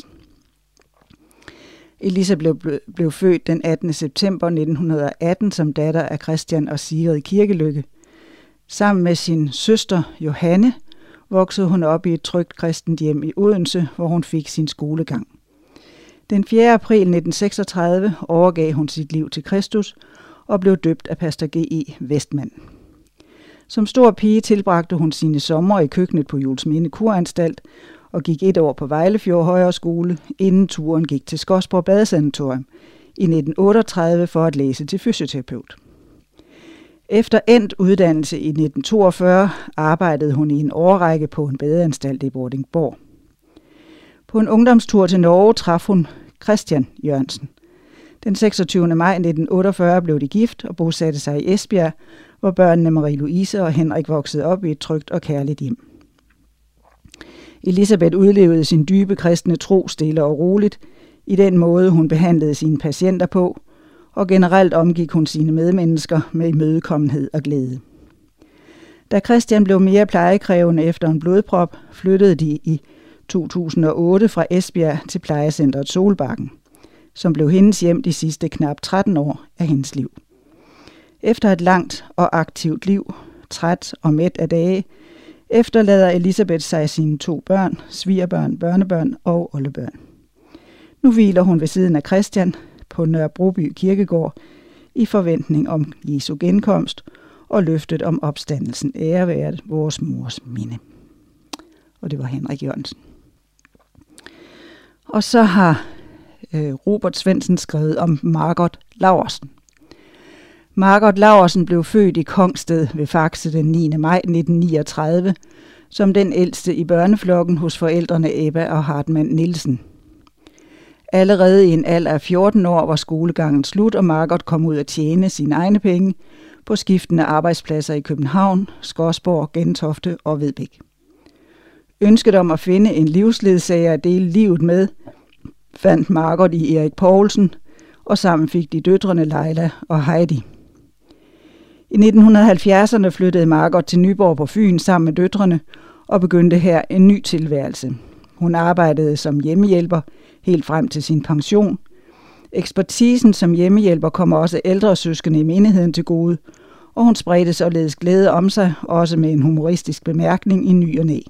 Elisabeth blev født den 18. september 1918 som datter af Christian og Sigrid Kirkelykke. Sammen med sin søster Johanne voksede hun op i et trygt kristent hjem i Odense, hvor hun fik sin skolegang. Den 4. april 1936 overgav hun sit liv til Kristus og blev døbt af pastor G.E. Westman. Som stor pige tilbragte hun sine sommer i køkkenet på Juelsminde Kuranstalt og gik 1 år på Vejlefjord Højreskole, inden turen gik til Skodsborg Badesanatorium i 1938 for at læse til fysioterapeut. Efter endt uddannelse i 1942 arbejdede hun i en årrække på en badeanstalt i Vordingborg. På en ungdomstur til Norge traf hun Christian Jørgensen. Den 26. maj 1948 blev de gift og bosatte sig i Esbjerg, hvor børnene Marie-Louise og Henrik voksede op i et trygt og kærligt hjem. Elisabeth udlevede sin dybe kristne tro stille og roligt i den måde, hun behandlede sine patienter på, og generelt omgik hun sine medmennesker med imødekommenhed og glæde. Da Christian blev mere plejekrævende efter en blodprop, flyttede de i 2008 fra Esbjerg til plejecentret Solbakken, som blev hendes hjem de sidste knap 13 år af hendes liv. Efter et langt og aktivt liv, træt og mæt af dage, efterlader Elisabeth sig sine 2 børn, svigerbørn, børnebørn og oldebørn. Nu hviler hun ved siden af Christian på Nørrebroby Kirkegård i forventning om Jesu genkomst og løftet om opstandelsen. Ære være vores mors minde. Og det var Henrik Jørgensen. Og så har Robert Svendsen skrevet om Margot Laursen. Margot Laursen blev født i Kongsted ved Faxe den 9. maj 1939, som den ældste i børneflokken hos forældrene Ebba og Hartmann Nielsen. Allerede i en alder af 14 år var skolegangen slut, og Margot kom ud at tjene sine egne penge på skiftende arbejdspladser i København, Skodsborg, Gentofte og Vedbæk. Ønsket om at finde en livsledsager at dele livet med, fandt Margot i Erik Poulsen, og sammen fik de døtrene Leila og Heidi. I 1970'erne flyttede Margot til Nyborg på Fyn sammen med døtrene og begyndte her en ny tilværelse. Hun arbejdede som hjemmehjælper helt frem til sin pension. Ekspertisen som hjemmehjælper kommer også ældre søskende i menigheden til gode, og hun spredte således glæde om sig, også med en humoristisk bemærkning i ny og næ.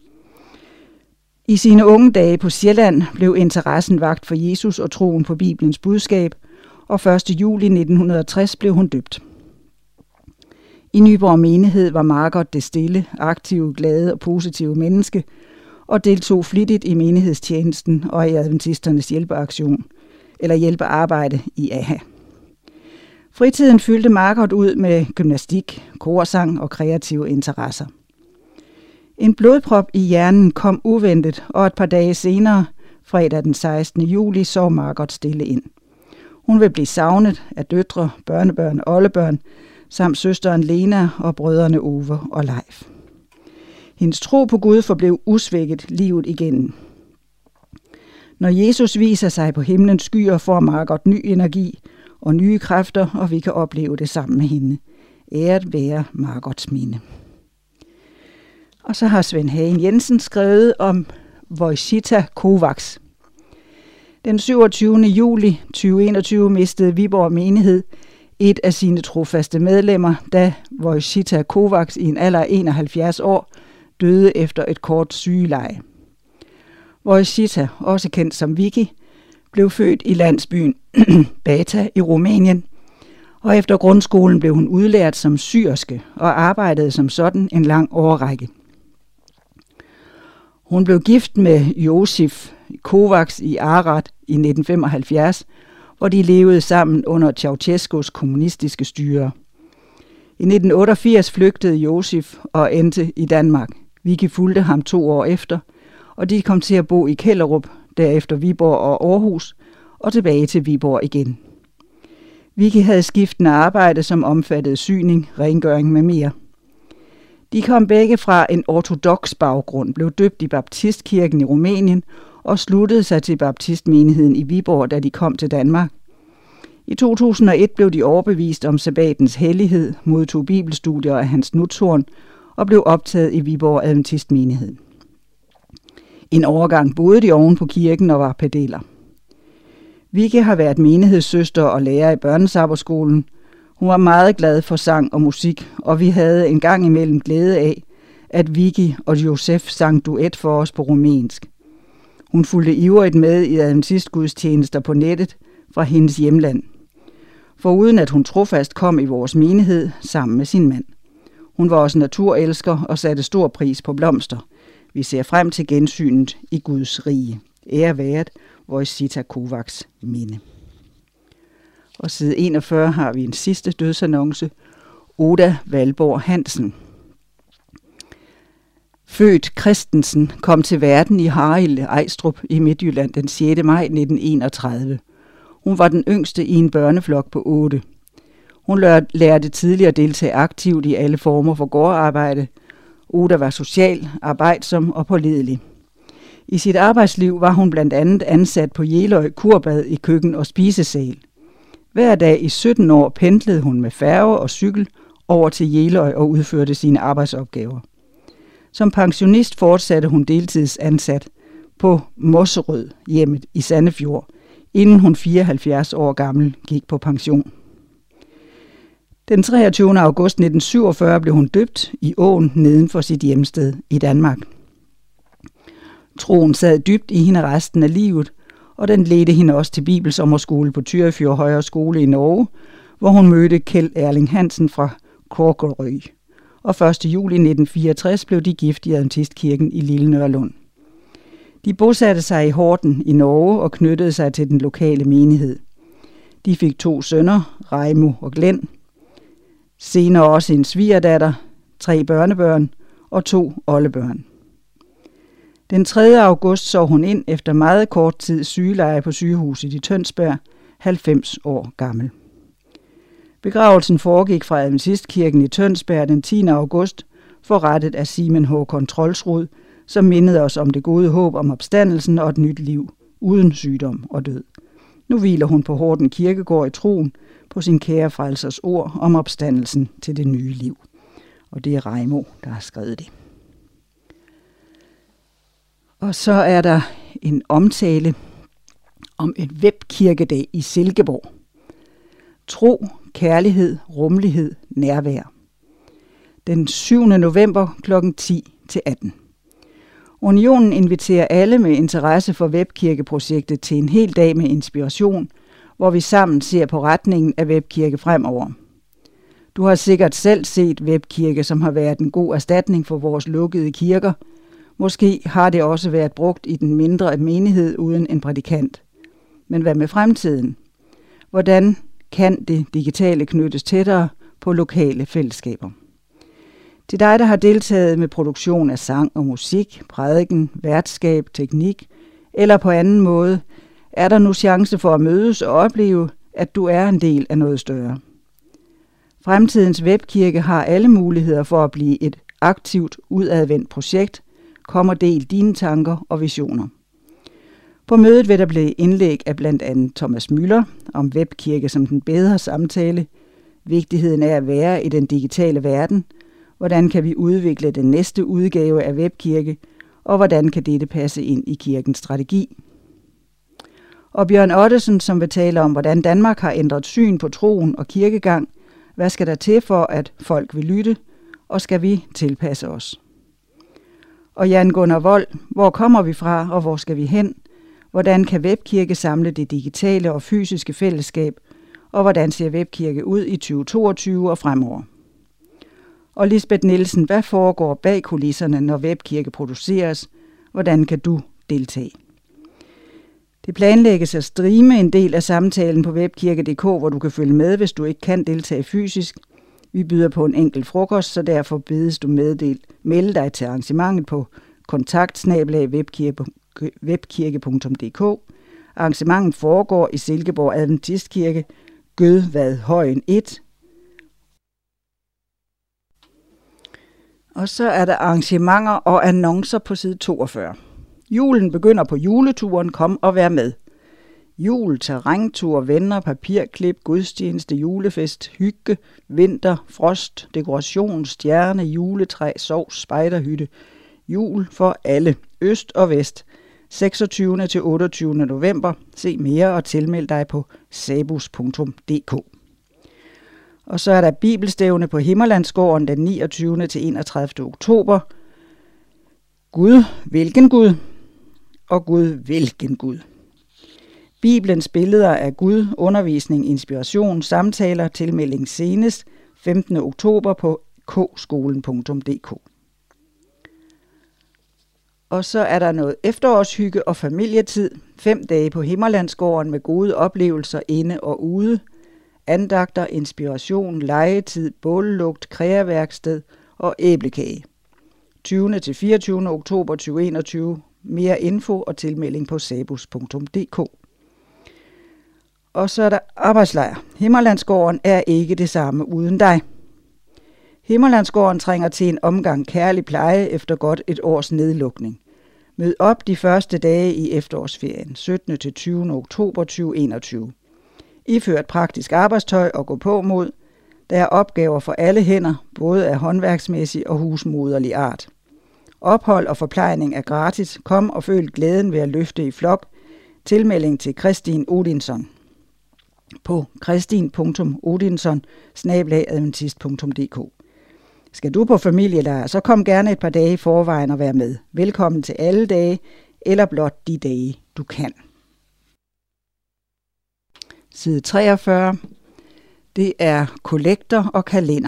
I sine unge dage på Sjælland blev interessen vakt for Jesus og troen på Bibelens budskab, og 1. juli 1960 blev hun døbt. I Nyborg menighed var Margot det stille, aktive, glade og positive menneske, og deltog flittigt i menighedstjenesten og i adventisternes hjælpeaktion, eller hjælpearbejde i AHA. Fritiden fyldte Margot ud med gymnastik, korsang og kreative interesser. En blodprop i hjernen kom uventet, og et par dage senere, fredag den 16. juli, sov Margot stille ind. Hun vil blive savnet af døtre, børnebørn og oldebørn, samt søsteren Lena og brødrene Ove og Leif. Hendes tro på Gud forblev usvækket livet igennem. Når Jesus viser sig på himlens skyer, får Margot ny energi og nye kræfter, og vi kan opleve det sammen med hende. Æret være Margots minde. Og så har Svend Hagen Jensen skrevet om Wojciech Kovacs. Den 27. juli 2021 mistede Viborg menighed et af sine trofaste medlemmer, da Wojciech Kovacs i en alder af 71 år døde efter et kort sygeleje. Wojciech, også kendt som Vicky, blev født i landsbyen Bata i Rumænien, og efter grundskolen blev hun udlært som syerske og arbejdede som sådan en lang årrække. Hun blev gift med Josif Kovacs i Arad i 1975, hvor de levede sammen under Ceausescus kommunistiske styre. I 1988 flygtede Josif og endte i Danmark. Vicky fulgte ham 2 år efter, og de kom til at bo i Kjellerup, derefter Viborg og Aarhus, og tilbage til Viborg igen. Vicky havde skiftende arbejde, som omfattede syning, rengøring med mere. De kom begge fra en ortodoks baggrund, blev døbt i baptistkirken i Rumænien og sluttede sig til baptistmenigheden i Viborg, da de kom til Danmark. I 2001 blev de overbevist om sabbatens hellighed, modtog bibelstudier af Hans Nutzhorn og blev optaget i Viborg Adventistmenighed. En overgang boede de oven på kirken og var pedeller. Vicky har været menighedssøster og lærer i børnesabberskolen. Hun var meget glad for sang og musik, og vi havde en gang imellem glæde af, at Vicky og Josef sang duet for os på rumænsk. Hun fulgte ivrigt med i adventistgudstjenester på nettet fra hendes hjemland. Foruden at hun trofast kom i vores menighed sammen med sin mand. Hun var også naturelsker og satte stor pris på blomster. Vi ser frem til gensynet i Guds rige. Ære været Wojciech Kovacs minde. Og side 41 har vi en sidste dødsannonce. Oda Valborg Hansen. Født Christensen kom til verden i Harrild Ejstrup i Midtjylland den 6. maj 1931. Hun var den yngste i en børneflok på 8. Hun lærte tidligere at deltage aktivt i alle former for gårdarbejde. Oda var social, arbejdsom og pålidelig. I sit arbejdsliv var hun blandt andet ansat på Jeløj Kurbad i køkken og spisesal. Hver dag i 17 år pendlede hun med færge og cykel over til Jeløj og udførte sine arbejdsopgaver. Som pensionist fortsatte hun deltidsansat på Mosserød hjemmet i Sandefjord, inden hun 74 år gammel gik på pension. Den 23. august 1947 blev hun døbt i åen neden for sit hjemsted i Danmark. Troen sad dybt i hende resten af livet, og den ledte hende også til bibelsommerskole på Tyrifjord Højre Skole i Norge, hvor hun mødte Kjeld Erling Hansen fra Kråkerøy. Og 1. juli 1964 blev de gift i Adventistkirken i Lille Nørlund. De bosatte sig i Horten i Norge og knyttede sig til den lokale menighed. De fik 2 sønner, Reimu og Glenn. Senere også en svigerdatter, 3 børnebørn og 2 oldebørn. Den 3. august så hun ind efter meget kort tid sygeleje på sygehuset i Tønsberg, 90 år gammel. Begravelsen foregik fra Adventistkirken i Tønsberg den 10. august, forrettet af Simon Håkon Troelsrud, som mindede os om det gode håb om opstandelsen og et nyt liv, uden sygdom og død. Nu hviler hun på Horten Kirkegård i troen på sin kære frelsers ord om opstandelsen til det nye liv. Og det er Reimu, der har skrevet det. Og så er der en omtale om et webkirkedag i Silkeborg. Tro, kærlighed, rummelighed, nærvær. Den 7. november kl. 10-18. Unionen inviterer alle med interesse for webkirkeprojektet til en hel dag med inspiration, hvor vi sammen ser på retningen af webkirke fremover. Du har sikkert selv set webkirke, som har været en god erstatning for vores lukkede kirker. Måske har det også været brugt i den mindre menighed uden en prædikant. Men hvad med fremtiden? Hvordan kan det digitale knyttes tættere på lokale fællesskaber? Til dig, der har deltaget med produktion af sang og musik, prædiken, værtskab, teknik eller på anden måde, er der nu chance for at mødes og opleve, at du er en del af noget større. Fremtidens webkirke har alle muligheder for at blive et aktivt, udadvendt projekt. Kom og del dine tanker og visioner. På mødet vil der blive indlæg af blandt andet Thomas Müller om webkirke som den bedre samtale, vigtigheden af at være i den digitale verden, hvordan kan vi udvikle den næste udgave af webkirke, og hvordan kan dette passe ind i kirkens strategi. Og Bjørn Ottesen, som vil tale om, hvordan Danmark har ændret syn på troen og kirkegang, hvad skal der til for, at folk vil lytte, og skal vi tilpasse os? Og Jan Gunnar Vold, hvor kommer vi fra, og hvor skal vi hen? Hvordan kan webkirke samle det digitale og fysiske fællesskab, og hvordan ser webkirke ud i 2022 og fremover? Og Lisbeth Nielsen, hvad foregår bag kulisserne, når webkirke produceres? Hvordan kan du deltage? Det planlægges at streame en del af samtalen på webkirke.dk, hvor du kan følge med, hvis du ikke kan deltage fysisk. Vi byder på en enkelt frokost, så derfor bedes du melde dig til arrangementet på kontakt@webkirke.dk. Arrangementet foregår i Silkeborg Adventistkirke, Gødvad Højen 1. Og så er der arrangementer og annoncer på side 42. Julen begynder på juleturen, kom og vær med. Jul, terræntur, venner, papirklip, gudstjeneste, julefest, hygge, vinter, frost, dekoration, stjerne, juletræ, sovs, spejderhytte. Jul for alle, øst og vest. 26. til 28. november. Se mere og tilmeld dig på sabus.dk. Og så er der bibelstævne på Himmerlandsgården den 29. til 31. oktober. Gud, hvilken Gud? Og Gud, hvilken Gud? Bibelens billeder af Gud, undervisning, inspiration, samtaler, tilmelding senest 15. oktober på kskolen.dk. Og så er der noget efterårshygge og familietid. 5 dage på Himmerlandsgården med gode oplevelser inde og ude. Andagter, inspiration, legetid, bållugt, kreaværksted og æblekage. 20. til 24. oktober 2021. Mere info og tilmelding på sabus.dk. Og så er der arbejdslejr. Himmerlandsgården er ikke det samme uden dig. Himmerlandsgården trænger til en omgang kærlig pleje efter godt et års nedlukning. Mød op de første dage i efterårsferien, 17. til 20. oktober 2021. Iført praktisk arbejdstøj og gå på mod. Der er opgaver for alle hænder, både af håndværksmæssig og husmoderlig art. Ophold og forplejning er gratis. Kom og føl glæden ved at løfte i flok. Tilmelding til Kristin Odinson på kristin.odinson@adventist.dk. Skal du på familielejr, så kom gerne et par dage i forvejen og vær med. Velkommen til alle dage, eller blot de dage, du kan. Side 43. Det er kollekter og kalender.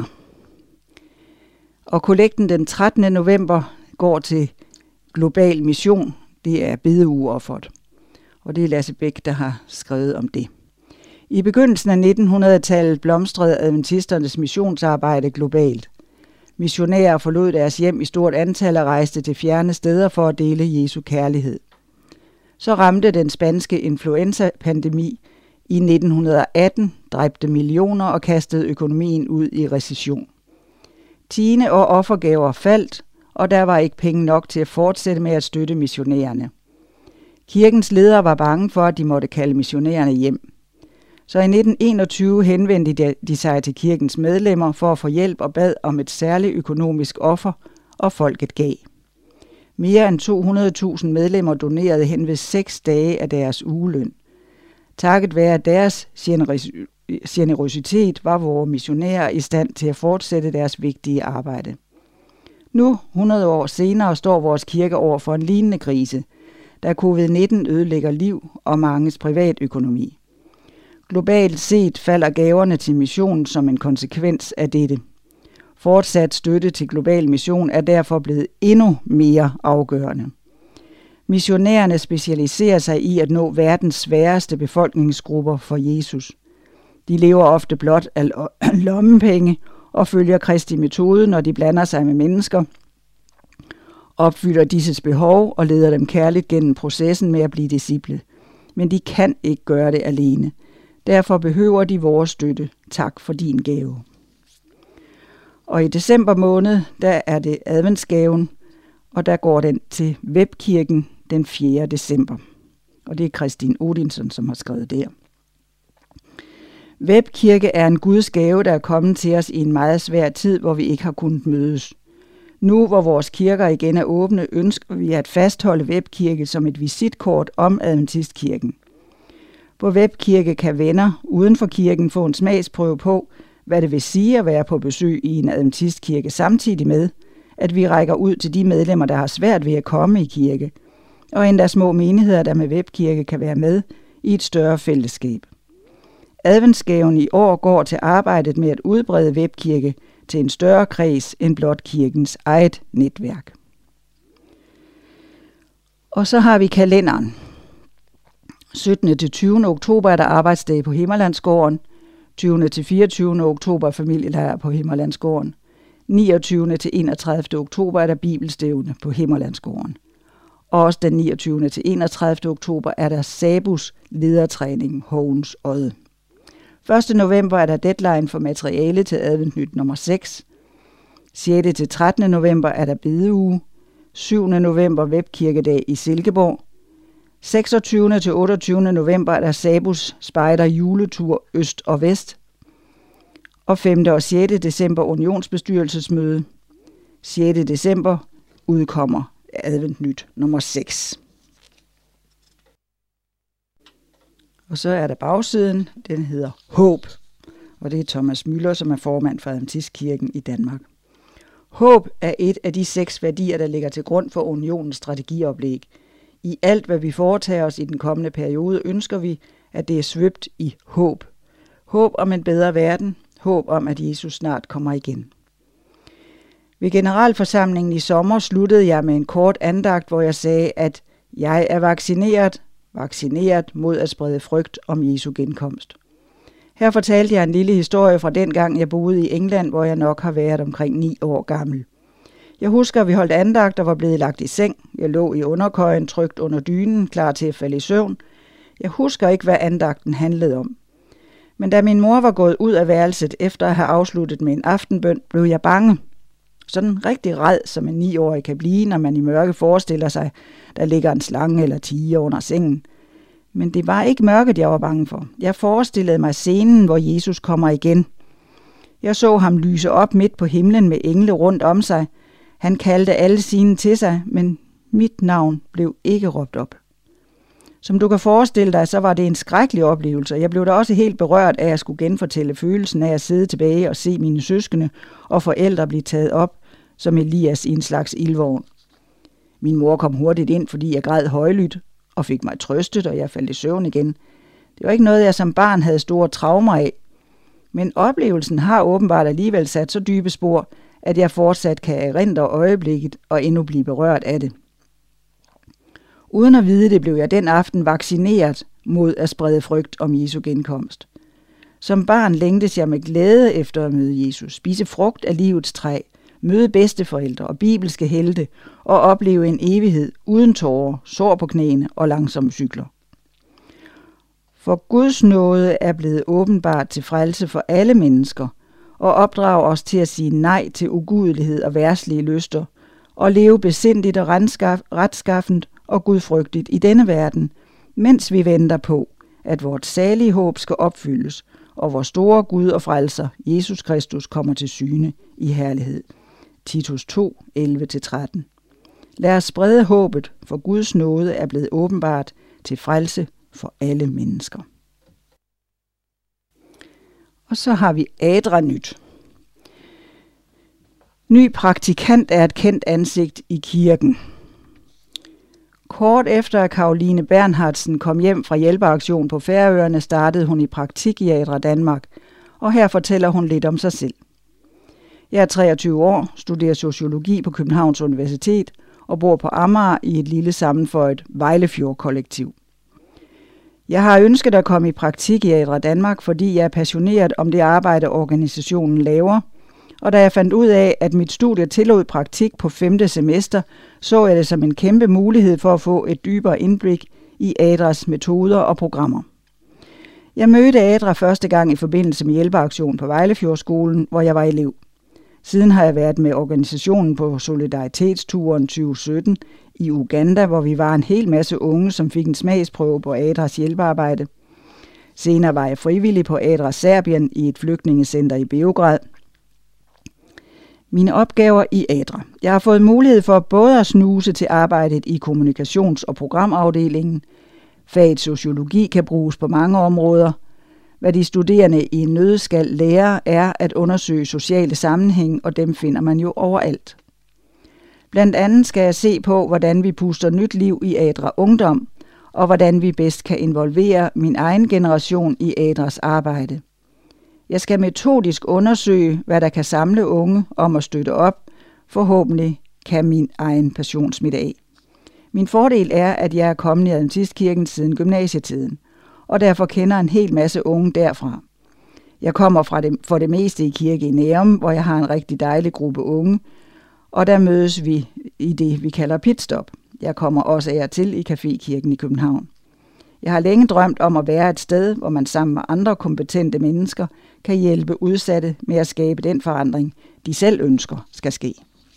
Og kollekten den 13. november går til Global Mission. Det er bedeugeofferet. Og det er Lasse Bæk, der har skrevet om det. I begyndelsen af 1900-tallet blomstrede adventisternes missionsarbejde globalt. Missionærer forlod deres hjem i stort antal og rejste til fjerne steder for at dele Jesu kærlighed. Så ramte den spanske influenza-pandemi i 1918, dræbte millioner og kastede økonomien ud i recession. Tiende og offergaver faldt, og der var ikke penge nok til at fortsætte med at støtte missionærerne. Kirkens ledere var bange for, at de måtte kalde missionærerne hjem. Så i 1921 henvendte de sig til kirkens medlemmer for at få hjælp og bad om et særligt økonomisk offer, og folket gav. Mere end 200.000 medlemmer donerede hen ved 6 dage af deres ugeløn. Takket være deres generøsitet var vores missionærer i stand til at fortsætte deres vigtige arbejde. Nu, 100 år senere, står vores kirke over for en lignende krise, da covid-19 ødelægger liv og manges privatøkonomi. Globalt set falder gaverne til missionen som en konsekvens af dette. Fortsat støtte til global mission er derfor blevet endnu mere afgørende. Missionærerne specialiserer sig i at nå verdens sværeste befolkningsgrupper for Jesus. De lever ofte blot af lommepenge og følger Kristi metode, når de blander sig med mennesker, opfylder disses behov og leder dem kærligt gennem processen med at blive disciple. Men de kan ikke gøre det alene. Derfor behøver de vores støtte. Tak for din gave. Og i december måned, der er det adventsgaven, og der går den til Webkirken den 4. december. Og det er Christine Odinson, som har skrevet der. Webkirke er en Guds gave, der er kommet til os i en meget svær tid, hvor vi ikke har kunnet mødes. Nu, hvor vores kirker igen er åbne, ønsker vi at fastholde Webkirke som et visitkort om Adventistkirken. På Webkirke kan venner uden for kirken få en smagsprøve på, hvad det vil sige at være på besøg i en adventistkirke, samtidig med, at vi rækker ud til de medlemmer, der har svært ved at komme i kirke, og endda små menigheder, der med Webkirke kan være med i et større fællesskab. Adventsgaven i år går til arbejdet med at udbrede Webkirke til en større kreds end blot kirkens eget netværk. Og så har vi kalenderen. 17. til 20. oktober er der arbejdsdag på Himmerlandsgården. 20. til 24. oktober familielejr på Himmerlandsgården. 29. til 31. oktober er der bibelstævne på Himmerlandsgården. Og også den 29. til 31. oktober er der Sabus ledertræning Hovens Odde. 1. november er der deadline for materiale til Adventnyt nummer 6. 6. til 13. november er der bedeuge. 7. november Webkirkedag i Silkeborg. 26. til 28. november er der Sabus spejder juletur øst og vest. Og 5. og 6. december unionsbestyrelsesmøde. 6. december udkommer Adventnyt nummer 6. Og så er der bagsiden, den hedder Håb. Og det er Thomas Müller, som er formand for Adventistkirken i Danmark. Håb er et af de 6 værdier, der ligger til grund for unionens strategioplæg. I alt, hvad vi foretager os i den kommende periode, ønsker vi, at det er svøbt i håb. Håb om en bedre verden. Håb om, at Jesus snart kommer igen. Ved generalforsamlingen i sommer sluttede jeg med en kort andagt, hvor jeg sagde, at jeg er vaccineret mod at sprede frygt om Jesu genkomst. Her fortalte jeg en lille historie fra den gang, jeg boede i England, hvor jeg nok har været omkring 9 år gammel. Jeg husker, at vi holdt andagt og var blevet lagt i seng. Jeg lå i underkøjen, trygt under dynen, klar til at falde i søvn. Jeg husker ikke, hvad andagten handlede om. Men da min mor var gået ud af værelset efter at have afsluttet med en aftenbøn, blev jeg bange. Sådan rigtig ræd, som en 9-årig kan blive, når man i mørke forestiller sig, der ligger en slange eller tiger under sengen. Men det var ikke mørket, jeg var bange for. Jeg forestillede mig scenen, hvor Jesus kommer igen. Jeg så ham lyse op midt på himlen med engle rundt om sig. Han kaldte alle sine til sig, men mit navn blev ikke råbt op. Som du kan forestille dig, så var det en skrækkelig oplevelse. Jeg blev da også helt berørt af at skulle genfortælle følelsen af at sidde tilbage og se mine søskende og forældre blive taget op som Elias i en slags ildvogn. Min mor kom hurtigt ind, fordi jeg græd højlydt og fik mig trøstet, og jeg faldt i søvn igen. Det var ikke noget, jeg som barn havde store traumer af. Men oplevelsen har åbenbart alligevel sat så dybe spor, at jeg fortsat kan erindre øjeblikket og endnu blive berørt af det. Uden at vide det, blev jeg den aften vaccineret mod at sprede frygt om Jesu genkomst. Som barn længtes jeg med glæde efter at møde Jesus, spise frugt af livets træ, møde bedsteforældre og bibelske helte og opleve en evighed uden tårer, sår på knæene og langsomme cykler. For Guds nåde er blevet åbenbart til frelse for alle mennesker og opdrager os til at sige nej til ugudelighed og verdslige lyster og leve besindigt og retskaffent og gudfrygtigt i denne verden, mens vi venter på, at vort salige håb skal opfyldes, og vor store Gud og frelser, Jesus Kristus, kommer til syne i herlighed. Titus 2, 11-13. Lad os sprede håbet, for Guds nåde er blevet åbenbart til frelse for alle mennesker. Og så har vi Adra Nyt. Ny praktikant er et kendt ansigt i kirken. Kort efter at Caroline Bernhardsen kom hjem fra hjælpeaktion på Færøerne, startede hun i praktik i Adra Danmark, og her fortæller hun lidt om sig selv. Jeg er 23 år, studerer sociologi på Københavns Universitet og bor på Amager i et lille sammenføjet Vejlefjord-kollektiv. Jeg har ønsket at komme i praktik i Adra Danmark, fordi jeg er passioneret om det arbejde, organisationen laver, og da jeg fandt ud af, at mit studie tillod praktik på 5. semester, så jeg det som en kæmpe mulighed for at få et dybere indblik i Adras metoder og programmer. Jeg mødte Adra første gang i forbindelse med hjælpeaktion på Vejlefjordskolen, hvor jeg var elev. Siden har jeg været med organisationen på Solidaritetsturen 2017 i Uganda, hvor vi var en hel masse unge, som fik en smagsprøve på Adras hjælpearbejde. Senere var jeg frivillig på Adra Serbien i et flygtningecenter i Beograd. Mine opgaver i Adra. Jeg har fået mulighed for både at snuse til arbejdet i kommunikations- og programafdelingen. Faget sociologi kan bruges på mange områder. Hvad de studerende i en nøddeskal lære er at undersøge sociale sammenhæng, og dem finder man jo overalt. Blandt andet skal jeg se på, hvordan vi puster nyt liv i Adra Ungdom, og hvordan vi bedst kan involvere min egen generation i Adras arbejde. Jeg skal metodisk undersøge, hvad der kan samle unge om at støtte op. Forhåbentlig kan min egen passion smitte af. Min fordel er, at jeg er kommet i Adventistkirken siden gymnasietiden, og derfor kender en hel masse unge derfra. Jeg kommer for det meste i kirke i Nærum, hvor jeg har en rigtig dejlig gruppe unge, og der mødes vi i det, vi kalder pitstop. Jeg kommer også af og til i Cafékirken i København. Jeg har længe drømt om at være et sted, hvor man sammen med andre kompetente mennesker kan hjælpe udsatte med at skabe den forandring, de selv ønsker skal ske.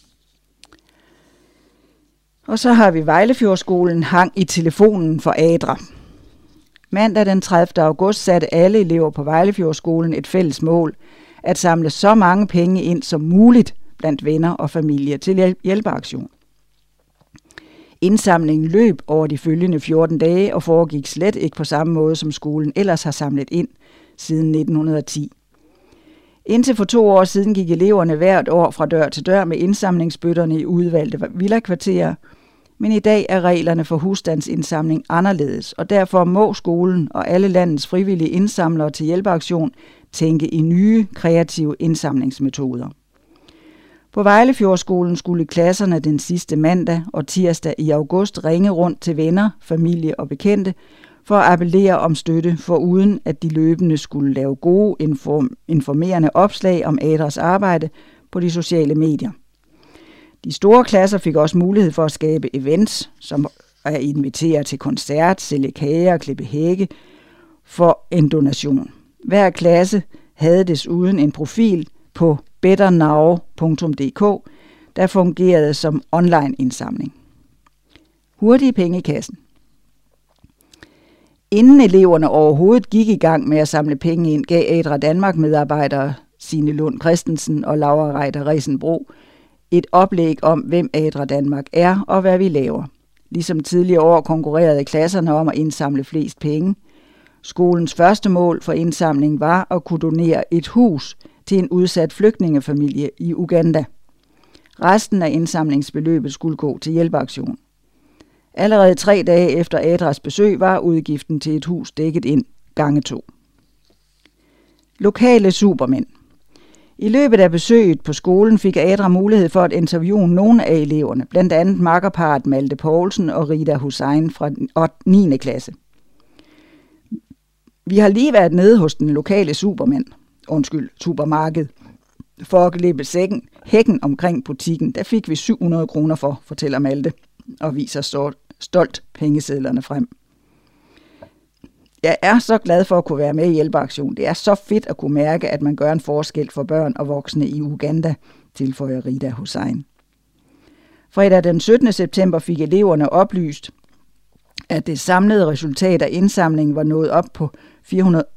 Og så har vi Vejlefjordskolen hang i telefonen for Adra. Mandag den 30. august satte alle elever på Vejlefjordskolen et fælles mål at samle så mange penge ind som muligt blandt venner og familie til hjælpeaktion. Indsamlingen løb over de følgende 14 dage og foregik slet ikke på samme måde, som skolen ellers har samlet ind siden 1910. Indtil for 2 år siden gik eleverne hvert år fra dør til dør med indsamlingsbøtterne i udvalgte villakvarterer, men i dag er reglerne for husstandsindsamling anderledes, og derfor må skolen og alle landets frivillige indsamlere til hjælpeaktion tænke i nye, kreative indsamlingsmetoder. På Vejlefjordskolen skulle klasserne den sidste mandag og tirsdag i august ringe rundt til venner, familie og bekendte for at appellere om støtte, foruden at de løbende skulle lave gode, informerende opslag om Adras arbejde på de sociale medier. De store klasser fik også mulighed for at skabe events, som at invitere til koncert, sælge kager og klippe hække for en donation. Hver klasse havde desuden en profil på betternow.dk, der fungerede som online indsamling. Hurtige penge i kassen. Inden eleverne overhovedet gik i gang med at samle penge ind, gav Adra Danmark medarbejdere Signe Lund Christensen og Laura Reiter Risenbro et oplæg om, hvem Adra Danmark er og hvad vi laver. Ligesom tidligere år konkurrerede klasserne om at indsamle flest penge. Skolens første mål for indsamling var at kunne donere et hus til en udsat flygtningefamilie i Uganda. Resten af indsamlingsbeløbet skulle gå til hjælpeaktion. Allerede 3 dage efter Adras besøg var udgiften til et hus dækket ind gange 2. Lokale supermænd. I løbet af besøget på skolen fik Adra mulighed for at interviewe nogle af eleverne, blandt andet makkerparret Malte Poulsen og Rita Hussein fra 9. klasse. Vi har lige været nede hos den lokale supermarked, for at klippe hækken omkring butikken. Der fik vi 700 kroner for, fortæller Malte, og viser stolt pengesedlerne frem. Jeg er så glad for at kunne være med i hjælpeaktion. Det er så fedt at kunne mærke, at man gør en forskel for børn og voksne i Uganda, tilføjer Rita Hussein. Fredag den 17. september fik eleverne oplyst, at det samlede resultat af indsamlingen var nået op på 148.663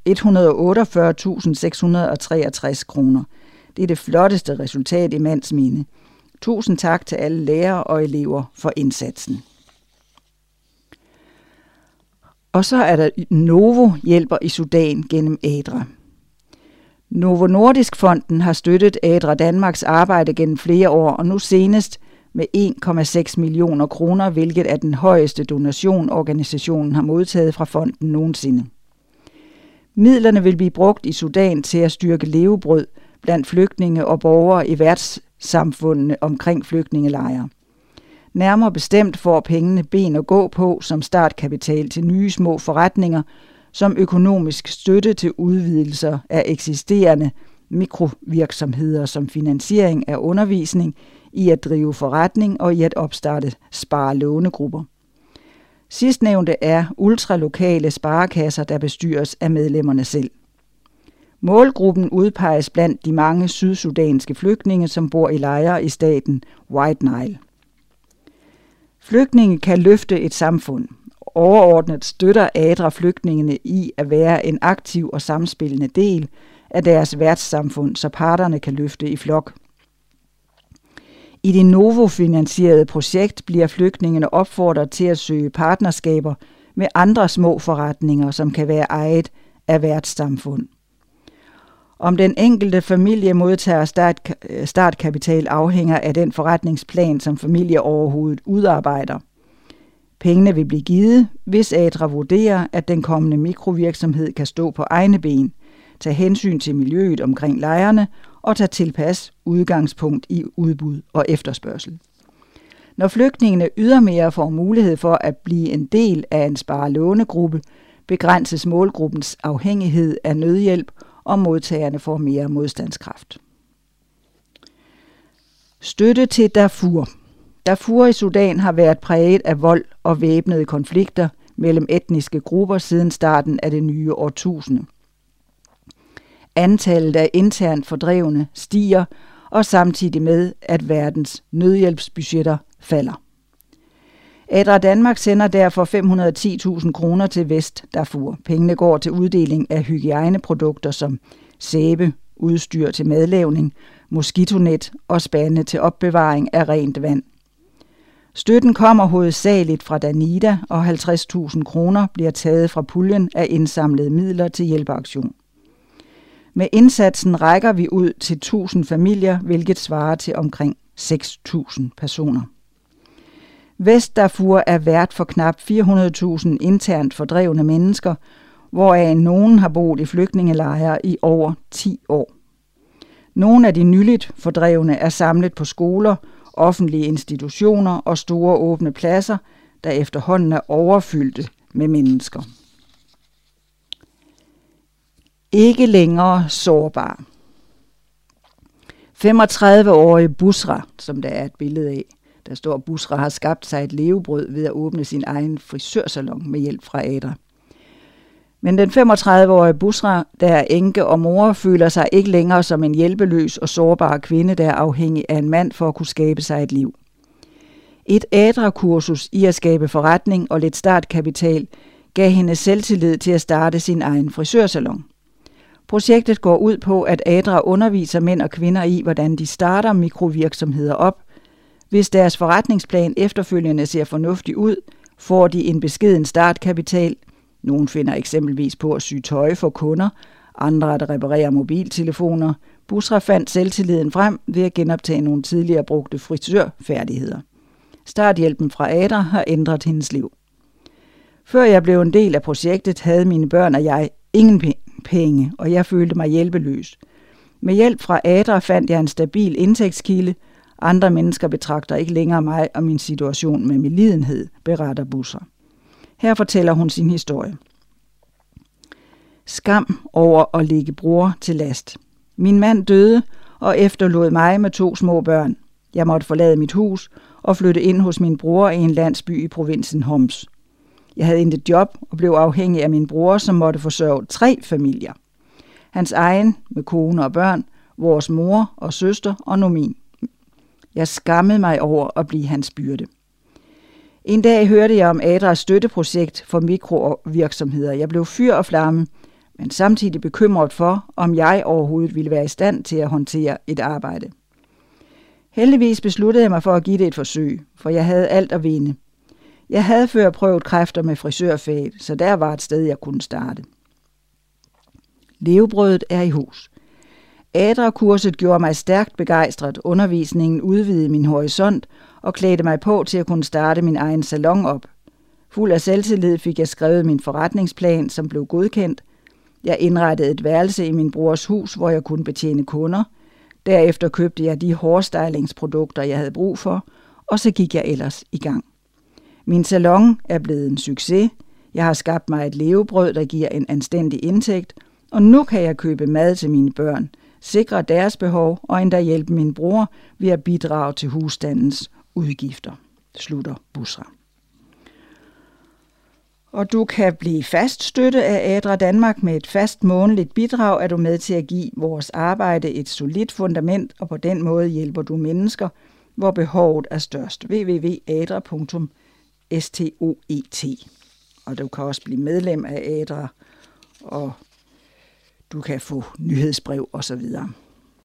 kroner. Det er det flotteste resultat i mands minde. Tusind tak til alle lærere og elever for indsatsen. Og så er der Novo hjælper i Sudan gennem ADRA. Novo Nordisk Fonden har støttet ADRA Danmarks arbejde gennem flere år, og nu senest med 1,6 millioner kroner, hvilket er den højeste donation, organisationen har modtaget fra fonden nogensinde. Midlerne vil blive brugt i Sudan til at styrke levebrød blandt flygtninge og borgere i værtssamfundene omkring flygtningelejre. Nærmere bestemt får pengene ben at gå på som startkapital til nye små forretninger, som økonomisk støtte til udvidelser af eksisterende mikrovirksomheder som finansiering af undervisning, i at drive forretning og i at opstarte sparelånegrupper. Sidstnævnte er ultralokale sparekasser, der bestyres af medlemmerne selv. Målgruppen udpeges blandt de mange sydsudanske flygtninge, som bor i lejre i staten White Nile. Flygtninge kan løfte et samfund. Overordnet støtter ADRA flygtningene i at være en aktiv og samspillende del af deres værtssamfund, så parterne kan løfte i flok. I det Novo-finansierede projekt bliver flygtningene opfordret til at søge partnerskaber med andre små forretninger, som kan være ejet af værtssamfund. Om den enkelte familie modtager startkapital afhænger af den forretningsplan, som familieoverhovedet udarbejder. Pengene vil blive givet, hvis ADRA vurderer, at den kommende mikrovirksomhed kan stå på egne ben, tage hensyn til miljøet omkring lejrene og tage tilpas udgangspunkt i udbud og efterspørgsel. Når flygtningene ydermere får mulighed for at blive en del af en sparelånegruppe, begrænses målgruppens afhængighed af nødhjælp, og modtagerne får mere modstandskraft. Støtte til Darfur. Darfur i Sudan har været præget af vold og væbnede konflikter mellem etniske grupper siden starten af det nye årtusinde. Antallet af internt fordrevne stiger, og samtidig med, at verdens nødhjælpsbudgetter falder. ADRA Danmark sender derfor 510.000 kroner til Vest Darfur. Pengene går til uddeling af hygiejneprodukter som sæbe, udstyr til madlavning, moskitonet og spande til opbevaring af rent vand. Støtten kommer hovedsageligt fra Danida, og 50.000 kroner bliver taget fra puljen af indsamlede midler til hjælpeaktion. Med indsatsen rækker vi ud til 1000 familier, hvilket svarer til omkring 6.000 personer. Vest Darfur er vært for knap 400.000 internt fordrevne mennesker, hvoraf nogen har boet i flygtningelejre i over 10 år. Nogle af de nyligt fordrevne er samlet på skoler, offentlige institutioner og store åbne pladser, der efterhånden er overfyldte med mennesker. Ikke længere sårbar. 35-årige Busra, som der er et billede af. Der står, at Busra har skabt sig et levebrød ved at åbne sin egen frisørsalon med hjælp fra ADRA. Men den 35-årige Busra, der er enke og mor, føler sig ikke længere som en hjælpeløs og sårbar kvinde, der er afhængig af en mand for at kunne skabe sig et liv. Et ADRA-kursus i at skabe forretning og lidt startkapital gav hende selvtillid til at starte sin egen frisørsalon. Projektet går ud på, at ADRA underviser mænd og kvinder i, hvordan de starter mikrovirksomheder op. Hvis deres forretningsplan efterfølgende ser fornuftig ud, får de en beskeden startkapital. Nogle finder eksempelvis på at sy tøj for kunder, andre at reparere mobiltelefoner. Busra fandt selvtilliden frem ved at genoptage nogle tidligere brugte frisørfærdigheder. Starthjælpen fra ADRA har ændret hendes liv. Før jeg blev en del af projektet, havde mine børn og jeg ingen penge, og jeg følte mig hjælpeløs. Med hjælp fra ADRA fandt jeg en stabil indtægtskilde. Andre mennesker betragter ikke længere mig og min situation med medlidenhed, beretter Busra. Her fortæller hun sin historie. Skam over at ligge bror til last. Min mand døde og efterlod mig med 2 små børn. Jeg måtte forlade mit hus og flytte ind hos min bror i en landsby i provinsen Homs. Jeg havde intet job og blev afhængig af min bror, som måtte forsørge 3 familier. Hans egen med kone og børn, vores mor og søster og nu min. Jeg skammede mig over at blive hans byrde. En dag hørte jeg om Adras støtteprojekt for mikrovirksomheder. Jeg blev fyr og flamme, men samtidig bekymret for, om jeg overhovedet ville være i stand til at håndtere et arbejde. Heldigvis besluttede jeg mig for at give det et forsøg, for jeg havde alt at vinde. Jeg havde før prøvet kræfter med frisørfaget, så der var et sted, jeg kunne starte. Levebrødet er i hus. Adra-kurset gjorde mig stærkt begejstret. Undervisningen udvidede min horisont og klædte mig på til at kunne starte min egen salon op. Fuld af selvtillid fik jeg skrevet min forretningsplan, som blev godkendt. Jeg indrettede et værelse i min brors hus, hvor jeg kunne betjene kunder. Derefter købte jeg de hårstylingsprodukter, jeg havde brug for, og så gik jeg ellers i gang. Min salon er blevet en succes. Jeg har skabt mig et levebrød, der giver en anstændig indtægt, og nu kan jeg købe mad til mine børn, sikre deres behov og endda hjælpe min bror ved at bidrage til husstandens udgifter, slutter Busra. Og du kan blive fast støtte af Adra Danmark. Med et fast månedligt bidrag er du med til at give vores arbejde et solidt fundament, og på den måde hjælper du mennesker, hvor behovet er størst. www.adra.stoet. Og du kan også blive medlem af Adra, og du kan få nyhedsbrev osv.